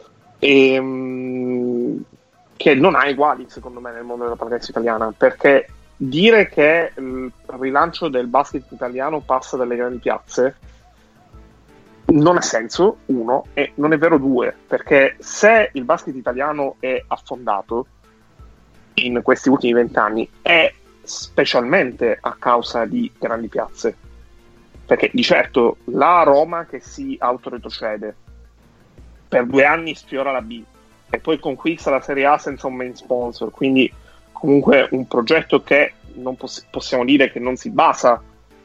e che non ha uguali secondo me nel mondo della pallacanestro italiana, perché dire che il rilancio del basket italiano passa dalle grandi piazze non ha senso, uno, e non è vero, due, perché se il basket italiano è affondato in questi ultimi 20 anni è specialmente a causa di grandi piazze, perché di certo la Roma che si autoretrocede per 2 anni sfiora la B e poi conquista la Serie A senza un main sponsor, quindi comunque un progetto che non possiamo dire che non si basa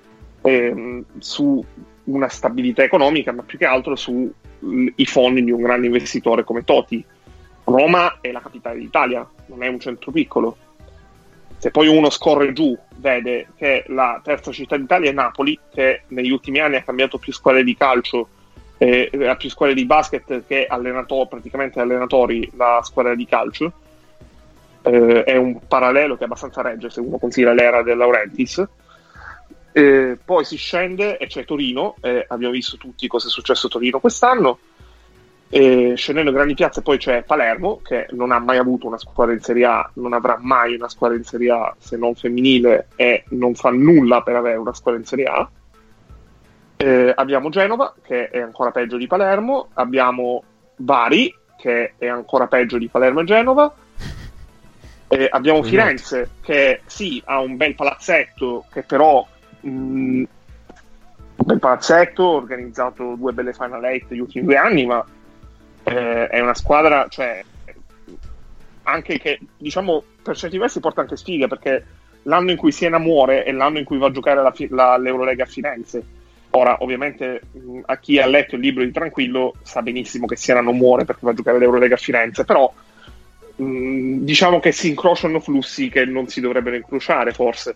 su una stabilità economica, ma più che altro sui fondi di un grande investitore come Totti. Roma è la capitale d'Italia, non è un centro piccolo. Se poi uno scorre giù, vede che la terza città d'Italia è Napoli, che negli ultimi anni ha cambiato più squadre di calcio, ha più squadre di basket che praticamente allenatori la squadra di calcio. È un parallelo che è abbastanza regge se uno considera l'era del Laurentiis. Poi si scende e c'è Torino, abbiamo visto tutti cosa è successo a Torino quest'anno. Scendendo grandi piazze poi c'è Palermo, che non ha mai avuto una squadra in Serie A, non avrà mai una squadra in Serie A se non femminile, e non fa nulla per avere una squadra in Serie A. Abbiamo Genova, che è ancora peggio di Palermo, abbiamo Bari, che è ancora peggio di Palermo e Genova. Abbiamo Firenze, che sì, ha un bel palazzetto, che però un bel palazzetto, organizzato 2 belle Final 8 negli ultimi 2 anni, ma è una squadra, cioè, anche che, diciamo, per certi versi porta anche sfiga, perché l'anno in cui Siena muore è l'anno in cui va a giocare l'Eurolega a Firenze. Ora, ovviamente, a chi ha letto il libro di Tranquillo sa benissimo che Siena non muore perché va a giocare l'Eurolega a Firenze, però diciamo che si incrociano flussi che non si dovrebbero incrociare, forse.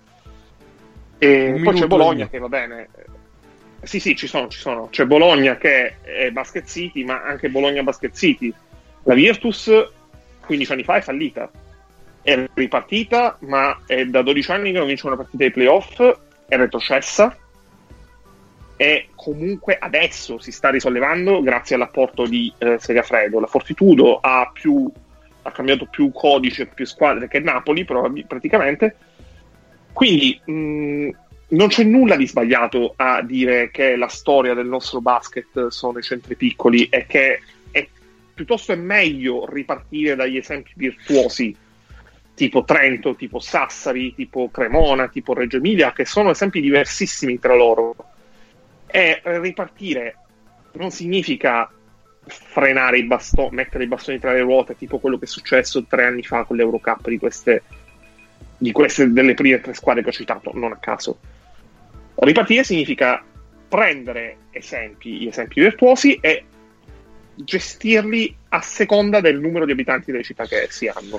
E poi c'è Bologna, che va bene. Sì, ci sono. C'è Bologna che è Basket City, ma anche Bologna Basket City. La Virtus 15 anni fa è fallita. È ripartita, ma è da 12 anni che non vince una partita dei playoff, è retrocessa. E comunque adesso si sta risollevando grazie all'apporto di Segafredo. La Fortitudo ha cambiato più codice, più squadre che Napoli, praticamente. Quindi non c'è nulla di sbagliato a dire che la storia del nostro basket sono i centri piccoli, e che piuttosto è meglio ripartire dagli esempi virtuosi tipo Trento, tipo Sassari, tipo Cremona, tipo Reggio Emilia, che sono esempi diversissimi tra loro. E ripartire non significa frenare mettere i bastoni tra le ruote, tipo quello che è successo 3 anni fa con l'Eurocup di queste delle prime 3 squadre che ho citato, non a caso. Ripartire significa prendere gli esempi virtuosi e gestirli a seconda del numero di abitanti delle città che si hanno.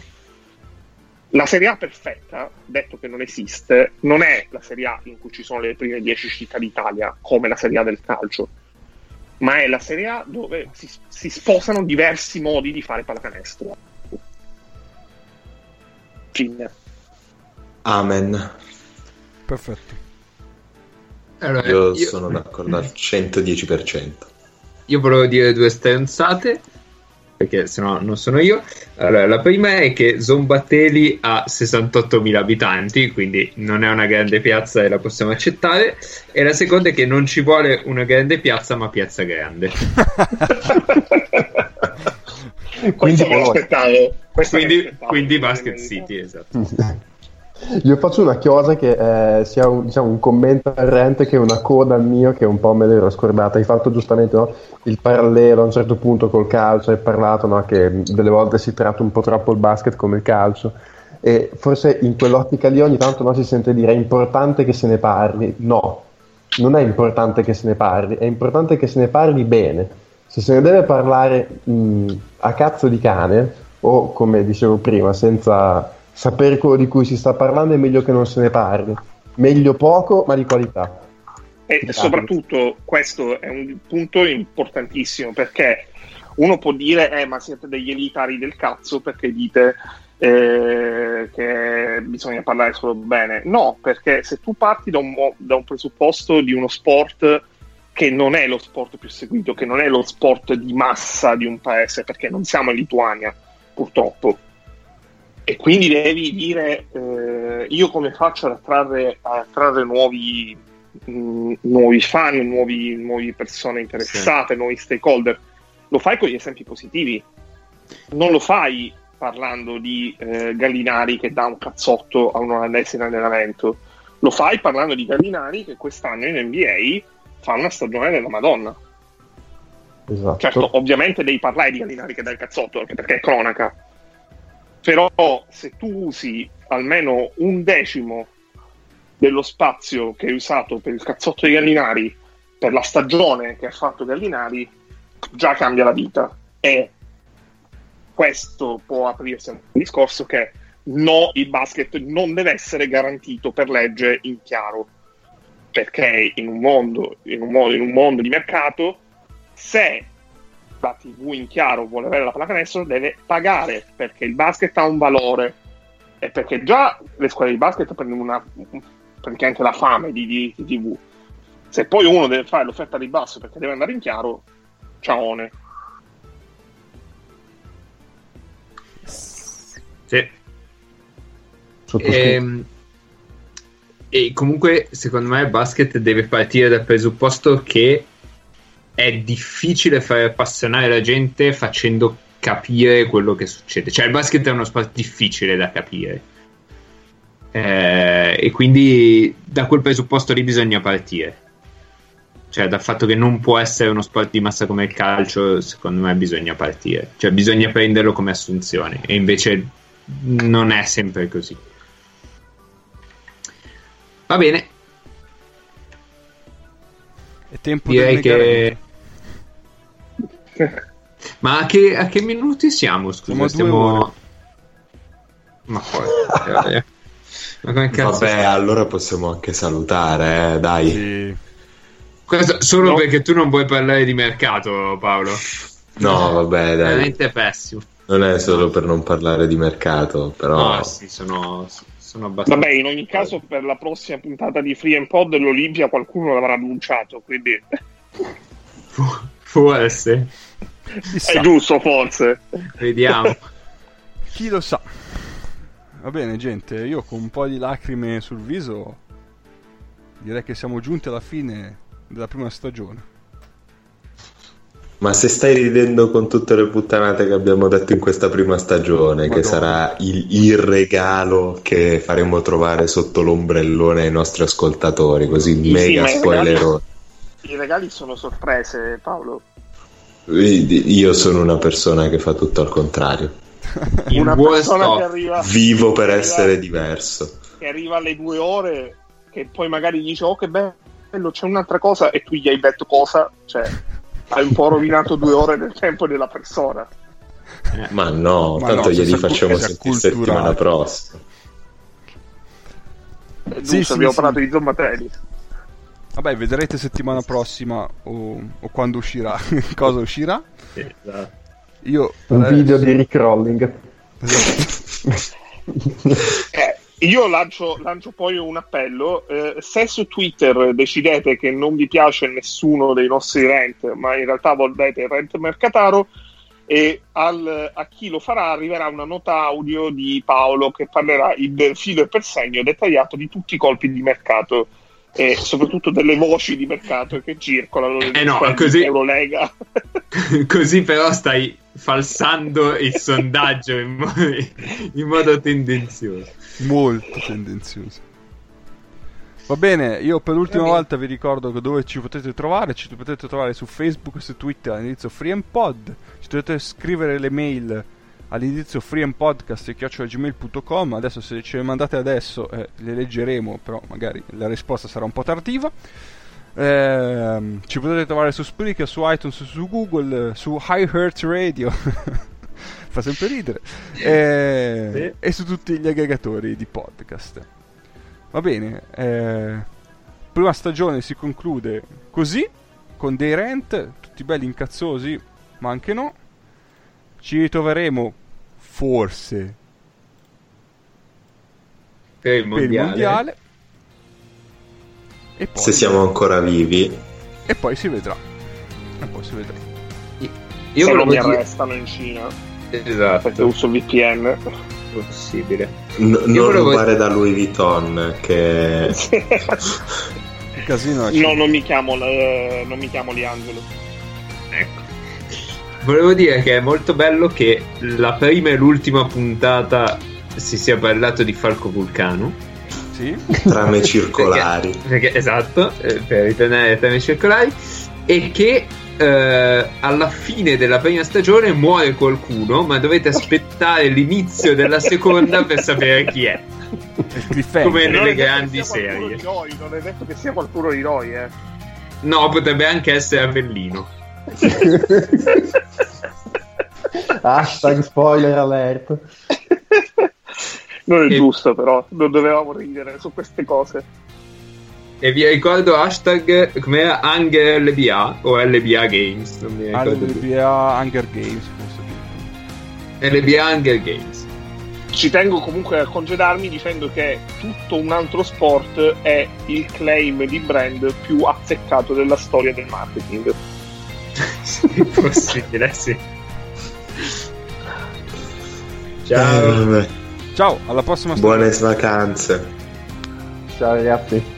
La Serie A perfetta, detto che non esiste, non è la Serie A in cui ci sono le prime 10 città d'Italia come la Serie A del calcio, ma è la Serie A dove si sposano diversi modi di fare pallacanestro. Fine. Amen. Perfetto. Allora, io sono d'accordo al 110%. Io volevo dire 2 stronzate, perché sennò non sono io. Allora, la prima è che Zombateli ha 68.000 abitanti, quindi non è una grande piazza e la possiamo accettare. E la seconda è che non ci vuole una grande piazza, ma piazza grande. Questo me lo aspettavo. Quindi Basket City, esatto. Io faccio una cosa che sia un commento errante, che è una coda al mio, che un po' me l'ero scordata. Hai fatto giustamente, no, il parallelo a un certo punto col calcio, hai parlato, no, che delle volte si tratta un po' troppo il basket come il calcio, e forse in quell'ottica lì ogni tanto, no, si sente dire è importante che se ne parli. No, non è importante che se ne parli, è importante che se ne parli bene. Se se ne deve parlare a cazzo di cane, o come dicevo prima, senza sapere quello di cui si sta parlando, è meglio che non se ne parli. Meglio poco, ma di qualità. E soprattutto questo è un punto importantissimo, perché uno può dire ma siete degli elitari del cazzo perché dite che bisogna parlare solo bene. No, perché se tu parti da un presupposto di uno sport che non è lo sport più seguito, che non è lo sport di massa di un paese, perché non siamo in Lituania, purtroppo, e quindi devi dire io come faccio ad attrarre nuovi fan, nuove persone interessate, nuovi stakeholder. Lo fai con gli esempi positivi, non lo fai parlando di Gallinari che dà un cazzotto a un olandese in allenamento, lo fai parlando di Gallinari che quest'anno in NBA fa una stagione della Madonna. Esatto. Certo, ovviamente devi parlare di Gallinari che dà il cazzotto, anche perché è cronaca, però se tu usi almeno 1/10 dello spazio che hai usato per il cazzotto di Gallinari per la stagione che ha fatto Gallinari, già cambia la vita. E questo può aprirsi a un discorso che no, il basket non deve essere garantito per legge in chiaro, perché in un mondo di mercato, se la TV in chiaro vuole avere la pallacanestro, deve pagare, perché il basket ha un valore, e perché già le squadre di basket prendono praticamente la fame di TV. Se poi uno deve fare l'offerta di basso perché deve andare in chiaro, ciaone. Sì. E comunque secondo me il basket deve partire dal presupposto che è difficile fare appassionare la gente facendo capire quello che succede. Cioè il basket è uno sport difficile da capire, e quindi da quel presupposto lì bisogna partire. Cioè dal fatto che non può essere uno sport di massa come il calcio, secondo me bisogna partire. Cioè bisogna prenderlo come assunzione, e invece non è sempre così. Va bene, è tempo direi che ma a che minuti siamo? Scusa, siamo ma poi ma come cazzo vabbè, allora possiamo anche salutare, dai. Sì. Questo solo perché tu non vuoi parlare di mercato, Paolo. No, vabbè, dai. Veramente pessimo. Non è solo per non parlare di mercato, però no, sì, sono abbastanza. Vabbè, in ogni caso per la prossima puntata di Free and Pod l'Olimpia qualcuno l'avrà annunciato, quindi può essere. È giusto, forse. Vediamo. Chi lo sa. Va bene, gente, io con un po' di lacrime sul viso direi che siamo giunti alla fine della prima stagione. ma se stai ridendo con tutte le puttanate che abbiamo detto in questa prima stagione, Madonna, che sarà il regalo che faremo trovare sotto l'ombrellone ai nostri ascoltatori, così mega spoilerone. I regali sono sorprese, Paolo. Io sono una persona che fa tutto al contrario. Una persona che arriva, vivo per essere diverso, che arriva alle 2 ore, che poi magari dice oh che bello, c'è un'altra cosa, e tu gli hai detto cosa, cioè hai un po' rovinato 2 ore del tempo della persona. Ma no, tanto glieli facciamo sentire settimana prossima. Sì, abbiamo parlato di Zombatelli. Vabbè, vedrete settimana prossima o quando uscirà. Cosa uscirà? Esatto. Io un video di Rick Rolling. Io lancio poi un appello. Se su Twitter decidete che non vi piace nessuno dei nostri rant, ma in realtà volete il rant Mercataro, e a chi lo farà arriverà una nota audio di Paolo che parlerà in filo e per segno dettagliato di tutti i colpi di mercato e soprattutto delle voci di mercato che circolano no, così Eurolega. Così però stai falsando il sondaggio in modo tendenzioso. Molto tendenzioso. Va bene, io per l'ultima volta vi ricordo dove ci potete trovare. Ci potete trovare su Facebook e su Twitter all'indirizzo FreeMPod. Ci dovete scrivere le mail all'indirizzo freeandpodcast@gmail.com. Adesso se ce le mandate adesso le leggeremo, però magari la risposta sarà un po' tardiva. Ci potete trovare su Spreaker, su iTunes, su Google, su iHeartRadio fa sempre ridere, e su tutti gli aggregatori di podcast. Va bene, prima stagione si conclude così, con dei rant tutti belli incazzosi, ma anche no. Ci ritroveremo forse per il mondiale. E poi, se siamo ancora vivi, e poi si vedrà. Io se non mi arrestano in Cina, esatto, perché uso il VPN. Possibile. Non rubare da Louis Vuitton, che il casino è non mi chiamo Liangelo. Ecco, volevo dire che è molto bello che la prima e l'ultima puntata si sia parlato di Falco Vulcano. Sì. Trame circolari. Perché esatto, per ritornare alle trame circolari, e che alla fine della prima stagione muore qualcuno, ma dovete aspettare l'inizio della seconda per sapere chi è. Come nelle grandi serie. Non è detto che sia qualcuno di noi, No, potrebbe anche essere Avellino. Hashtag spoiler alert. Non è giusto, però non dovevamo ridere su queste cose. E vi ricordo hashtag com'era Hunger LBA o LBA Games, non mi ricordo. LBA Hunger Games, LBA Hunger Games. Ci tengo comunque a congedarmi dicendo che tutto un altro sport è il claim di brand più azzeccato della storia del marketing. Possibile, sì. Ciao. Ciao, alla prossima stagione. Buone vacanze. Ciao ragazzi.